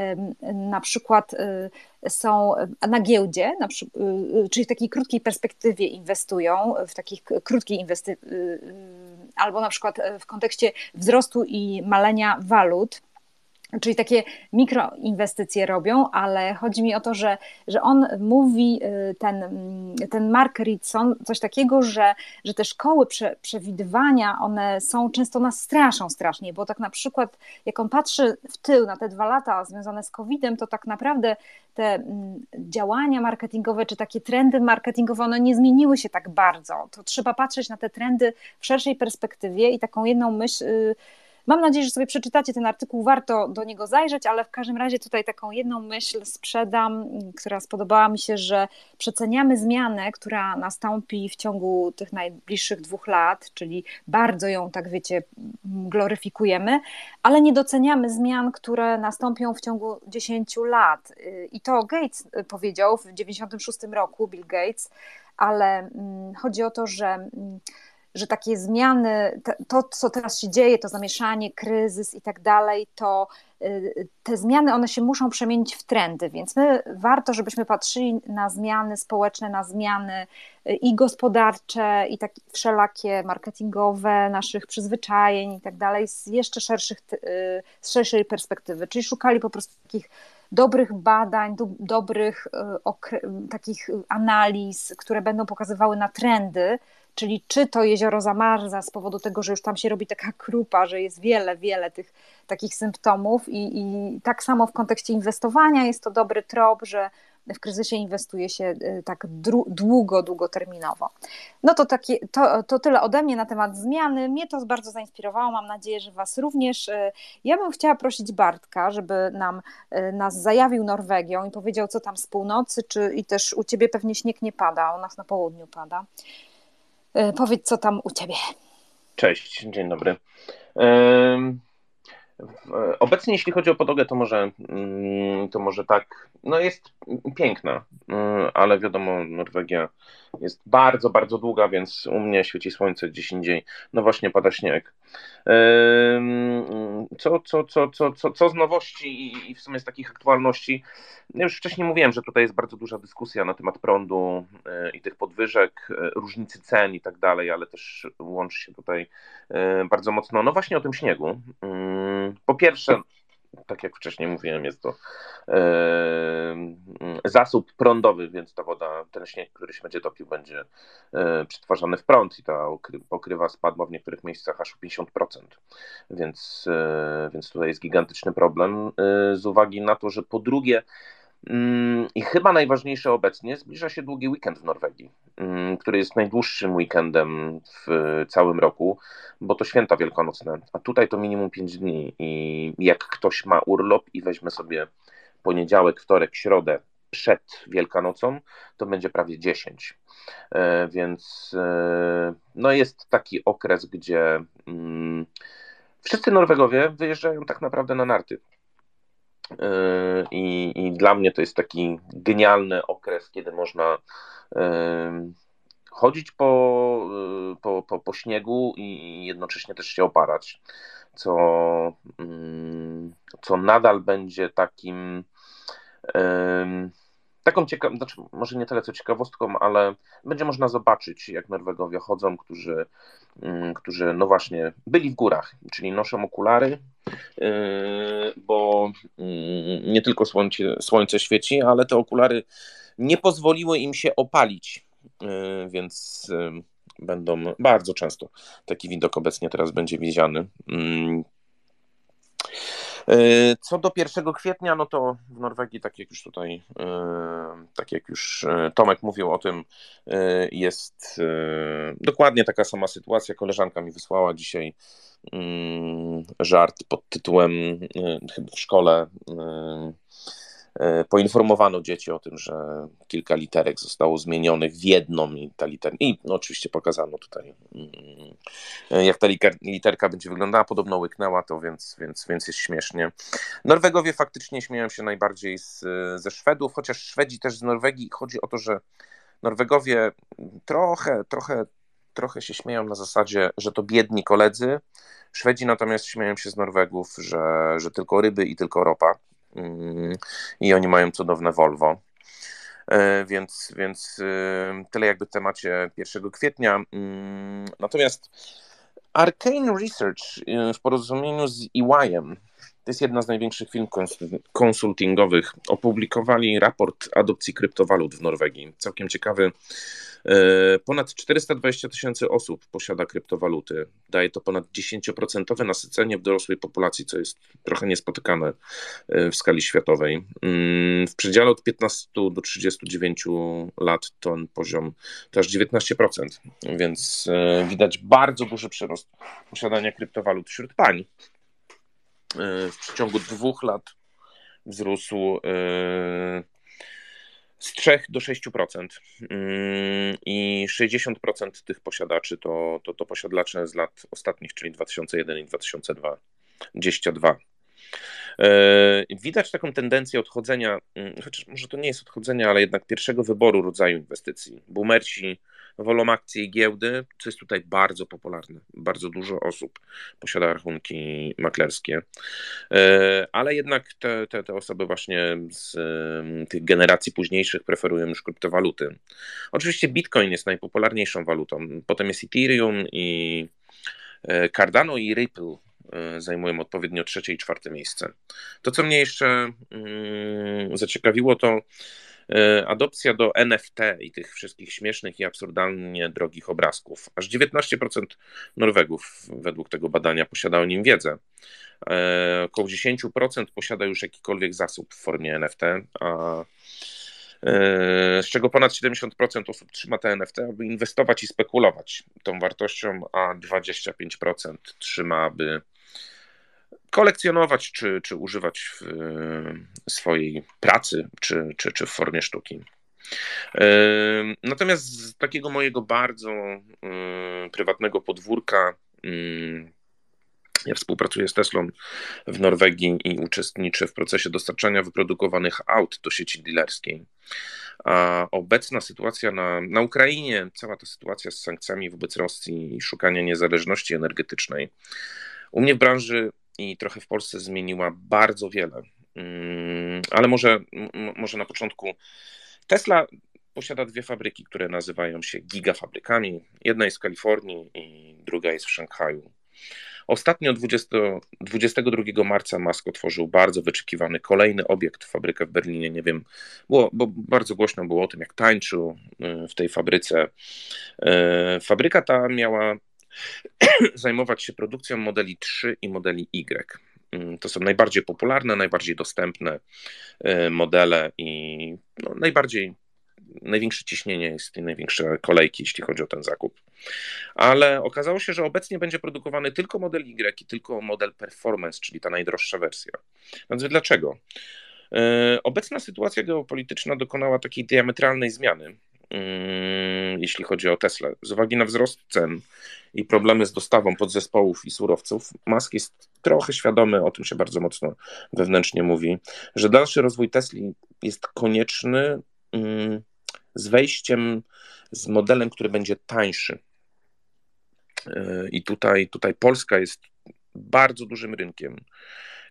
na przykład są na giełdzie, na przykład, czyli w takiej krótkiej perspektywie inwestują, w takich krótkiej inwestycji, albo na przykład w kontekście wzrostu i malenia walut, czyli takie mikroinwestycje robią, ale chodzi mi o to, że, że on mówi, ten, ten Mark Ritson, coś takiego, że, że te szkoły prze, przewidywania, one są, często nas straszą strasznie, bo tak na przykład jak on patrzy w tył na te dwa lata związane z kowidem, to tak naprawdę te działania marketingowe, czy takie trendy marketingowe, one nie zmieniły się tak bardzo. To trzeba patrzeć na te trendy w szerszej perspektywie i taką jedną myśl. Mam nadzieję, że sobie przeczytacie ten artykuł, warto do niego zajrzeć, ale w każdym razie tutaj taką jedną myśl sprzedam, która spodobała mi się, że przeceniamy zmianę, która nastąpi w ciągu tych najbliższych dwóch lat, czyli bardzo ją, tak wiecie, gloryfikujemy, ale nie doceniamy zmian, które nastąpią w ciągu dziesięciu lat. I to Gates powiedział w dziewięćdziesiątym szóstym roku, Bill Gates, ale chodzi o to, że że takie zmiany, to co teraz się dzieje, to zamieszanie, kryzys i tak dalej, to te zmiany, one się muszą przemienić w trendy, więc my warto, żebyśmy patrzyli na zmiany społeczne, na zmiany i gospodarcze, i tak wszelakie marketingowe, naszych przyzwyczajeń i tak dalej, z jeszcze szerszych, z szerszej perspektywy, czyli szukali po prostu takich dobrych badań, do, dobrych okre- takich analiz, które będą pokazywały na trendy, czyli czy to jezioro zamarza z powodu tego, że już tam się robi taka krupa, że jest wiele, wiele tych takich symptomów i, i tak samo w kontekście inwestowania jest to dobry trop, że w kryzysie inwestuje się tak długo, długoterminowo. No to, takie, to, to tyle ode mnie na temat zmiany. Mnie to bardzo zainspirowało, mam nadzieję, że was również. Ja bym chciała prosić Bartka, żeby nam nas zajawił Norwegią i powiedział, co tam z północy, czy i też u ciebie pewnie śnieg nie pada, u nas na południu pada. Powiedz, co tam u ciebie. Cześć, dzień dobry. Obecnie, jeśli chodzi o podłogę, to może, to może tak, no jest piękna, ale wiadomo, Norwegia jest bardzo, bardzo długa, więc u mnie świeci słońce, gdzieś indziej, no właśnie pada śnieg. Co, co, co, co, co, co z nowości i w sumie z takich aktualności? Już wcześniej mówiłem, że tutaj jest bardzo duża dyskusja na temat prądu i tych podwyżek, różnicy cen i tak dalej, ale też łączy się tutaj bardzo mocno, no właśnie o tym śniegu. Po pierwsze, tak jak wcześniej mówiłem, jest to e, zasób prądowy, więc ta woda, ten śnieg, który się będzie topił, będzie e, przetwarzany w prąd i ta pokrywa spadła w niektórych miejscach aż o pięćdziesiąt procent, więc, e, więc tutaj jest gigantyczny problem e, z uwagi na to, że po drugie i chyba najważniejsze obecnie, zbliża się długi weekend w Norwegii, który jest najdłuższym weekendem w całym roku, bo to święta wielkanocne, a tutaj to minimum pięć dni i jak ktoś ma urlop i weźmie sobie poniedziałek, wtorek, środę przed Wielkanocą, to będzie prawie dziesięć. Więc no jest taki okres, gdzie wszyscy Norwegowie wyjeżdżają tak naprawdę na narty. I, I dla mnie to jest taki genialny okres, kiedy można chodzić po, po, po, po śniegu i jednocześnie też się oparać, co, co nadal będzie takim taką ciekawą, znaczy może nie tyle co ciekawostką, ale będzie można zobaczyć, jak Norwegowie chodzą, którzy, którzy no właśnie byli w górach, czyli noszą okulary, bo nie tylko słońce, słońce świeci, ale te okulary nie pozwoliły im się opalić, więc będą bardzo często, taki widok obecnie teraz będzie widziany. Co do pierwszego kwietnia, no to w Norwegii, tak jak już tutaj, tak jak już Tomek mówił o tym, jest dokładnie taka sama sytuacja. Koleżanka mi wysłała dzisiaj żart pod tytułem, chyba w szkole poinformowano dzieci o tym, że kilka literek zostało zmienionych w jedną i ta literka, i no oczywiście pokazano tutaj, jak ta literka będzie wyglądała, podobno łyknęła to, więc, więc, więc jest śmiesznie. Norwegowie faktycznie śmieją się najbardziej z, ze Szwedów, chociaż Szwedzi też z Norwegii. Chodzi o to, że Norwegowie trochę, trochę, trochę się śmieją na zasadzie, że to biedni koledzy. Szwedzi natomiast śmieją się z Norwegów, że, że tylko ryby i tylko ropa. I oni mają cudowne Volvo. Więc, więc tyle jakby w temacie pierwszego kwietnia. Natomiast Arcane Research w porozumieniu z E Y-em, to jest jedna z największych firm konsultingowych, opublikowali raport adopcji kryptowalut w Norwegii. Całkiem ciekawy. Ponad czterysta dwadzieścia tysięcy osób posiada kryptowaluty. Daje to ponad dziesięć procent nasycenie w dorosłej populacji, co jest trochę niespotykane w skali światowej. W przedziale od piętnastu do trzydziestu dziewięciu lat ten poziom to aż dziewiętnaście procent, więc widać bardzo duży przyrost posiadania kryptowalut wśród pań. W przeciągu dwóch lat wzrósł z trzech do sześciu procent i sześćdziesiąt procent tych posiadaczy to, to, to posiadacze z lat ostatnich, czyli dwa tysiące jeden i dwa tysiące dwadzieścia dwa. Widać taką tendencję odchodzenia, chociaż może to nie jest odchodzenia, ale jednak pierwszego wyboru rodzaju inwestycji. Boomersi wolą akcje i giełdy, co jest tutaj bardzo popularne. Bardzo dużo osób posiada rachunki maklerskie, ale jednak te, te, te osoby właśnie z tych generacji późniejszych preferują już kryptowaluty. Oczywiście Bitcoin jest najpopularniejszą walutą, potem jest Ethereum i Cardano i Ripple zajmują odpowiednio trzecie i czwarte miejsce. To, co mnie jeszcze zaciekawiło, to adopcja do N F T i tych wszystkich śmiesznych i absurdalnie drogich obrazków. Aż dziewiętnaście procent Norwegów według tego badania posiada o nim wiedzę. Około dziesięć procent posiada już jakikolwiek zasób w formie N F T, a z czego ponad siedemdziesiąt procent osób trzyma te N F T, aby inwestować i spekulować tą wartością, a dwadzieścia pięć procent trzyma, aby kolekcjonować czy, czy używać w swojej pracy, czy, czy, czy w formie sztuki. Natomiast z takiego mojego bardzo prywatnego podwórka, ja współpracuję z Teslą w Norwegii i uczestniczę w procesie dostarczania wyprodukowanych aut do sieci dealerskiej. A obecna sytuacja na, na Ukrainie, cała ta sytuacja z sankcjami wobec Rosji i szukania niezależności energetycznej, u mnie w branży i trochę w Polsce zmieniła bardzo wiele. Ale może, może na początku. Tesla posiada dwie fabryki, które nazywają się gigafabrykami. Jedna jest w Kalifornii i druga jest w Szanghaju. Ostatnio dwudziestego drugiego marca Musk otworzył bardzo wyczekiwany kolejny obiekt, fabrykę w Berlinie. Nie wiem, było, bo bardzo głośno było o tym, jak tańczył w tej fabryce. Fabryka ta miała zajmować się produkcją modeli trzy i modeli Y. To są najbardziej popularne, najbardziej dostępne modele i no, najbardziej, największe ciśnienie jest i największe kolejki, jeśli chodzi o ten zakup. Ale okazało się, że obecnie będzie produkowany tylko model Y i tylko model Performance, czyli ta najdroższa wersja. Więc dlaczego? Obecna sytuacja geopolityczna dokonała takiej diametralnej zmiany, jeśli chodzi o Teslę. Z uwagi na wzrost cen i problemy z dostawą podzespołów i surowców, Musk jest trochę świadomy, o tym się bardzo mocno wewnętrznie mówi, że dalszy rozwój Tesli jest konieczny z wejściem, z modelem, który będzie tańszy. I tutaj, tutaj Polska jest bardzo dużym rynkiem.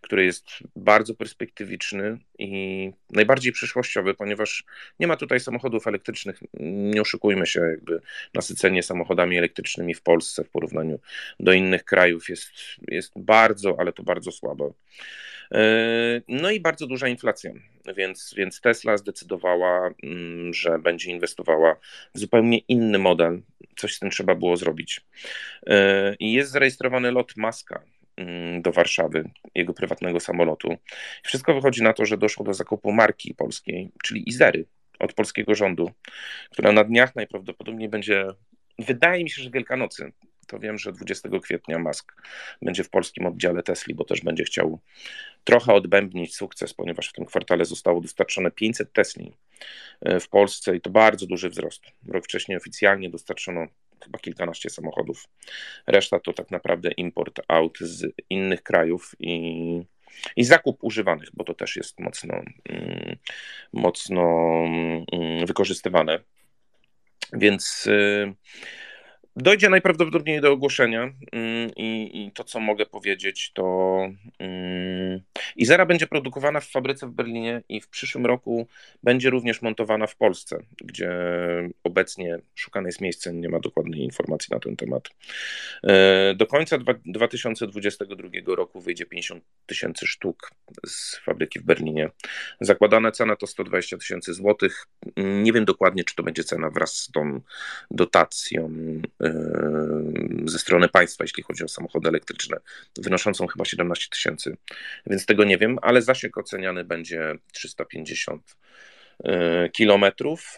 który jest bardzo perspektywiczny i najbardziej przyszłościowy, ponieważ nie ma tutaj samochodów elektrycznych, nie oszukujmy się, jakby nasycenie samochodami elektrycznymi w Polsce w porównaniu do innych krajów jest, jest bardzo, ale to bardzo słabo. No i bardzo duża inflacja, więc, więc Tesla zdecydowała, że będzie inwestowała w zupełnie inny model. Coś z tym trzeba było zrobić. I jest zarejestrowany lot Muska do Warszawy, jego prywatnego samolotu. Wszystko wychodzi na to, że doszło do zakupu marki polskiej, czyli Izery od polskiego rządu, która na dniach najprawdopodobniej będzie, wydaje mi się, że Wielkanocy. To wiem, że dwudziestego kwietnia Musk będzie w polskim oddziale Tesli, bo też będzie chciał trochę odbębnić sukces, ponieważ w tym kwartale zostało dostarczone pięćset Tesli w Polsce i to bardzo duży wzrost. Rok wcześniej oficjalnie dostarczono chyba kilkanaście samochodów. Reszta to tak naprawdę import aut z innych krajów i, i zakup używanych, bo to też jest mocno, mocno wykorzystywane. Więc dojdzie najprawdopodobniej do ogłoszenia i, i to, co mogę powiedzieć, to um, Izera będzie produkowana w fabryce w Berlinie i w przyszłym roku będzie również montowana w Polsce, gdzie obecnie szukane jest miejsce, nie ma dokładnej informacji na ten temat. Do końca dwa tysiące dwudziestego drugiego roku wyjdzie pięćdziesiąt tysięcy sztuk z fabryki w Berlinie. Zakładana cena to sto dwadzieścia tysięcy złotych. Nie wiem dokładnie, czy to będzie cena wraz z tą dotacją ze strony państwa, jeśli chodzi o samochody elektryczne, wynoszącą chyba siedemnaście tysięcy, więc tego nie wiem, ale zasięg oceniany będzie trzysta pięćdziesiąt kilometrów.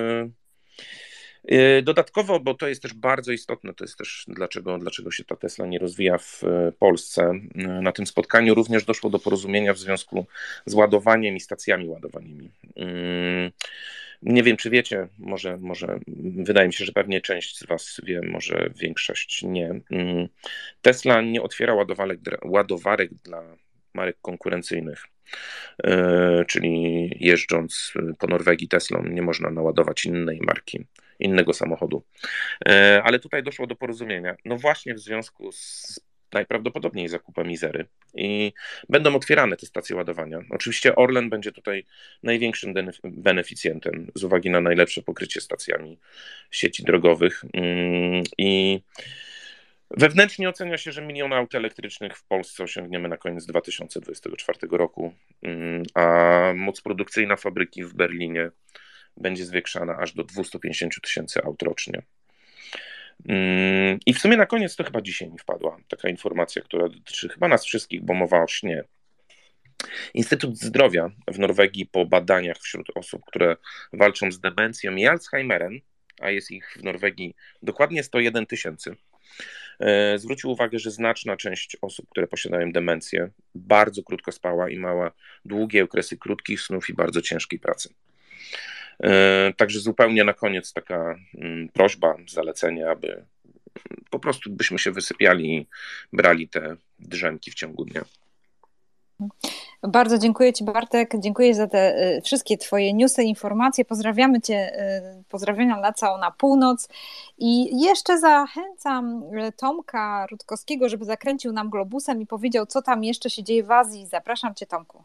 Dodatkowo, bo to jest też bardzo istotne, to jest też dlaczego, dlaczego się ta Tesla nie rozwija w Polsce. Na tym spotkaniu również doszło do porozumienia w związku z ładowaniem i stacjami ładowaniowymi. Nie wiem, czy wiecie, może, może wydaje mi się, że pewnie część z Was wie, może większość nie. Tesla nie otwiera ładowarek, ładowarek dla marek konkurencyjnych, czyli jeżdżąc po Norwegii Teslą nie można naładować innej marki, innego samochodu. Ale tutaj doszło do porozumienia, no właśnie w związku z najprawdopodobniej zakupem Izery i będą otwierane te stacje ładowania. Oczywiście Orlen będzie tutaj największym beneficjentem z uwagi na najlepsze pokrycie stacjami sieci drogowych i wewnętrznie ocenia się, że milion aut elektrycznych w Polsce osiągniemy na koniec dwa tysiące dwudziestego czwartego roku, a moc produkcyjna fabryki w Berlinie będzie zwiększana aż do dwieście pięćdziesiąt tysięcy aut rocznie. I w sumie na koniec to chyba dzisiaj mi wpadła taka informacja, która dotyczy chyba nas wszystkich, bo mowa o śnie. Instytut Zdrowia w Norwegii po badaniach wśród osób, które walczą z demencją i Alzheimerem, a jest ich w Norwegii dokładnie sto jeden tysięcy, zwrócił uwagę, że znaczna część osób, które posiadają demencję, bardzo krótko spała i miała długie okresy krótkich snów i bardzo ciężkiej pracy. Także zupełnie na koniec taka prośba, zalecenie, aby po prostu byśmy się wysypiali i brali te drzemki w ciągu dnia. Bardzo dziękuję Ci, Bartek, dziękuję za te wszystkie Twoje newsy, informacje, pozdrawiamy Cię, pozdrawienia lecą na północ i jeszcze zachęcam Tomka Rutkowskiego, żeby zakręcił nam globusem i powiedział, co tam jeszcze się dzieje w Azji. Zapraszam Cię, Tomku.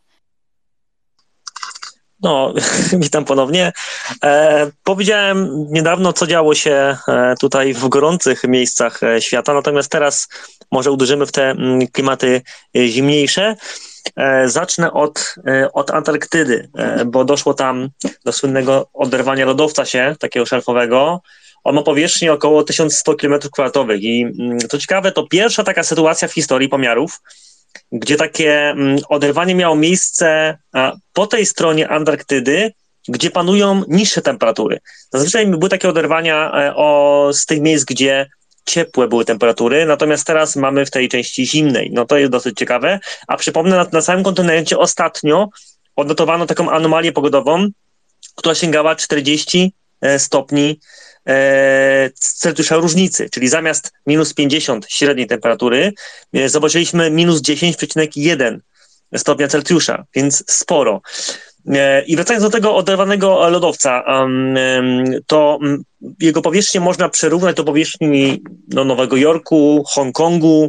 No, witam ponownie. E, powiedziałem niedawno, co działo się tutaj w gorących miejscach świata, natomiast teraz może uderzymy w te klimaty zimniejsze. E, zacznę od, od Antarktydy, e, bo doszło tam do słynnego oderwania lodowca się, takiego szelfowego. On ma powierzchnię około tysiąc sto kilometrów kwadratowych i co ciekawe, to pierwsza taka sytuacja w historii pomiarów, gdzie takie oderwanie miało miejsce po tej stronie Antarktydy, gdzie panują niższe temperatury. Zazwyczaj były takie oderwania o, z tych miejsc, gdzie ciepłe były temperatury, natomiast teraz mamy w tej części zimnej. No to jest dosyć ciekawe. A przypomnę, na, na całym kontynencie ostatnio odnotowano taką anomalię pogodową, która sięgała czterdzieści stopni Celsjusza różnicy, czyli zamiast minus pięćdziesiąt średniej temperatury zobaczyliśmy minus dziesięć przecinek jeden stopnia Celsjusza, więc sporo. I wracając do tego oderwanego lodowca, to jego powierzchnię można przyrównać do powierzchni no, Nowego Jorku, Hongkongu,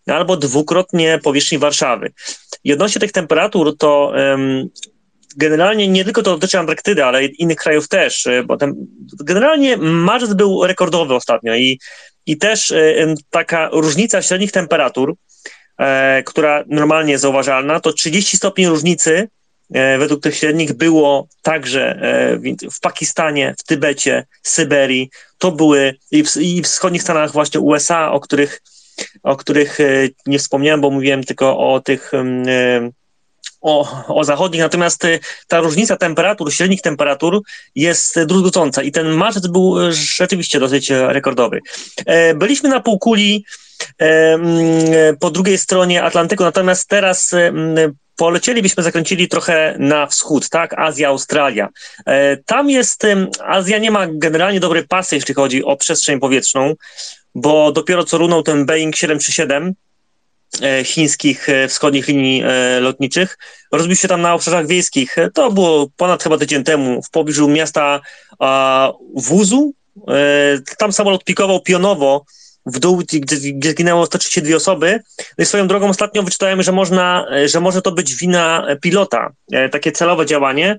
albo dwukrotnie powierzchni Warszawy. I odnośnie tych temperatur, to um, generalnie nie tylko to dotyczy Antarktydy, ale i innych krajów też, bo tam generalnie marzec był rekordowy ostatnio i, i też um, taka różnica średnich temperatur, e, która normalnie jest zauważalna, to trzydzieści stopni różnicy e, według tych średnich było także e, w, w Pakistanie, w Tybecie, Syberii, to były i w, i w wschodnich Stanach właśnie U S A, o których o których nie wspomniałem, bo mówiłem tylko o tych o, o zachodnich, natomiast ta różnica temperatur, średnich temperatur jest druzgocąca i ten marzec był rzeczywiście dosyć rekordowy. Byliśmy na półkuli po drugiej stronie Atlantyku, natomiast teraz polecielibyśmy, zakręcili trochę na wschód, tak? Azja, Australia. Tam jest, Azja nie ma generalnie dobrej pasy, jeśli chodzi o przestrzeń powietrzną, bo dopiero co runął ten Boeing siedem trzy siedem chińskich wschodnich linii lotniczych, rozbił się tam na obszarach wiejskich. To było ponad chyba tydzień temu w pobliżu miasta Wuzu. Tam samolot pikował pionowo w dół, gdzie, gdzie zginęło sto trzydzieści dwie osoby. No i swoją drogą ostatnio wyczytałem, że można, że może to być wina pilota. Takie celowe działanie.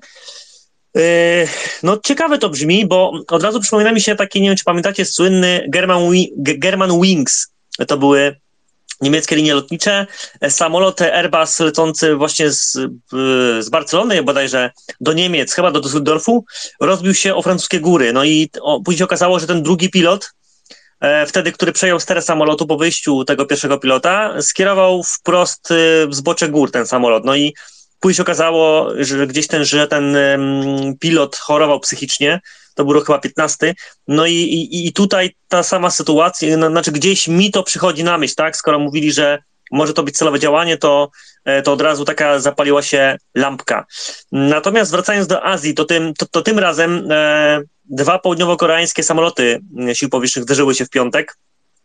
No ciekawe to brzmi, bo od razu przypomina mi się taki, nie wiem czy pamiętacie, słynny German, German Wings. To były niemieckie linie lotnicze, samolot Airbus lecący właśnie z, z Barcelony bodajże do Niemiec, chyba do Düsseldorfu, rozbił się o francuskie góry. No i o, później się okazało, że ten drugi pilot, e, wtedy, który przejął sterę samolotu po wyjściu tego pierwszego pilota, skierował wprost w zbocze gór ten samolot. No i później się okazało, że gdzieś ten, że ten um, pilot chorował psychicznie, to był rok chyba piętnasty, no i, i, i tutaj ta sama sytuacja, no, znaczy gdzieś mi to przychodzi na myśl, tak, skoro mówili, że może to być celowe działanie, to, to od razu taka zapaliła się lampka. Natomiast wracając do Azji, to tym, to, to tym razem e, dwa południowo-koreańskie samoloty sił powietrznych zderzyły się w piątek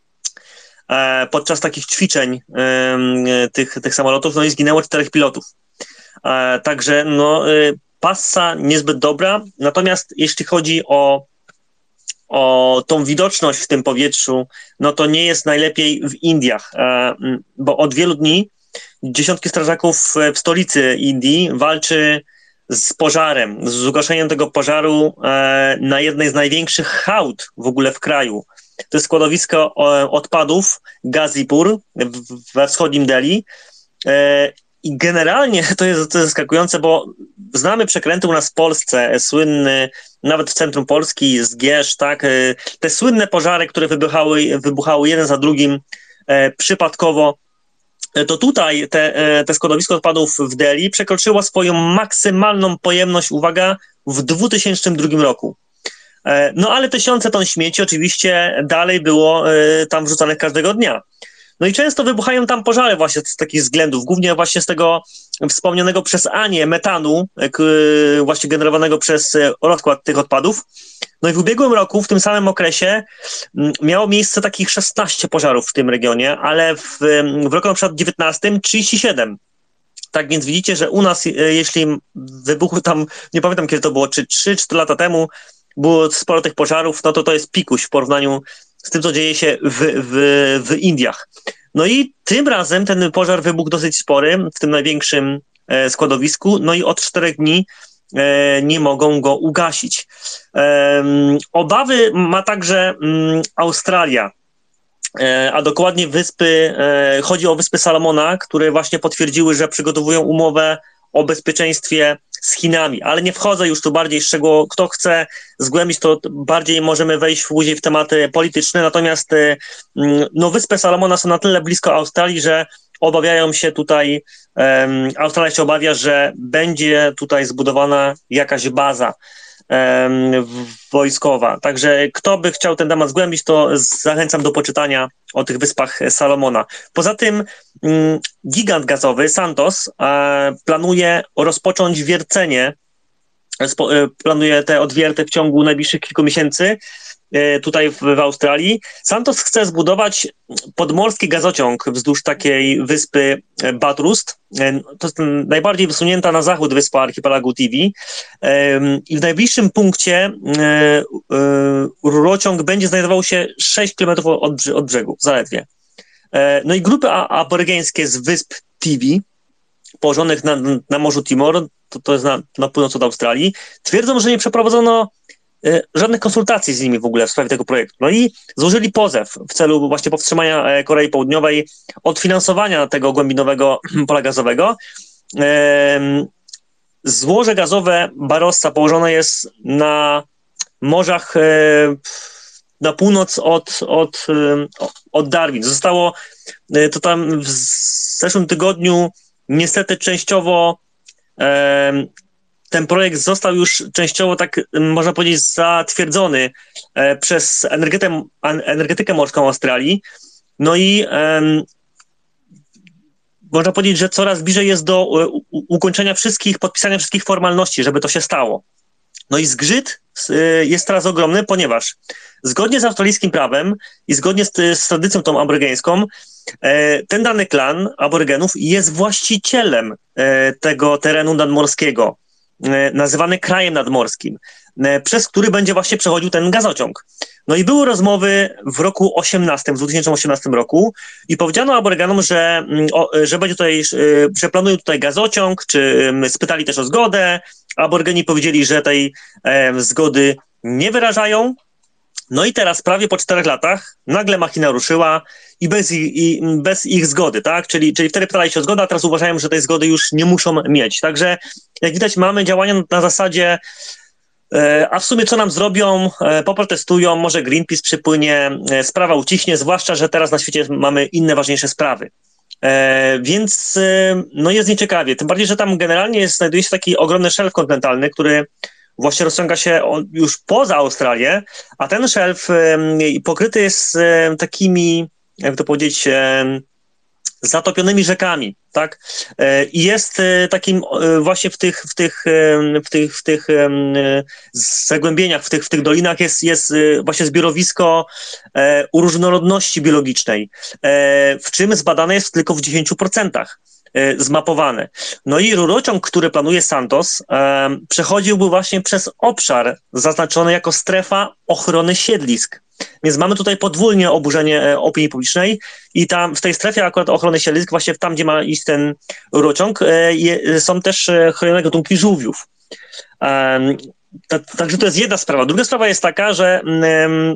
e, podczas takich ćwiczeń e, tych, tych samolotów, no i zginęło czterech pilotów. E, także no... E, passa niezbyt dobra, natomiast jeśli chodzi o, o tą widoczność w tym powietrzu, no to nie jest najlepiej w Indiach, bo od wielu dni dziesiątki strażaków w stolicy Indii walczy z pożarem, z ugaszeniem tego pożaru na jednej z największych hałd w ogóle w kraju. To jest składowisko odpadów Gazipur we wschodnim Delhi. I generalnie to jest, to jest zaskakujące, bo znamy przekręty u nas w Polsce, słynny, nawet w centrum Polski, Zgierz, tak, te słynne pożary, które wybuchały, wybuchały jeden za drugim e, przypadkowo, to tutaj te, te składowisko odpadów w Delhi przekroczyło swoją maksymalną pojemność, uwaga, w dwa tysiące drugim roku. E, no ale tysiące ton śmieci oczywiście dalej było e, tam wrzucanych każdego dnia. No i często wybuchają tam pożary właśnie z takich względów, głównie właśnie z tego wspomnianego przez Anię metanu, właśnie generowanego przez rozkład tych odpadów. No i w ubiegłym roku, w tym samym okresie miało miejsce takich szesnaście pożarów w tym regionie, ale w, w roku na przykład dziewiętnastym trzydzieści siedem. Tak więc widzicie, że u nas, jeśli wybuchły tam, nie pamiętam kiedy to było, czy trzy cztery lata temu, było sporo tych pożarów, no to to jest pikuś w porównaniu z tym, co dzieje się w, w, w Indiach. No i tym razem ten pożar wybuchł dosyć spory w tym największym e, składowisku, no i od czterech dni e, nie mogą go ugasić. E, obawy ma także m, Australia, e, a dokładnie wyspy, e, chodzi o wyspy Salomona, które właśnie potwierdziły, że przygotowują umowę o bezpieczeństwie z Chinami, ale nie wchodzę już tu bardziej szczegółowo. Kto chce zgłębić, to bardziej możemy wejść później w tematy polityczne, natomiast no, wyspy Salomona są na tyle blisko Australii, że obawiają się tutaj, um, Australia się obawia, że będzie tutaj zbudowana jakaś baza um, wojskowa. Także kto by chciał ten temat zgłębić, to zachęcam do poczytania o tych wyspach Salomona. Poza tym um, gigant gazowy Santos e, planuje rozpocząć wiercenie, spo, e, planuje te odwierty w ciągu najbliższych kilku miesięcy e, tutaj w, w Australii. Santos chce zbudować podmorski gazociąg wzdłuż takiej wyspy Bathurst. E, to jest najbardziej wysunięta na zachód wyspa archipelagu Tiwi. E, I w najbliższym punkcie e, e, rurociąg będzie znajdował się sześć kilometrów od, od brzegu, zaledwie. No i grupy aborygeńskie z wysp Tiwi, położonych na, na Morzu Timor, to, to jest na, na północ od Australii, twierdzą, że nie przeprowadzono żadnych konsultacji z nimi w ogóle w sprawie tego projektu. No i złożyli pozew w celu właśnie powstrzymania Korei Południowej od finansowania tego głębinowego pola gazowego. Złoże gazowe Barossa położone jest na morzach na północ od, od, od Darwin. Zostało to tam w zeszłym tygodniu niestety częściowo ten projekt został już częściowo, tak można powiedzieć, zatwierdzony przez energetykę, energetykę morską Australii. No i um, można powiedzieć, że coraz bliżej jest do u, ukończenia wszystkich, podpisania wszystkich formalności, żeby to się stało. No i zgrzyt jest teraz ogromny, ponieważ zgodnie z australijskim prawem i zgodnie z, z tradycją tą aborygeńską, ten dany klan aborygenów jest właścicielem tego terenu nadmorskiego, nazywany krajem nadmorskim, przez który będzie właśnie przechodził ten gazociąg. No i były rozmowy w roku osiemnastym, w dwa tysiące osiemnastym roku i powiedziano aborygenom, że, że będzie tutaj, że planują tutaj gazociąg, czy spytali też o zgodę. Aborygeni powiedzieli, że tej e, zgody nie wyrażają. No i teraz prawie po czterech latach nagle machina ruszyła i bez ich, i bez ich zgody, tak? Czyli, czyli wtedy pytali się o zgodę, a teraz uważają, że tej zgody już nie muszą mieć. Także jak widać, mamy działania na zasadzie e, a w sumie co nam zrobią, e, poprotestują, może Greenpeace przypłynie, e, sprawa ucichnie, zwłaszcza, że teraz na świecie mamy inne ważniejsze sprawy. E, więc e, no jest nieciekawie, tym bardziej, że tam generalnie jest, znajduje się taki ogromny szelf kontynentalny, który właśnie rozciąga się już poza Australię, a ten szelf e, pokryty jest e, takimi, jak to powiedzieć, e, zatopionymi rzekami, tak? E, I jest e, takim e, właśnie w tych, w tych, e, w tych, w tych e, zagłębieniach, w tych, w tych dolinach jest, jest e, właśnie zbiorowisko e, różnorodności biologicznej, e, w czym zbadane jest tylko w dziesięciu procentach. Zmapowane. No i rurociąg, który planuje Santos, e, przechodziłby właśnie przez obszar zaznaczony jako strefa ochrony siedlisk. Więc mamy tutaj podwójnie oburzenie e, opinii publicznej i tam w tej strefie akurat ochrony siedlisk, właśnie tam, gdzie ma iść ten rurociąg, e, je, są też e, chronione gatunki żółwiów. E, ta, także to jest jedna sprawa. Druga sprawa jest taka, że e,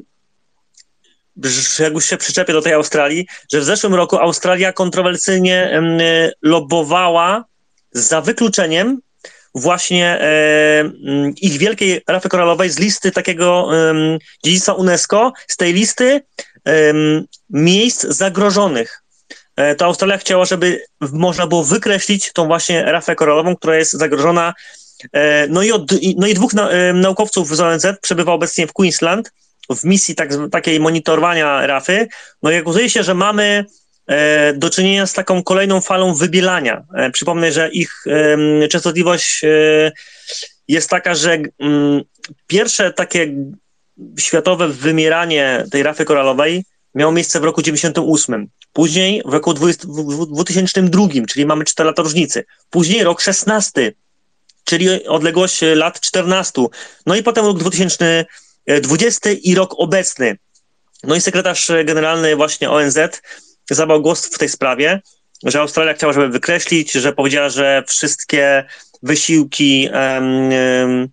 że jak już się przyczepię do tej Australii, że w zeszłym roku Australia kontrowersyjnie y, lobbowała za wykluczeniem właśnie e, ich wielkiej rafy koralowej z listy takiego e, dziedzictwa UNESCO, z tej listy e, miejsc zagrożonych. E, to Australia chciała, żeby można było wykreślić tą właśnie rafę koralową, która jest zagrożona. E, no, i od, no i dwóch na, e, naukowców z O N Z przebywa obecnie w Queensland w misji tak, takiej monitorowania rafy. No i okazuje się, że mamy e, do czynienia z taką kolejną falą wybielania. E, przypomnę, że ich e, częstotliwość e, jest taka, że m, pierwsze takie światowe wymieranie tej rafy koralowej miało miejsce w roku dziewięćdziesiątym ósmym. Później w roku dwutysięcznym drugim, czyli mamy cztery lata różnicy. Później rok szesnasty, czyli odległość lat czternastu. No i potem rok dwutysięczny dwudziesty i rok obecny. No i sekretarz generalny właśnie O N Z zabrał głos w tej sprawie, że Australia chciała, żeby wykreślić, że powiedziała, że wszystkie wysiłki um, um,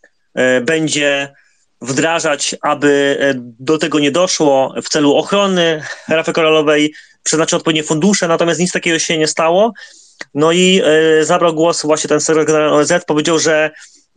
będzie wdrażać, aby do tego nie doszło w celu ochrony rafy koralowej, przeznaczył odpowiednie fundusze, natomiast nic takiego się nie stało. No i e, zabrał głos właśnie ten sekretarz generalny O N Z, powiedział, że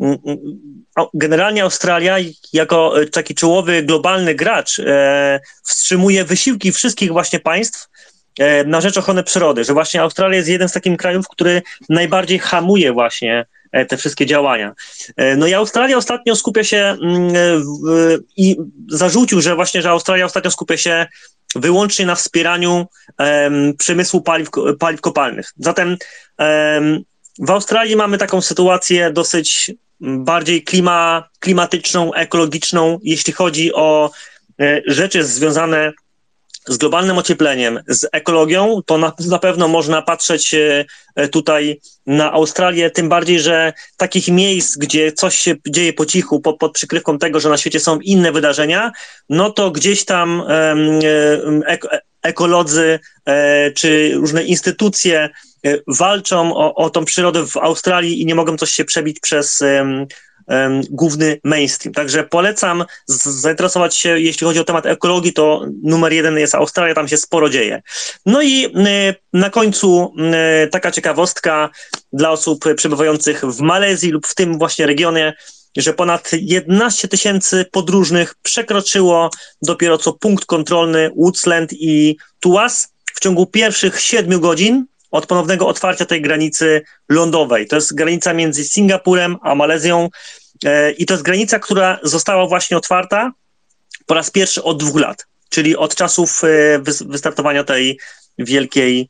generalnie Australia jako taki czołowy globalny gracz e, wstrzymuje wysiłki wszystkich właśnie państw e, na rzecz ochrony przyrody, że właśnie Australia jest jeden z takich krajów, który najbardziej hamuje właśnie e, te wszystkie działania. E, no i Australia ostatnio skupia się mm, w, i zarzucił, że właśnie, że Australia ostatnio skupia się wyłącznie na wspieraniu e, przemysłu paliw, paliw kopalnych. Zatem e, w Australii mamy taką sytuację dosyć bardziej klima, klimatyczną, ekologiczną, jeśli chodzi o e, rzeczy związane z globalnym ociepleniem, z ekologią, to na, na pewno można patrzeć tutaj na Australię, tym bardziej, że takich miejsc, gdzie coś się dzieje po cichu, pod, pod przykrywką tego, że na świecie są inne wydarzenia, no to gdzieś tam um, ek, ekolodzy e, czy różne instytucje e, walczą o, o tą przyrodę w Australii i nie mogą coś się przebić przez um, um, główny mainstream. Także polecam z, zainteresować się, jeśli chodzi o temat ekologii, to numer jeden jest Australia, tam się sporo dzieje. No i e, na końcu e, taka ciekawostka dla osób przebywających w Malezji lub w tym właśnie regionie, że ponad jedenaście tysięcy podróżnych przekroczyło dopiero co punkt kontrolny Woodsland i Tuas w ciągu pierwszych siedmiu godzin od ponownego otwarcia tej granicy lądowej. To jest granica między Singapurem a Malezją i to jest granica, która została właśnie otwarta po raz pierwszy od dwóch lat, czyli od czasów wystartowania tej wielkiej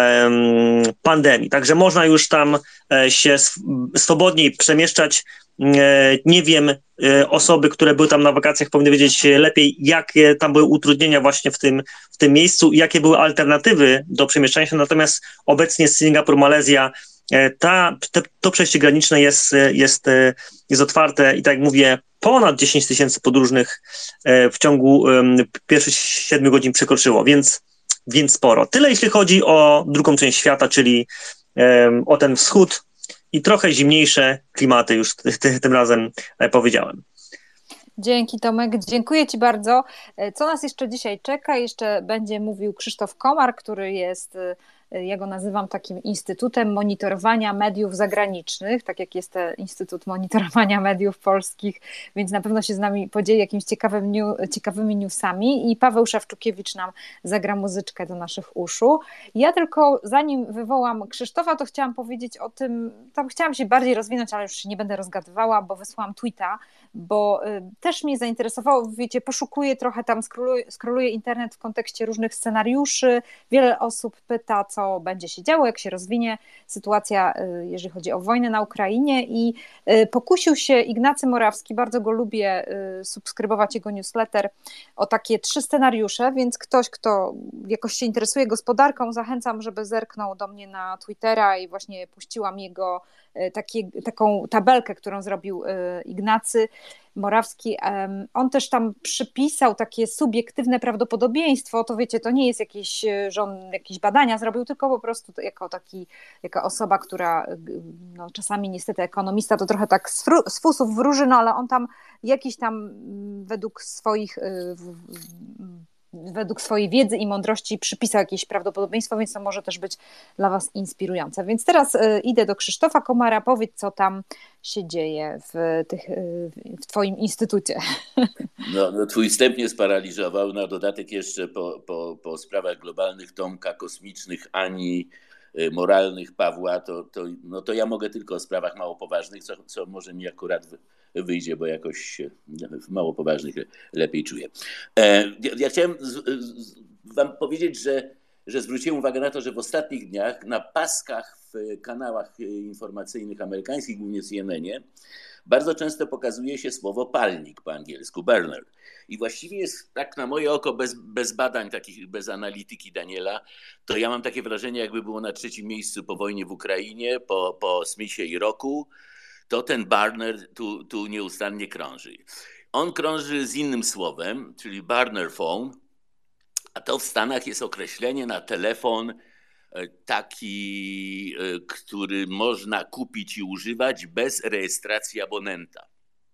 pandemii. Także można już tam się swobodniej przemieszczać. Nie wiem, osoby, które były tam na wakacjach, powinny wiedzieć lepiej, jakie tam były utrudnienia właśnie w tym, w tym miejscu i jakie były alternatywy do przemieszczania się. Natomiast obecnie Singapur, Malezja, ta, te, to przejście graniczne jest, jest, jest otwarte i tak jak mówię, ponad dziesięć tysięcy podróżnych w ciągu pierwszych siedmiu godzin przekroczyło, więc, więc sporo. Tyle jeśli chodzi o drugą część świata, czyli o ten wschód i trochę zimniejsze klimaty, już ty, ty, tym razem powiedziałem. Dzięki, Tomek, dziękuję Ci bardzo. Co nas jeszcze dzisiaj czeka? Jeszcze będzie mówił Krzysztof Komar, który jest, ja go nazywam takim Instytutem Monitorowania Mediów Zagranicznych, tak jak jest Instytut Monitorowania Mediów Polskich, więc na pewno się z nami podzieli jakimiś ciekawym new, ciekawymi newsami i Paweł Szewczukiewicz nam zagra muzyczkę do naszych uszu. Ja tylko zanim wywołam Krzysztofa, to chciałam powiedzieć o tym, tam chciałam się bardziej rozwinąć, ale już się nie będę rozgadywała, bo wysłałam tweeta, bo y, też mnie zainteresowało, wiecie, poszukuję trochę tam, scrolluję, scrolluję internet w kontekście różnych scenariuszy, wiele osób pyta, co będzie się działo, jak się rozwinie sytuacja, y, jeżeli chodzi o wojnę na Ukrainie i y, pokusił się Ignacy Morawski, bardzo go lubię, y, subskrybować jego newsletter, o takie trzy scenariusze, więc ktoś, kto jakoś się interesuje gospodarką, zachęcam, żeby zerknął do mnie na Twittera i właśnie puściłam jego Takie, taką tabelkę, którą zrobił Ignacy Morawski. On też tam przypisał takie subiektywne prawdopodobieństwo, to wiecie, to nie jest jakieś, że on jakieś badania zrobił, tylko po prostu jako taki, jako osoba, która no, czasami niestety ekonomista to trochę tak z, fru, z fusów wróży, no ale on tam jakiś tam według swoich według swojej wiedzy i mądrości przypisał jakieś prawdopodobieństwo, więc to może też być dla Was inspirujące. Więc teraz y, idę do Krzysztofa Komara, powiedz, co tam się dzieje w, tych, y, w Twoim instytucie. No, no, twój wstęp mnie sparaliżował, na dodatek jeszcze po, po, po sprawach globalnych Tomka, kosmicznych Ani, y, moralnych Pawła, to, to, no, to ja mogę tylko o sprawach mało poważnych, co, co może mi akurat wy, wyjdzie, bo jakoś się w mało poważnych lepiej czuję. E, ja, ja chciałem z, z, wam powiedzieć, że, że zwróciłem uwagę na to, że w ostatnich dniach na paskach w kanałach informacyjnych amerykańskich, głównie C N N-ie, bardzo często pokazuje się słowo palnik po angielsku, burner. I właściwie jest tak na moje oko, bez, bez badań takich, bez analityki Daniela, to ja mam takie wrażenie, jakby było na trzecim miejscu po wojnie w Ukrainie, po, po Smithie i Roku, to ten burner tu, tu nieustannie krąży. On krąży z innym słowem, czyli burner phone, a to w Stanach jest określenie na telefon taki, który można kupić i używać bez rejestracji abonenta.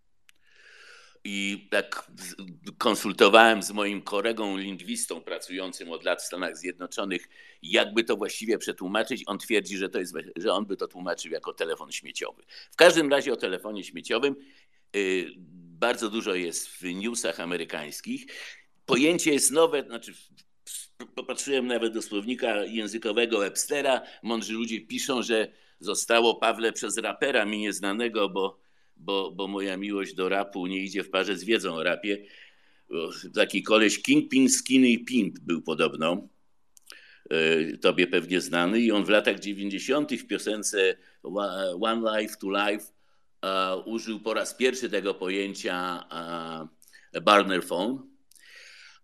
I tak konsultowałem z moim kolegą lingwistą pracującym od lat w Stanach Zjednoczonych, jakby to właściwie przetłumaczyć. On twierdzi, że, to jest, że on by to tłumaczył jako telefon śmieciowy. W każdym razie o telefonie śmieciowym yy, bardzo dużo jest w newsach amerykańskich. Pojęcie jest nowe, znaczy popatrzyłem nawet do słownika językowego Webstera. Mądrzy ludzie piszą, że zostało, Pawle, przez rapera mi nieznanego, bo Bo, bo moja miłość do rapu nie idzie w parze z wiedzą o rapie. Taki koleś Kingpin Skinny Pimp był podobno, tobie pewnie znany, i on w latach dziewięćdziesiątych w piosence One Life to Life uh, użył po raz pierwszy tego pojęcia uh, burner phone.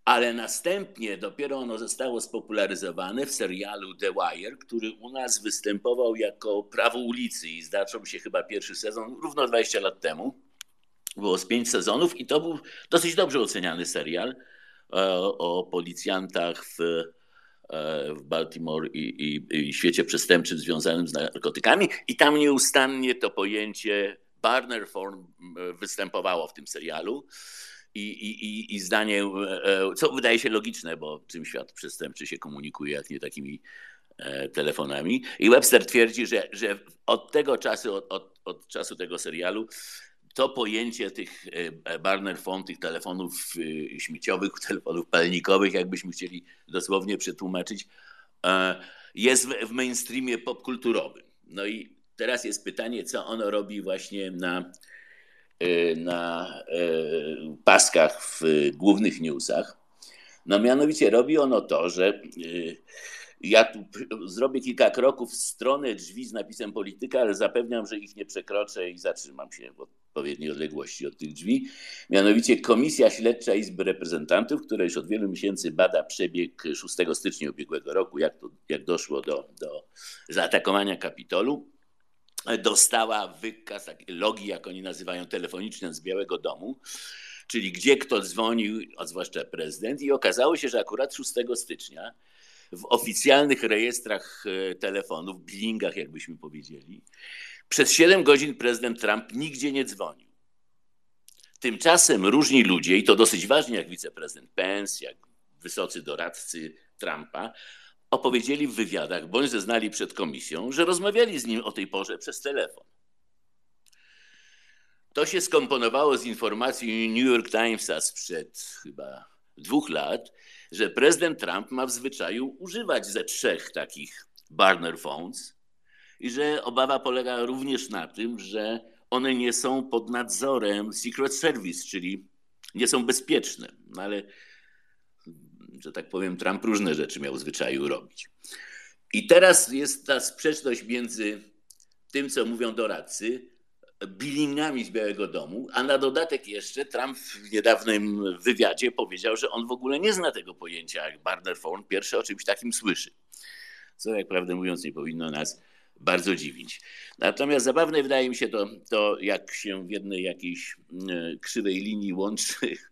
ale następnie dopiero ono zostało spopularyzowane w serialu The Wire, który u nas występował jako Prawo ulicy i zaczął się chyba pierwszy sezon równo dwadzieścia lat temu. Było z pięć sezonów i to był dosyć dobrze oceniany serial o, o policjantach w, w Baltimore i, i, i świecie przestępczym związanym z narkotykami. I tam nieustannie to pojęcie Barner Phone występowało w tym serialu. I, i, i zdanie, co wydaje się logiczne, bo czym świat przestępczy się komunikuje, jak nie takimi telefonami. I Webster twierdzi, że, że od tego czasu, od, od, od czasu tego serialu, to pojęcie tych Barner Phone, tych telefonów śmieciowych, telefonów palnikowych, jakbyśmy chcieli dosłownie przetłumaczyć, jest w mainstreamie popkulturowym. No i teraz jest pytanie, co ono robi właśnie na, na paskach w głównych newsach. No mianowicie robi ono to, że ja tu zrobię kilka kroków w stronę drzwi z napisem polityka, ale zapewniam, że ich nie przekroczę i zatrzymam się w odpowiedniej odległości od tych drzwi. Mianowicie Komisja Śledcza Izby Reprezentantów, która już od wielu miesięcy bada przebieg szóstego stycznia ubiegłego roku, jak, to, jak doszło do, do zaatakowania Kapitolu, dostała wykaz, takie logi, jak oni nazywają, telefoniczne z Białego Domu, czyli gdzie kto dzwonił, a zwłaszcza prezydent, i okazało się, że akurat szóstego stycznia w oficjalnych rejestrach telefonów, billingach jakbyśmy powiedzieli, przez siedem godzin prezydent Trump nigdzie nie dzwonił. Tymczasem różni ludzie, i to dosyć ważni, jak wiceprezydent Pence, jak wysocy doradcy Trumpa, opowiedzieli w wywiadach, bądź zeznali przed komisją, że rozmawiali z nim o tej porze przez telefon. To się skomponowało z informacji New York Timesa sprzed chyba dwóch lat, że prezydent Trump ma w zwyczaju używać ze trzech takich Barner Phones i że obawa polega również na tym, że one nie są pod nadzorem Secret Service, czyli nie są bezpieczne. No ale, że tak powiem, Trump różne rzeczy miał w zwyczaju robić. I teraz jest ta sprzeczność między tym, co mówią doradcy, billingami z Białego Domu, a na dodatek jeszcze Trump w niedawnym wywiadzie powiedział, że on w ogóle nie zna tego pojęcia jak Barner Phone, pierwszy o czymś takim słyszy. Co, jak prawdę mówiąc, nie powinno nas bardzo dziwić. Natomiast zabawne wydaje mi się to, to jak się w jednej jakiejś krzywej linii łączy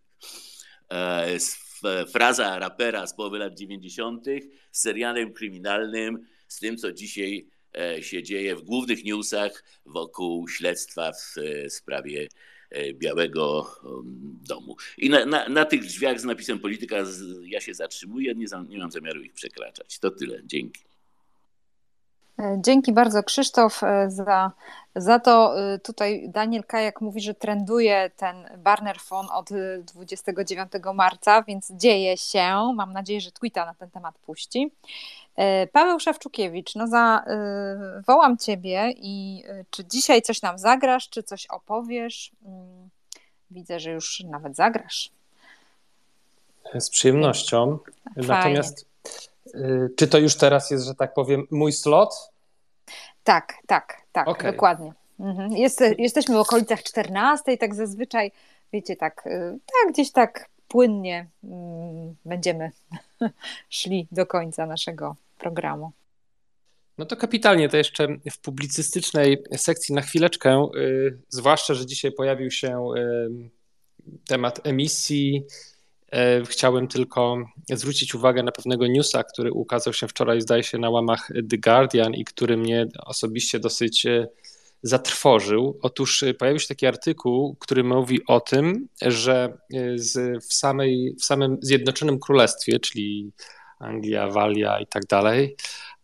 fraza rapera z połowy lat dziewięćdziesiątych z serialem kryminalnym, z tym, co dzisiaj się dzieje w głównych newsach wokół śledztwa w sprawie Białego Domu. I na, na, na tych drzwiach z napisem polityka ja się zatrzymuję, nie, za, nie mam zamiaru ich przekraczać. To tyle. Dzięki. Dzięki bardzo, Krzysztof, za, za to. Tutaj Daniel Kajak mówi, że trenduje ten Barner Phone od dwudziestego dziewiątego marca, więc dzieje się. Mam nadzieję, że tweeta na ten temat puści. Paweł Szewczukiewicz, no za, y, wołam Ciebie i y, czy dzisiaj coś nam zagrasz, czy coś opowiesz? Y, widzę, że już nawet zagrasz. Z przyjemnością. Fajnie. Natomiast y, czy to już teraz jest, że tak powiem, mój slot? Tak, tak, tak, okay. Dokładnie. Mhm. Jest, jesteśmy w okolicach czternastej, tak zazwyczaj, wiecie, tak, y, tak gdzieś tak płynnie y, będziemy szli do końca naszego programu. No to kapitalnie, to jeszcze w publicystycznej sekcji na chwileczkę, yy, zwłaszcza, że dzisiaj pojawił się yy, temat emisji. Yy, chciałem tylko zwrócić uwagę na pewnego newsa, który ukazał się wczoraj, zdaje się, na łamach The Guardian i który mnie osobiście dosyć yy, zatrwożył. Otóż pojawił się taki artykuł, który mówi o tym, że z, w, samej, w samym Zjednoczonym Królestwie, czyli Anglia, Walia i tak dalej,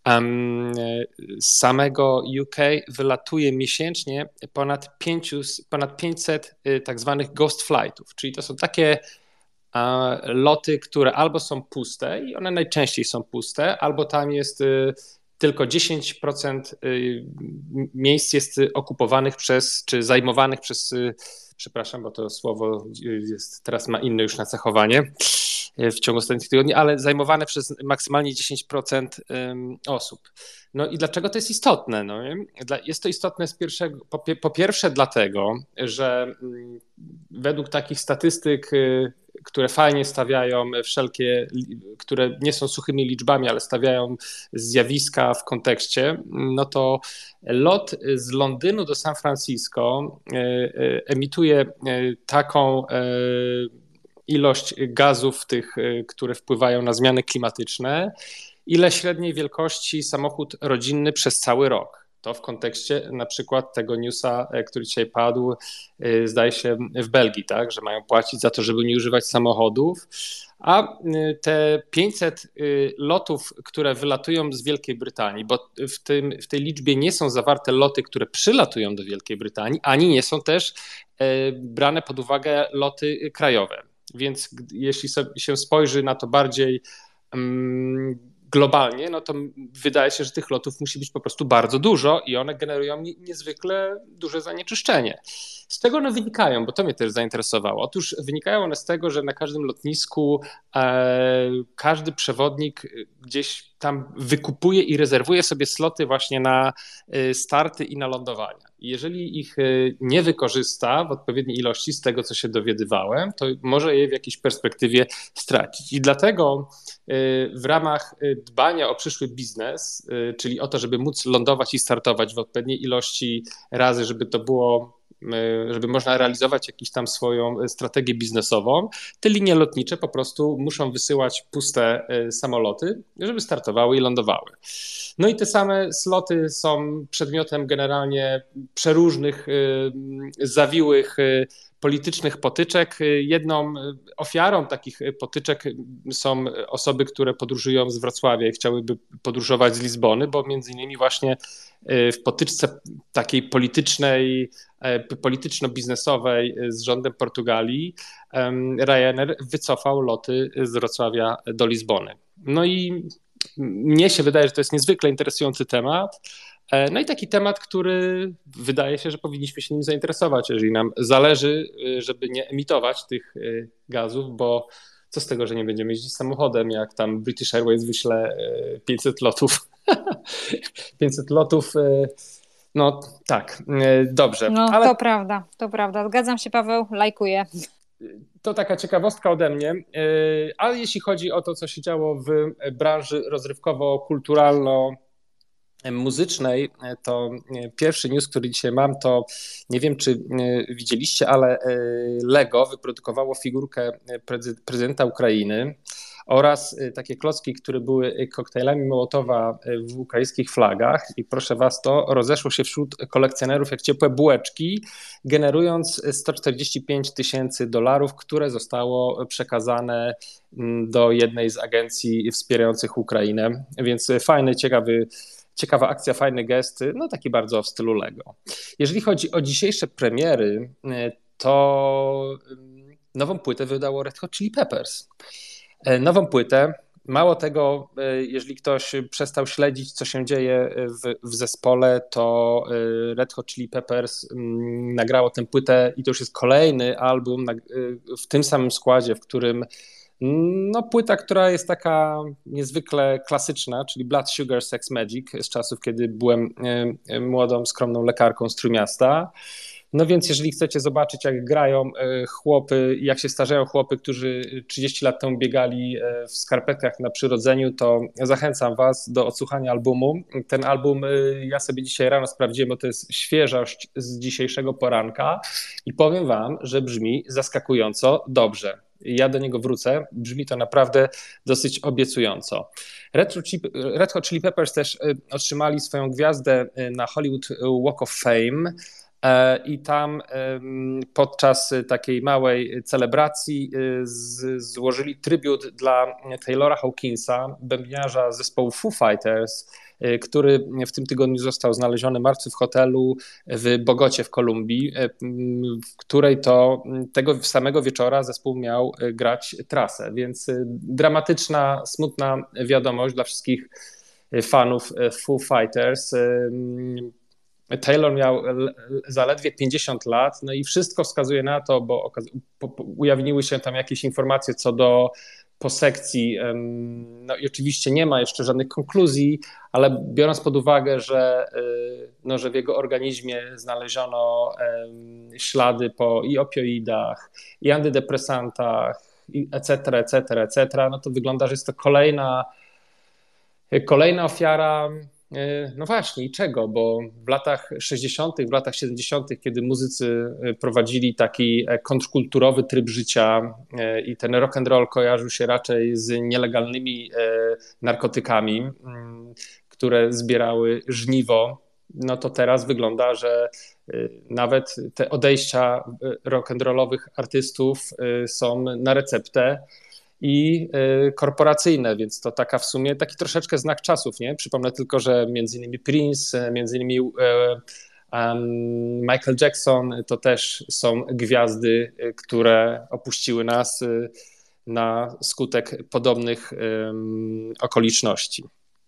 z samego U K wylatuje miesięcznie ponad, pięćset, ponad pięćset tak zwanych ghost flightów, czyli to są takie loty, które albo są puste i one najczęściej są puste, albo tam jest tylko dziesięć procent miejsc jest okupowanych przez, czy zajmowanych przez, przepraszam, bo to słowo jest, teraz ma inne już nacechowanie w ciągu ostatnich tygodni, ale zajmowane przez maksymalnie dziesięć procent osób. No i dlaczego to jest istotne? No, jest to istotne z pierwszego, po, po pierwsze dlatego, że według takich statystyk które fajnie stawiają wszelkie, które nie są suchymi liczbami, ale stawiają zjawiska w kontekście, no to lot z Londynu do San Francisco emituje taką ilość gazów tych, które wpływają na zmiany klimatyczne, ile średniej wielkości samochód rodzinny przez cały rok. To w kontekście na przykład tego newsa, który dzisiaj padł, zdaje się w Belgii, tak, że mają płacić za to, żeby nie używać samochodów, a te pięćset lotów, które wylatują z Wielkiej Brytanii, bo w, tym, w tej liczbie nie są zawarte loty, które przylatują do Wielkiej Brytanii, ani nie są też brane pod uwagę loty krajowe. Więc jeśli sobie się spojrzy na to bardziej um, globalnie, no to wydaje się, że tych lotów musi być po prostu bardzo dużo i one generują niezwykle duże zanieczyszczenie. Z czego one wynikają? Bo to mnie też zainteresowało. Otóż wynikają one z tego, że na każdym lotnisku e, każdy przewodnik gdzieś tam wykupuje i rezerwuje sobie sloty właśnie na starty i na lądowania. Jeżeli ich nie wykorzysta w odpowiedniej ilości, z tego co się dowiadywałem, to może je w jakiejś perspektywie stracić. I dlatego w ramach dbania o przyszły biznes, czyli o to, żeby móc lądować i startować w odpowiedniej ilości razy, żeby to było, żeby można realizować jakąś tam swoją strategię biznesową, te linie lotnicze po prostu muszą wysyłać puste samoloty, żeby startowały i lądowały. No i te same sloty są przedmiotem generalnie przeróżnych, zawiłych politycznych potyczek. Jedną ofiarą takich potyczek są osoby, które podróżują z Wrocławia i chciałyby podróżować z Lizbony, bo między innymi właśnie w potyczce takiej politycznej, polityczno-biznesowej z rządem Portugalii Ryanair wycofał loty z Wrocławia do Lizbony. No i mnie się wydaje, że to jest niezwykle interesujący temat. No i taki temat, który wydaje się, że powinniśmy się nim zainteresować, jeżeli nam zależy, żeby nie emitować tych gazów, bo co z tego, że nie będziemy jeździć samochodem, jak tam British Airways wyśle pięćset lotów. pięćset lotów, no tak, dobrze. No ale... to prawda, to prawda. Zgadzam się, Paweł, lajkuję. To taka ciekawostka ode mnie, ale jeśli chodzi o to, co się działo w branży rozrywkowo-kulturalno-muzycznej, to pierwszy news, który dzisiaj mam, to nie wiem, czy widzieliście, ale Lego wyprodukowało figurkę prezydenta Ukrainy oraz takie klocki, które były koktajlami Mołotowa w ukraińskich flagach i proszę was, to rozeszło się wśród kolekcjonerów jak ciepłe bułeczki, generując sto czterdzieści pięć tysięcy dolarów, które zostało przekazane do jednej z agencji wspierających Ukrainę, więc fajny, ciekawy Ciekawa akcja, fajny gest, no taki bardzo w stylu Lego. Jeżeli chodzi o dzisiejsze premiery, to nową płytę wydało Red Hot Chili Peppers. Nową płytę. Mało tego, jeżeli ktoś przestał śledzić, co się dzieje w, w zespole, to Red Hot Chili Peppers nagrało tę płytę i to już jest kolejny album w tym samym składzie, w którym no płyta, która jest taka niezwykle klasyczna, czyli Blood Sugar Sex Magic z czasów, kiedy byłem młodą, skromną lekarką z Trójmiasta. No więc jeżeli chcecie zobaczyć, jak grają chłopy, jak się starzeją chłopy, którzy trzydzieści lat temu biegali w skarpetkach na przyrodzeniu, to zachęcam was do odsłuchania albumu. Ten album ja sobie dzisiaj rano sprawdziłem, bo to jest świeżość z dzisiejszego poranka i powiem wam, że brzmi zaskakująco dobrze. Ja do niego wrócę, brzmi to naprawdę dosyć obiecująco. Red Hot Chili, Red Hot Chili Peppers też otrzymali swoją gwiazdę na Hollywood Walk of Fame. I tam podczas takiej małej celebracji złożyli trybut dla Taylora Hawkinsa, bębniarza zespołu Foo Fighters, który w tym tygodniu został znaleziony martwy w hotelu w Bogocie w Kolumbii, w której to tego samego wieczora zespół miał grać trasę. Więc dramatyczna, smutna wiadomość dla wszystkich fanów Foo Fighters. Taylor miał zaledwie pięćdziesiąt lat, no i wszystko wskazuje na to, bo ujawniły się tam jakieś informacje co do posekcji, no i oczywiście nie ma jeszcze żadnych konkluzji, ale biorąc pod uwagę, że, no, że w jego organizmie znaleziono ślady po i opioidach, i antydepresantach, et cetera, et cetera, et cetera, no to wygląda, że jest to kolejna, kolejna ofiara. No właśnie, i czego? Bo w latach sześćdziesiątych, w latach siedemdziesiątych, kiedy muzycy prowadzili taki kontrkulturowy tryb życia i ten rock and roll kojarzył się raczej z nielegalnymi narkotykami, które zbierały żniwo, no to teraz wygląda, że nawet te odejścia rock and rollowych artystów są na receptę i korporacyjne, więc to taka w sumie taki troszeczkę znak czasów, nie? Przypomnę tylko, że między innymi Prince, między innymi um, Michael Jackson to też są gwiazdy, które opuściły nas na skutek podobnych um, okoliczności.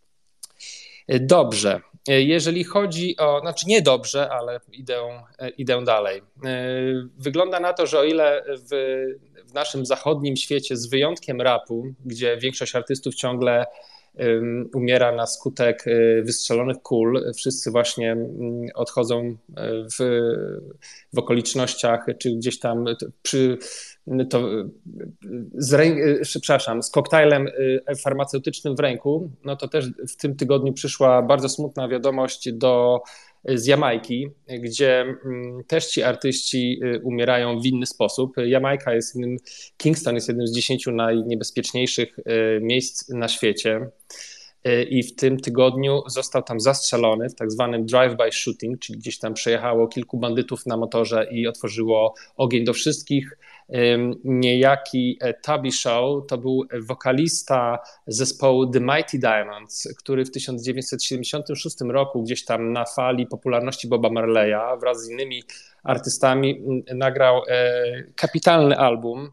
Dobrze, jeżeli chodzi o, znaczy nie dobrze, ale idę, idę dalej. Wygląda na to, że o ile w, w naszym zachodnim świecie, z wyjątkiem rapu, gdzie większość artystów ciągle um, umiera na skutek wystrzelonych kul, wszyscy właśnie odchodzą w, w okolicznościach, czy gdzieś tam przy to z, przepraszam, z koktajlem farmaceutycznym w ręku, no to też w tym tygodniu przyszła bardzo smutna wiadomość do, z Jamajki, gdzie też ci artyści umierają w inny sposób. Jamajka jest jednym, Kingston jest jednym z dziesięciu najniebezpieczniejszych miejsc na świecie. I w tym tygodniu został tam zastrzelony w tak zwanym drive-by shooting, czyli gdzieś tam przejechało kilku bandytów na motorze i otworzyło ogień do wszystkich. Niejaki Tubby Shaw to był wokalista zespołu The Mighty Diamonds, który w tysiąc dziewięćset siedemdziesiątym szóstym roku gdzieś tam na fali popularności Boba Marleya wraz z innymi artystami nagrał kapitalny album.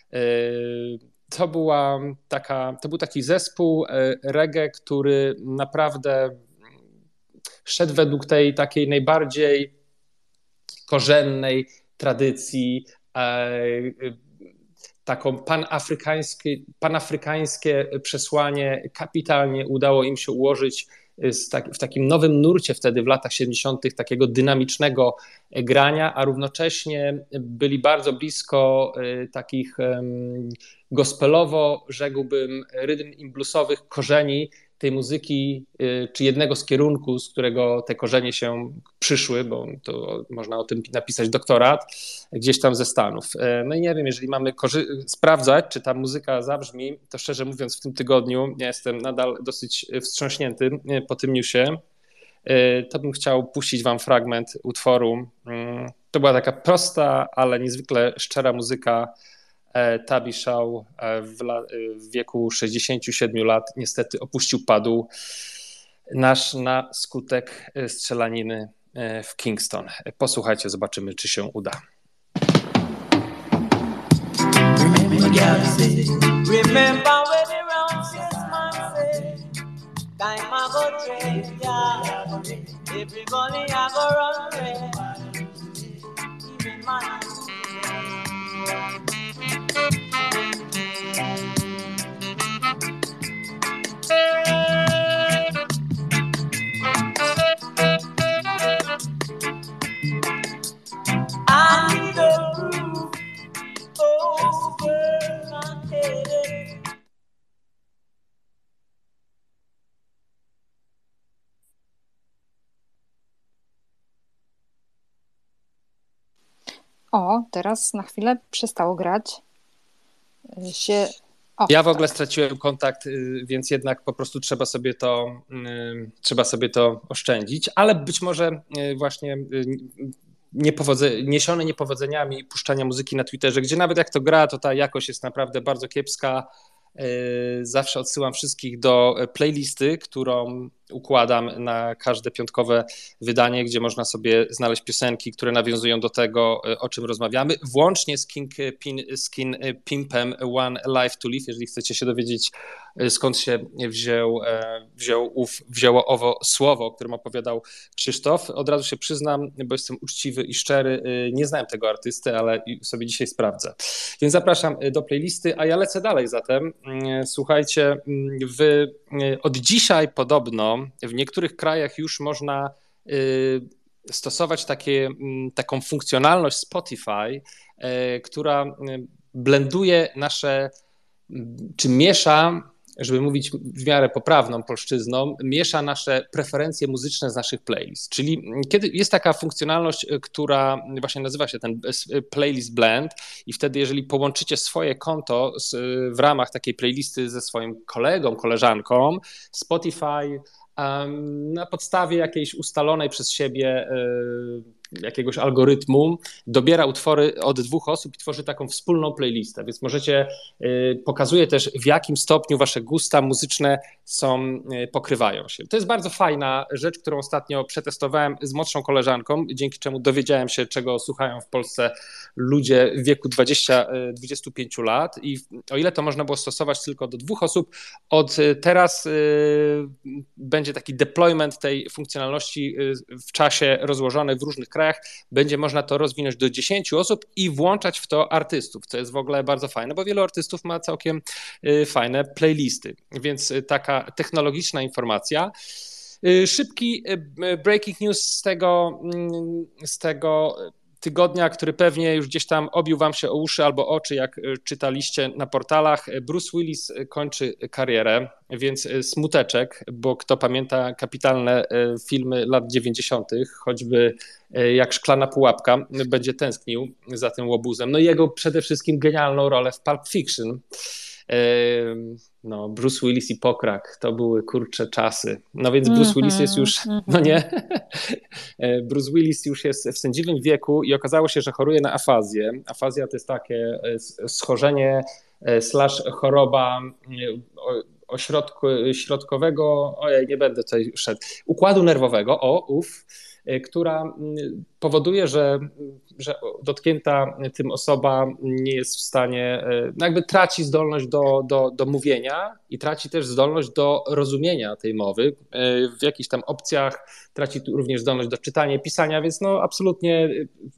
To, była taka, to był taki zespół reggae, który naprawdę szedł według tej takiej najbardziej korzennej tradycji, taką panafrykańskie, panafrykańskie przesłanie kapitalnie udało im się ułożyć w takim nowym nurcie wtedy w latach siedemdziesiątych takiego dynamicznego grania, a równocześnie byli bardzo blisko takich gospelowo, rzekłbym, rytm i bluesowych korzeni tej muzyki, czy jednego z kierunków, z którego te korzenie się przyszły, bo to można o tym napisać doktorat, gdzieś tam ze Stanów. No i nie wiem, jeżeli mamy korzy- sprawdzać, czy ta muzyka zabrzmi, to szczerze mówiąc w tym tygodniu ja jestem nadal dosyć wstrząśnięty po tym newsie. To bym chciał puścić wam fragment utworu. To była taka prosta, ale niezwykle szczera muzyka. Tubby Shaw w, la, w wieku sześćdziesięciu siedmiu lat niestety opuścił padł nasz na skutek strzelaniny w Kingston. Posłuchajcie, zobaczymy, czy się uda. O, teraz na chwilę przestało grać. Się... O, ja w ogóle tak. straciłem kontakt, więc jednak po prostu trzeba sobie to, trzeba sobie to oszczędzić, ale być może właśnie niepowodze, niesione niepowodzeniami puszczania muzyki na Twitterze, gdzie nawet jak to gra, to ta jakość jest naprawdę bardzo kiepska. Zawsze odsyłam wszystkich do playlisty, którą układam na każde piątkowe wydanie, gdzie można sobie znaleźć piosenki, które nawiązują do tego, o czym rozmawiamy, włącznie z King, Pin, z King Pimpem One Life to Live, jeżeli chcecie się dowiedzieć, skąd się wziął, wziął ów, wzięło owo słowo, o którym opowiadał Krzysztof. Od razu się przyznam, bo jestem uczciwy i szczery, nie znałem tego artysty, ale sobie dzisiaj sprawdzę. Więc zapraszam do playlisty, a ja lecę dalej zatem. Słuchajcie, w, od dzisiaj podobno w niektórych krajach już można stosować takie, taką funkcjonalność Spotify, która blenduje nasze, czy miesza, żeby mówić w miarę poprawną polszczyzną, miesza nasze preferencje muzyczne z naszych playlist. Czyli kiedy jest taka funkcjonalność, która właśnie nazywa się ten playlist blend i wtedy jeżeli połączycie swoje konto z, w ramach takiej playlisty ze swoim kolegą, koleżanką, Spotify um, na podstawie jakiejś ustalonej przez siebie y, jakiegoś algorytmu dobiera utwory od dwóch osób i tworzy taką wspólną playlistę, więc możecie, pokazuje też w jakim stopniu wasze gusta muzyczne są, pokrywają się. To jest bardzo fajna rzecz, którą ostatnio przetestowałem z młodszą koleżanką, dzięki czemu dowiedziałem się, czego słuchają w Polsce ludzie w wieku dwudziestu do dwudziestu pięciu lat i o ile to można było stosować tylko do dwóch osób, od teraz będzie taki deployment tej funkcjonalności w czasie rozłożony w różnych krajach, będzie można to rozwinąć do dziesięciu osób i włączać w to artystów, co jest w ogóle bardzo fajne, bo wielu artystów ma całkiem fajne playlisty, więc taka technologiczna informacja. Szybki breaking news z tego, z tego tygodnia, który pewnie już gdzieś tam obił wam się o uszy albo oczy, jak czytaliście na portalach. Bruce Willis kończy karierę, więc smuteczek, bo kto pamięta kapitalne filmy lat dziewięćdziesiątych, choćby jak Szklana pułapka, będzie tęsknił za tym łobuzem. No i jego przede wszystkim genialną rolę w Pulp Fiction. No, Bruce Willis i Pokrak, to były kurcze czasy. No więc Bruce Willis jest już, no nie, Bruce Willis już jest w sędziwym wieku i okazało się, że choruje na afazję. Afazja to jest takie schorzenie slash choroba ośrodku, środkowego, ojej, nie będę tutaj szedł, układu nerwowego, o, uf, która powoduje, że, że dotknięta tym osoba nie jest w stanie, no jakby traci zdolność do, do, do mówienia i traci też zdolność do rozumienia tej mowy. W jakichś tam opcjach traci również zdolność do czytania i pisania, więc no absolutnie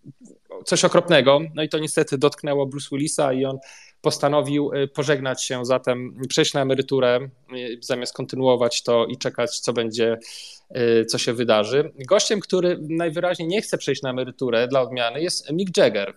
coś okropnego. No i to niestety dotknęło Bruce Willisa i on postanowił pożegnać się, zatem przejść na emeryturę, zamiast kontynuować to i czekać, co będzie, co się wydarzy. Gościem, który najwyraźniej nie chce przejść na emeryturę dla odmiany, jest Mick Jagger.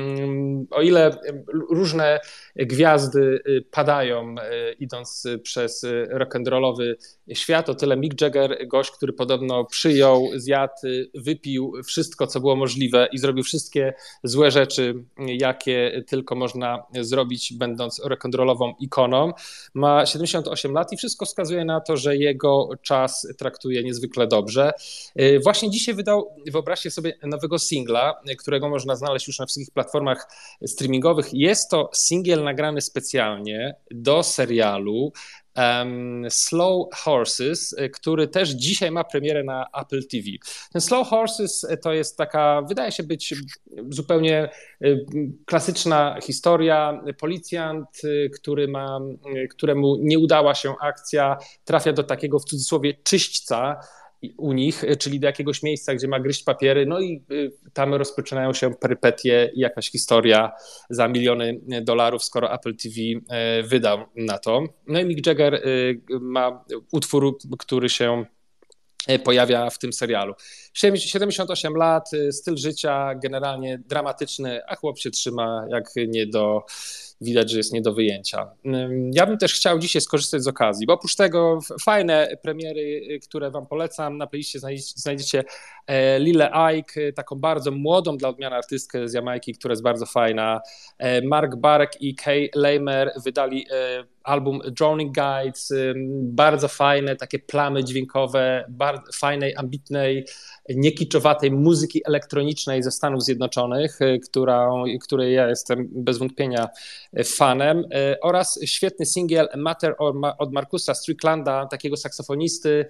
O ile różne gwiazdy padają idąc przez rock'n'rollowy świat, o tyle Mick Jagger, gość, który podobno przyjął, zjadł, wypił wszystko, co było możliwe i zrobił wszystkie złe rzeczy, jakie tylko można zrobić, będąc rock'n'rollową ikoną. Ma siedemdziesiąt osiem lat i wszystko wskazuje na to, że jego czas traktuje niezwykle dobrze. Właśnie dzisiaj wydał, wyobraźcie sobie, nowego singla, którego można znaleźć już na wszystkich platformach streamingowych. Jest to singiel nagrany specjalnie do serialu um, Slow Horses, który też dzisiaj ma premierę na Apple T V. Ten Slow Horses to jest taka, wydaje się być zupełnie klasyczna historia. Policjant, który ma, któremu nie udała się akcja, trafia do takiego w cudzysłowie czyśćca u nich, czyli do jakiegoś miejsca, gdzie ma gryźć papiery, no i tam rozpoczynają się perypetie i jakaś historia za miliony dolarów, skoro Apple T V wydał na to. No i Mick Jagger ma utwór, który się pojawia w tym serialu. siedemdziesiąt osiem lat, styl życia generalnie dramatyczny, a chłop się trzyma jak nie do... Widać, że jest nie do wyjęcia. Ja bym też chciał dzisiaj skorzystać z okazji, bo oprócz tego fajne premiery, które wam polecam, na playliście znajdziecie Lilę Ike, taką bardzo młodą dla odmiany artystkę z Jamajki, która jest bardzo fajna. Mark Barek i Kay Laimer wydali album Drowning Guides, bardzo fajne, takie plamy dźwiękowe, bardzo fajnej, ambitnej, niekiczowatej muzyki elektronicznej ze Stanów Zjednoczonych, która, której ja jestem bez wątpienia fanem, oraz świetny singiel Matter od Marcusa Stricklanda, takiego saksofonisty,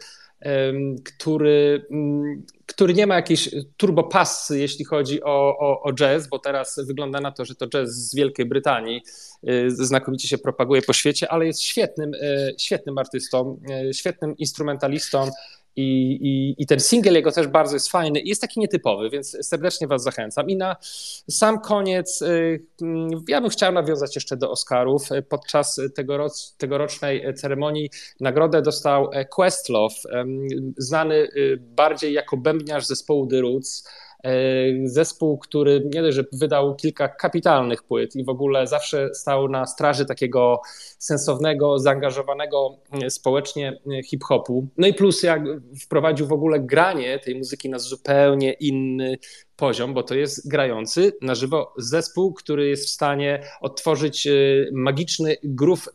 który, który nie ma jakiejś turbopassy, jeśli chodzi o, o, o jazz, bo teraz wygląda na to, że to jazz z Wielkiej Brytanii znakomicie się propaguje po świecie, ale jest świetnym, świetnym artystą, świetnym instrumentalistą. I, i, I ten singiel jego też bardzo jest fajny i jest taki nietypowy, więc serdecznie was zachęcam. I na sam koniec ja bym chciał nawiązać jeszcze do Oscarów. Podczas tegoroc, tegorocznej ceremonii nagrodę dostał Questlove, znany bardziej jako bębniarz zespołu The Roots. Zespół, który nie dość, że wydał kilka kapitalnych płyt i w ogóle zawsze stał na straży takiego sensownego, zaangażowanego społecznie hip-hopu. No i plus jak wprowadził w ogóle granie tej muzyki na zupełnie inny poziom, bo to jest grający na żywo zespół, który jest w stanie odtworzyć magiczny groove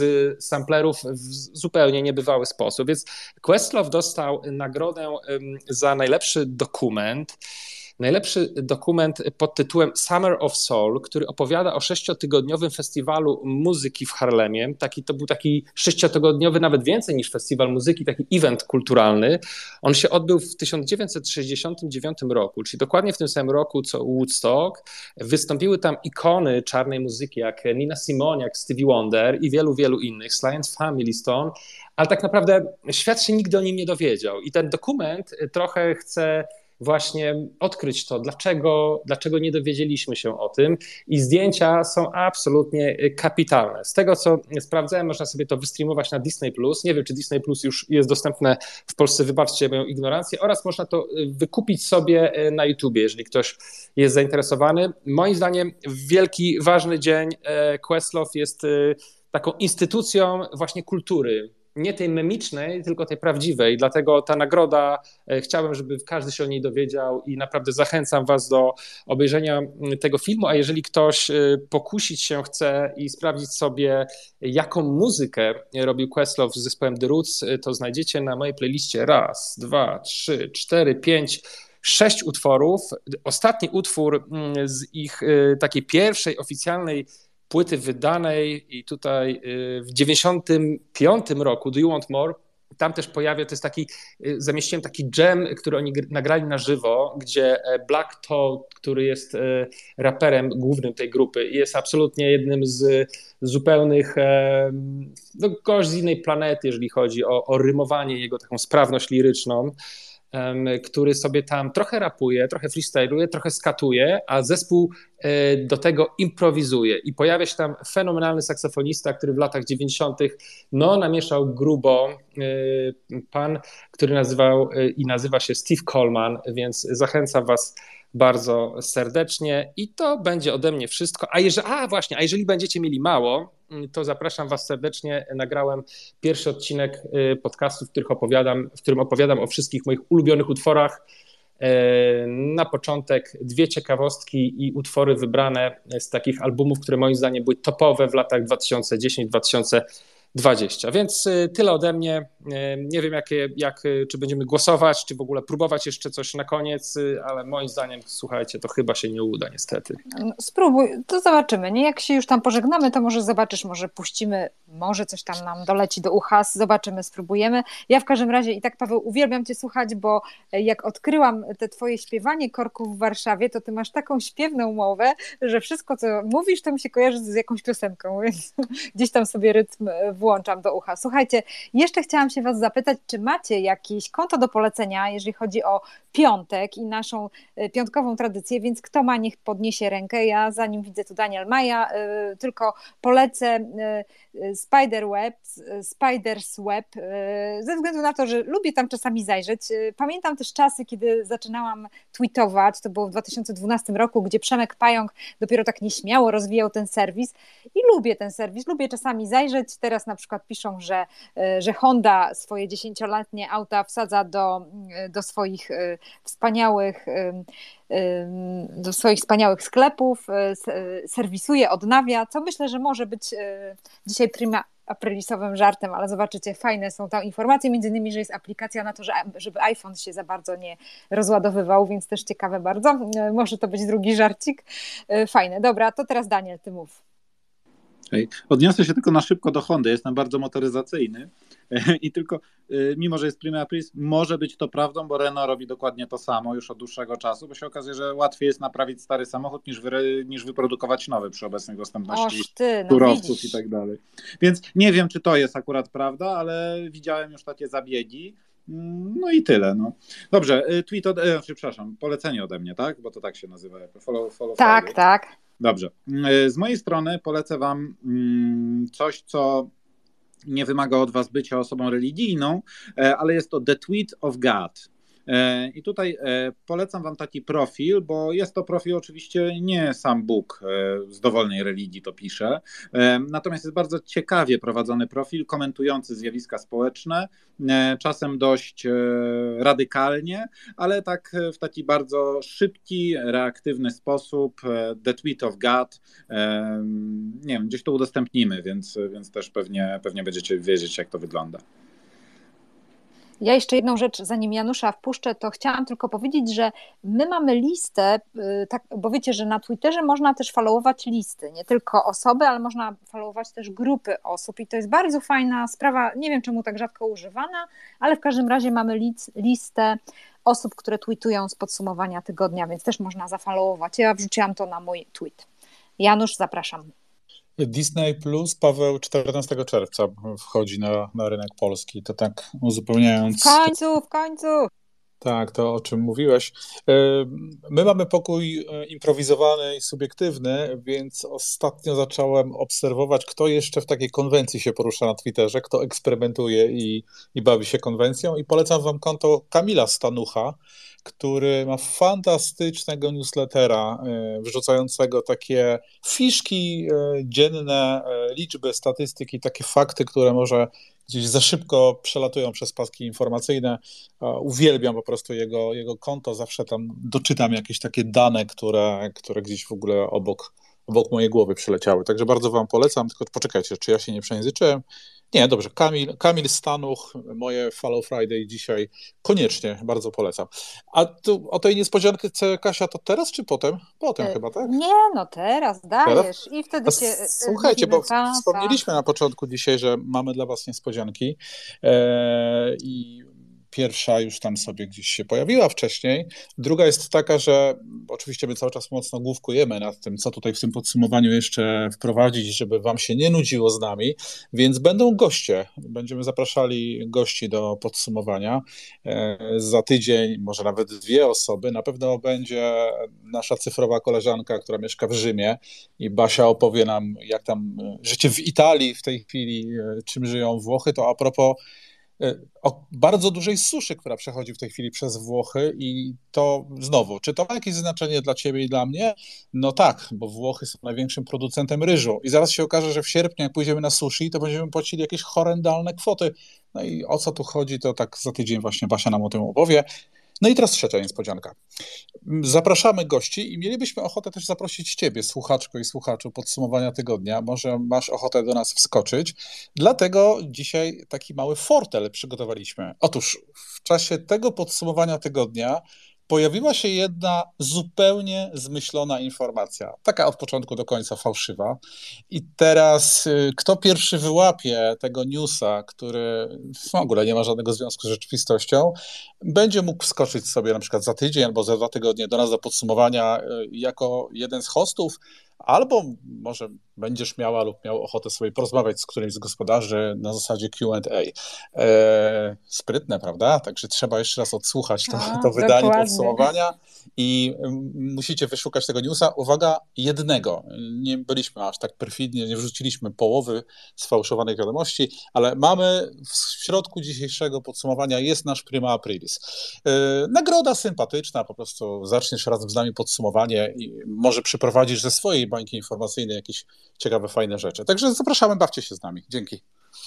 z samplerów w zupełnie niebywały sposób. Więc Questlove dostał nagrodę za najlepszy dokument. Najlepszy dokument pod tytułem Summer of Soul, który opowiada o sześciotygodniowym festiwalu muzyki w Harlemie. Taki, to był taki sześciotygodniowy, nawet więcej niż festiwal muzyki, taki event kulturalny. On się odbył w tysiąc dziewięćset sześćdziesiątym dziewiątym roku, czyli dokładnie w tym samym roku co Woodstock. Wystąpiły tam ikony czarnej muzyki jak Nina Simone, jak Stevie Wonder i wielu, wielu innych, Sly and Family Stone, ale tak naprawdę świat się nigdy o nim nie dowiedział. I ten dokument trochę chce właśnie odkryć to, dlaczego, dlaczego nie dowiedzieliśmy się o tym i zdjęcia są absolutnie kapitalne. Z tego, co sprawdzałem, można sobie to wystreamować na Disney plus. Nie wiem, czy Disney plus już jest dostępne w Polsce, wybaczcie moją ignorancję, oraz można to wykupić sobie na YouTubie, jeżeli ktoś jest zainteresowany. Moim zdaniem wielki, ważny dzień. Questlove jest taką instytucją właśnie kultury. Nie tej memicznej, tylko tej prawdziwej. Dlatego ta nagroda, chciałem, żeby każdy się o niej dowiedział i naprawdę zachęcam was do obejrzenia tego filmu, a jeżeli ktoś pokusić się chce i sprawdzić sobie, jaką muzykę robił Questlove z zespołem The Roots, to znajdziecie na mojej playliście raz, dwa, trzy, cztery, pięć, sześć utworów. Ostatni utwór z ich takiej pierwszej oficjalnej płyty wydanej i tutaj w dziewięćdziesiątym piątym roku Do You Want More, tam też pojawia, to jest taki, zamieściłem taki jam, który oni nagrali na żywo, gdzie Black Toad, który jest raperem głównym tej grupy, jest absolutnie jednym z zupełnych, no, gość z innej planety, jeżeli chodzi o, o rymowanie, jego taką sprawność liryczną, który sobie tam trochę rapuje, trochę freestyluje, trochę skatuje, a zespół do tego improwizuje. I pojawia się tam fenomenalny saksofonista, który w latach dziewięćdziesiątych no, namieszał grubo. Pan, który nazywał i nazywa się Steve Coleman, więc zachęcam was bardzo serdecznie i to będzie ode mnie wszystko. A, jeżeli, a właśnie, a jeżeli będziecie mieli mało, to zapraszam was serdecznie. Nagrałem pierwszy odcinek podcastu, w, których opowiadam, w którym opowiadam o wszystkich moich ulubionych utworach. Na początek dwie ciekawostki i utwory wybrane z takich albumów, które moim zdaniem były topowe w latach dwa tysiące dziesiątym do dwa tysiące dwudziestego. Więc tyle ode mnie. Nie wiem, jak, jak, czy będziemy głosować, czy w ogóle próbować jeszcze coś na koniec, ale moim zdaniem, słuchajcie, to chyba się nie uda niestety. Spróbuj, to zobaczymy. Nie? Jak się już tam pożegnamy, to może zobaczysz, może puścimy, może coś tam nam doleci do ucha, zobaczymy, spróbujemy. Ja w każdym razie i tak, Paweł, uwielbiam cię słuchać, bo jak odkryłam te twoje śpiewanie korków w Warszawie, to ty masz taką śpiewną mowę, że wszystko, co mówisz, to mi się kojarzy z jakąś piosenką, więc gdzieś tam sobie rytm włączam do ucha. Słuchajcie, jeszcze chciałam się was zapytać, czy macie jakieś konto do polecenia, jeżeli chodzi o piątek i naszą piątkową tradycję, więc kto ma, niech podniesie rękę. Ja zanim widzę tu Daniel Maja, tylko polecę Spiderweb, Spider's Web, ze względu na to, że lubię tam czasami zajrzeć. Pamiętam też czasy, kiedy zaczynałam tweetować, to było w dwa tysiące dwunastym roku, gdzie Przemek Pająk dopiero tak nieśmiało rozwijał ten serwis i lubię ten serwis, lubię czasami zajrzeć. Teraz na przykład piszą, że, że Honda swoje dziesięcioletnie auta wsadza do, do swoich wspaniałych do swoich wspaniałych sklepów, serwisuje, odnawia, co myślę, że może być dzisiaj prima aprilisowym żartem, ale zobaczycie, fajne są tam informacje, między innymi, że jest aplikacja na to, że, żeby iPhone się za bardzo nie rozładowywał, więc też ciekawe bardzo. Może to być drugi żarcik. Fajne. Dobra, to teraz Daniel, ty mów. Odniosę się tylko na szybko do Hondy, jestem bardzo motoryzacyjny i tylko, mimo że jest prima aprilis, może być to prawdą, bo Renault robi dokładnie to samo już od dłuższego czasu, bo się okazuje, że łatwiej jest naprawić stary samochód niż, wy, niż wyprodukować nowy przy obecnej dostępności ty, no surowców widzisz. i tak dalej. Więc nie wiem, czy to jest akurat prawda, ale widziałem już takie zabiegi. No i tyle. No. Dobrze, tweet, od, e, przepraszam, polecenie ode mnie, tak? Bo to tak się nazywa. Follow, follow tak, Friday. tak. Dobrze. Z mojej strony polecę wam coś, co nie wymaga od was bycia osobą religijną, ale jest to The Tweet of God. I tutaj polecam wam taki profil, bo jest to profil oczywiście nie sam Bóg z dowolnej religii to pisze, natomiast jest bardzo ciekawie prowadzony profil komentujący zjawiska społeczne, czasem dość radykalnie, ale tak w taki bardzo szybki, reaktywny sposób. The Tweet of God, nie wiem, gdzieś to udostępnimy, więc, więc też pewnie, pewnie będziecie wiedzieć, jak to wygląda. Ja jeszcze jedną rzecz, zanim Janusza wpuszczę, to chciałam tylko powiedzieć, że my mamy listę, tak, bo wiecie, że na Twitterze można też followować listy, nie tylko osoby, ale można followować też grupy osób i to jest bardzo fajna sprawa, nie wiem czemu tak rzadko używana, ale w każdym razie mamy list, listę osób, które tweetują z podsumowania tygodnia, więc też można zafollowować. Ja wrzuciłam to na mój tweet. Janusz, zapraszam. Disney Plus, Paweł, czternastego czerwca wchodzi na, na rynek polski. To tak uzupełniając. W końcu, w końcu. Tak, to o czym mówiłeś. My mamy pokój improwizowany i subiektywny, więc ostatnio zacząłem obserwować, kto jeszcze w takiej konwencji się porusza na Twitterze, kto eksperymentuje i, i bawi się konwencją. I polecam wam konto Kamila Stanucha, który ma fantastycznego newslettera wrzucającego takie fiszki dzienne, liczby, statystyki, takie fakty, które może gdzieś za szybko przelatują przez paski informacyjne. Uwielbiam po prostu jego, jego konto, zawsze tam doczytam jakieś takie dane, które, które gdzieś w ogóle obok, obok mojej głowy przyleciały. Także bardzo wam polecam, tylko poczekajcie, czy ja się nie przejęzyczyłem. Nie, dobrze, Kamil, Kamil Stanuch, moje Follow Friday dzisiaj koniecznie, bardzo polecam. A tu o tej niespodziance, Kasia, to teraz czy potem? Potem e, chyba, tak? Nie, no teraz dajesz teraz? I wtedy cię Słuchajcie, bo pa, wspomnieliśmy pa. na początku dzisiaj, że mamy dla was niespodzianki e, i pierwsza już tam sobie gdzieś się pojawiła wcześniej. Druga jest taka, że oczywiście my cały czas mocno główkujemy nad tym, co tutaj w tym podsumowaniu jeszcze wprowadzić, żeby wam się nie nudziło z nami, więc będą goście. Będziemy zapraszali gości do podsumowania. Za tydzień, może nawet dwie osoby. Na pewno będzie nasza cyfrowa koleżanka, która mieszka w Rzymie i Basia opowie nam, jak tam życie w Italii w tej chwili, czym żyją Włochy. To a propos o bardzo dużej suszy, która przechodzi w tej chwili przez Włochy i to znowu, czy to ma jakieś znaczenie dla ciebie i dla mnie? No tak, bo Włochy są największym producentem ryżu i zaraz się okaże, że w sierpniu jak pójdziemy na sushi, to będziemy płacili jakieś horrendalne kwoty. No i o co tu chodzi, to tak za tydzień właśnie Basia nam o tym opowie. No i teraz trzecia niespodzianka. Zapraszamy gości i mielibyśmy ochotę też zaprosić ciebie, słuchaczko i słuchaczu podsumowania tygodnia. Może masz ochotę do nas wskoczyć. Dlatego dzisiaj taki mały fortel przygotowaliśmy. Otóż w czasie tego podsumowania tygodnia pojawiła się jedna zupełnie zmyślona informacja. Taka od początku do końca fałszywa. I teraz kto pierwszy wyłapie tego newsa, który w ogóle nie ma żadnego związku z rzeczywistością, będzie mógł wskoczyć sobie na przykład za tydzień albo za dwa tygodnie do nas do podsumowania jako jeden z hostów, albo może będziesz miała lub miał ochotę sobie porozmawiać z którymś z gospodarzy na zasadzie Q and A. E, sprytne, prawda? Także trzeba jeszcze raz odsłuchać to, A, to wydanie dokładnie. Podsumowania i musicie wyszukać tego newsa. Uwaga, jednego. Nie byliśmy aż tak perfidnie, nie wrzuciliśmy połowy sfałszowanych wiadomości, ale mamy w środku dzisiejszego podsumowania jest nasz prima aprilis. E, nagroda sympatyczna, po prostu zaczniesz razem z nami podsumowanie i może przyprowadzisz ze swojej bańki informacyjnej jakieś ciekawe, fajne rzeczy. Także zapraszamy, bawcie się z nami. Dzięki.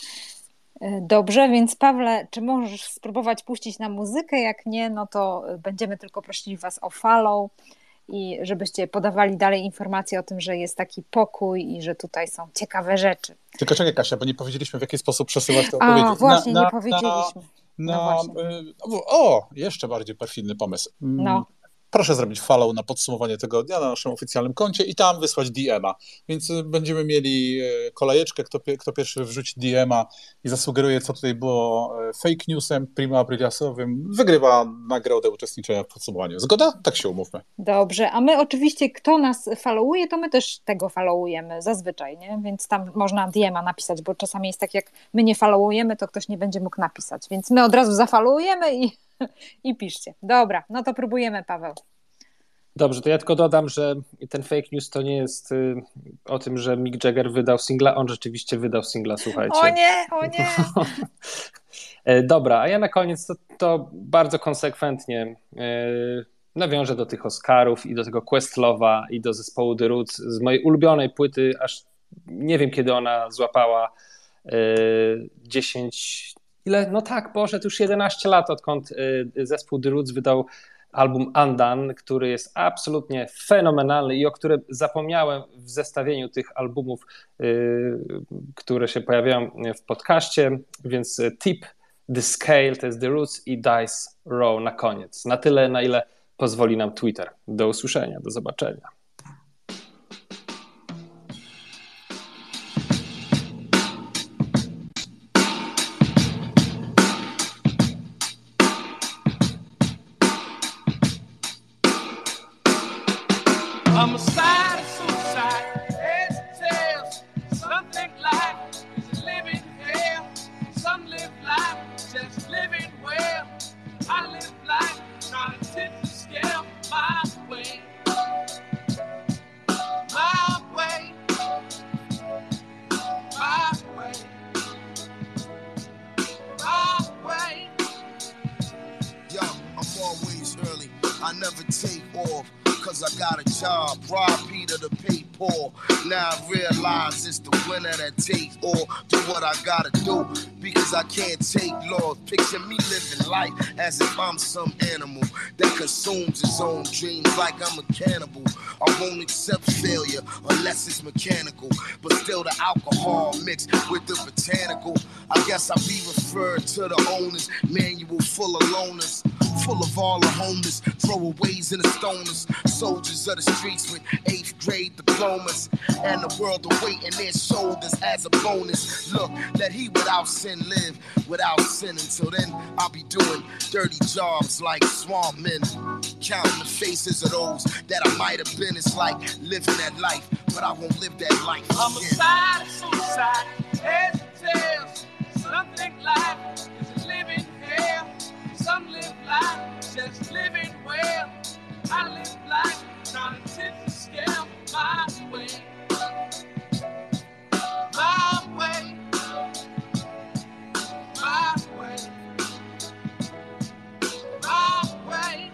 Dobrze, więc Pawle, czy możesz spróbować puścić na muzykę? Jak nie, no to będziemy tylko prosili was o follow i żebyście podawali dalej informacje o tym, że jest taki pokój i że tutaj są ciekawe rzeczy. Tylko czekaj, Kasia, bo nie powiedzieliśmy, w jaki sposób przesyłać te odpowiedzi. A, właśnie, na, nie na, powiedzieliśmy. Na, na, no o, jeszcze bardziej perfidny pomysł. No. Proszę zrobić follow na podsumowanie tygodnia na naszym oficjalnym koncie i tam wysłać D M a. Więc będziemy mieli kolejeczkę, kto, kto pierwszy wrzuci D M a i zasugeruje, co tutaj było fake newsem, prima apriliasowym, wygrywa nagrodę uczestniczenia w podsumowaniu. Zgoda? Tak się umówmy. Dobrze, a my oczywiście, kto nas followuje, to my też tego followujemy zazwyczaj, nie? Więc tam można D M a napisać, bo czasami jest tak, jak my nie followujemy, to ktoś nie będzie mógł napisać. Więc my od razu zafollowujemy i i piszcie. Dobra, no to próbujemy, Paweł. Dobrze, to ja tylko dodam, że ten fake news to nie jest y, o tym, że Mick Jagger wydał singla. On rzeczywiście wydał singla, słuchajcie. O nie, o nie! Dobra, a ja na koniec to, to bardzo konsekwentnie y, nawiążę do tych Oscarów i do tego Questlove'a i do zespołu The Roots z mojej ulubionej płyty, aż nie wiem kiedy ona złapała y, dziesięć, ile? No tak, Boże, to już jedenaście lat, odkąd y, zespół The Roots wydał album Undone, który jest absolutnie fenomenalny i o którym zapomniałem w zestawieniu tych albumów, y, które się pojawiają w podcaście, więc Tip the Scale to jest The Roots i Dice Row na koniec. Na tyle, na ile pozwoli nam Twitter. Do usłyszenia, do zobaczenia. I'm a side of suicide, heads and tails. Some think life is a living hell. Some live life just living well. I live life trying to tip the scale my way. My way. My way. My way. Yo, I'm always early. I never take off. Cause I got a job, rob Peter to pay Paul. Now I realize it's the winner that takes all. Do what I gotta do, because I can't take loss. Picture me living life as if I'm some animal that consumes his own dreams like I'm a cannibal. I won't accept failure unless it's mechanical, but still the alcohol mixed with the botanical. I guess I'll be referred to the owner's manual full of loners, full of all the homeless, throwaways and the stoners, soldiers of the streets with eighth grade diplomas, and the world awaiting their shoulders as a bonus. Look, let he without sin live without sin. Until then, I'll be doing dirty jobs like swamp men, counting the faces of those that I might have been. It's like living that life, but I won't live that life again. I'm a side of suicide, heads and tails. Some think life is a living hell. Some live life just living well. I live life trying to tip the scale my way. My way. My way. My way.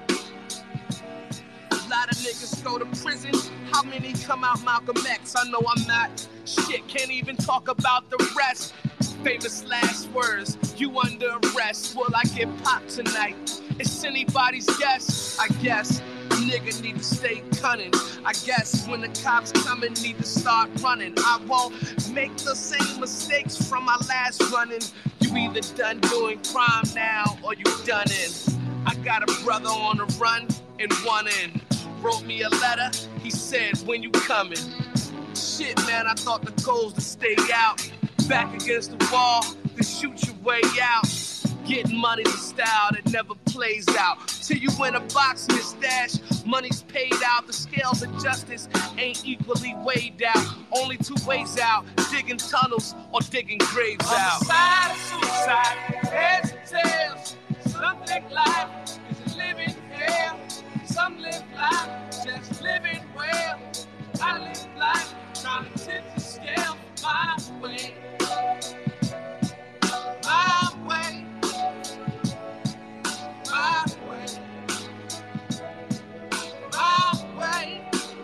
A lot of niggas go to prison. How many come out Malcolm X? I know I'm not shit, can't even talk about the rest. Famous last words, you under arrest. Will I get popped tonight? It's anybody's guess, I guess. A nigga need to stay cunning. I guess when the cops coming, need to start running. I won't make the same mistakes from my last running. You either done doing crime now or you done in. I got a brother on the run in one end. Wrote me a letter, he said, when you coming? Shit, man, I thought the goal's to stay out. Back against the wall, to shoot your way out. Getting money's a style that never plays out. Till you win a box in your stash, money's paid out. The scales of justice ain't equally weighed out. Only two ways out, digging tunnels or digging graves out. On the side of suicide, heads and tails. Some think life is a living hell. Some live life just living well. I live life trying to tip the scale my way. My way. My way. My way.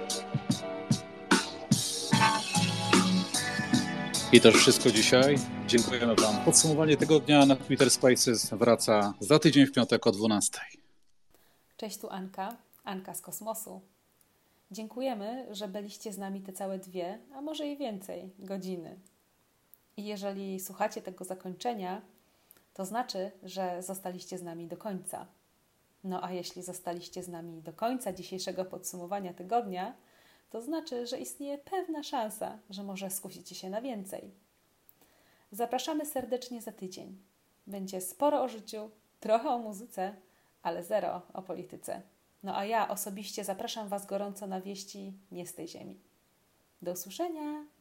I to już wszystko dzisiaj. Dziękujemy Wam. Podsumowanie tego dnia na Twitter Spaces wraca za tydzień w piątek o dwunastej. Cześć, tu Anka, Anka z kosmosu. Dziękujemy, że byliście z nami te całe dwie, a może i więcej, godziny. I jeżeli słuchacie tego zakończenia, to znaczy, że zostaliście z nami do końca. No a jeśli zostaliście z nami do końca dzisiejszego podsumowania tygodnia, to znaczy, że istnieje pewna szansa, że może skusicie się na więcej. Zapraszamy serdecznie za tydzień. Będzie sporo o życiu, trochę o muzyce, ale zero o polityce. No a ja osobiście zapraszam Was gorąco na wieści nie z tej ziemi. Do usłyszenia!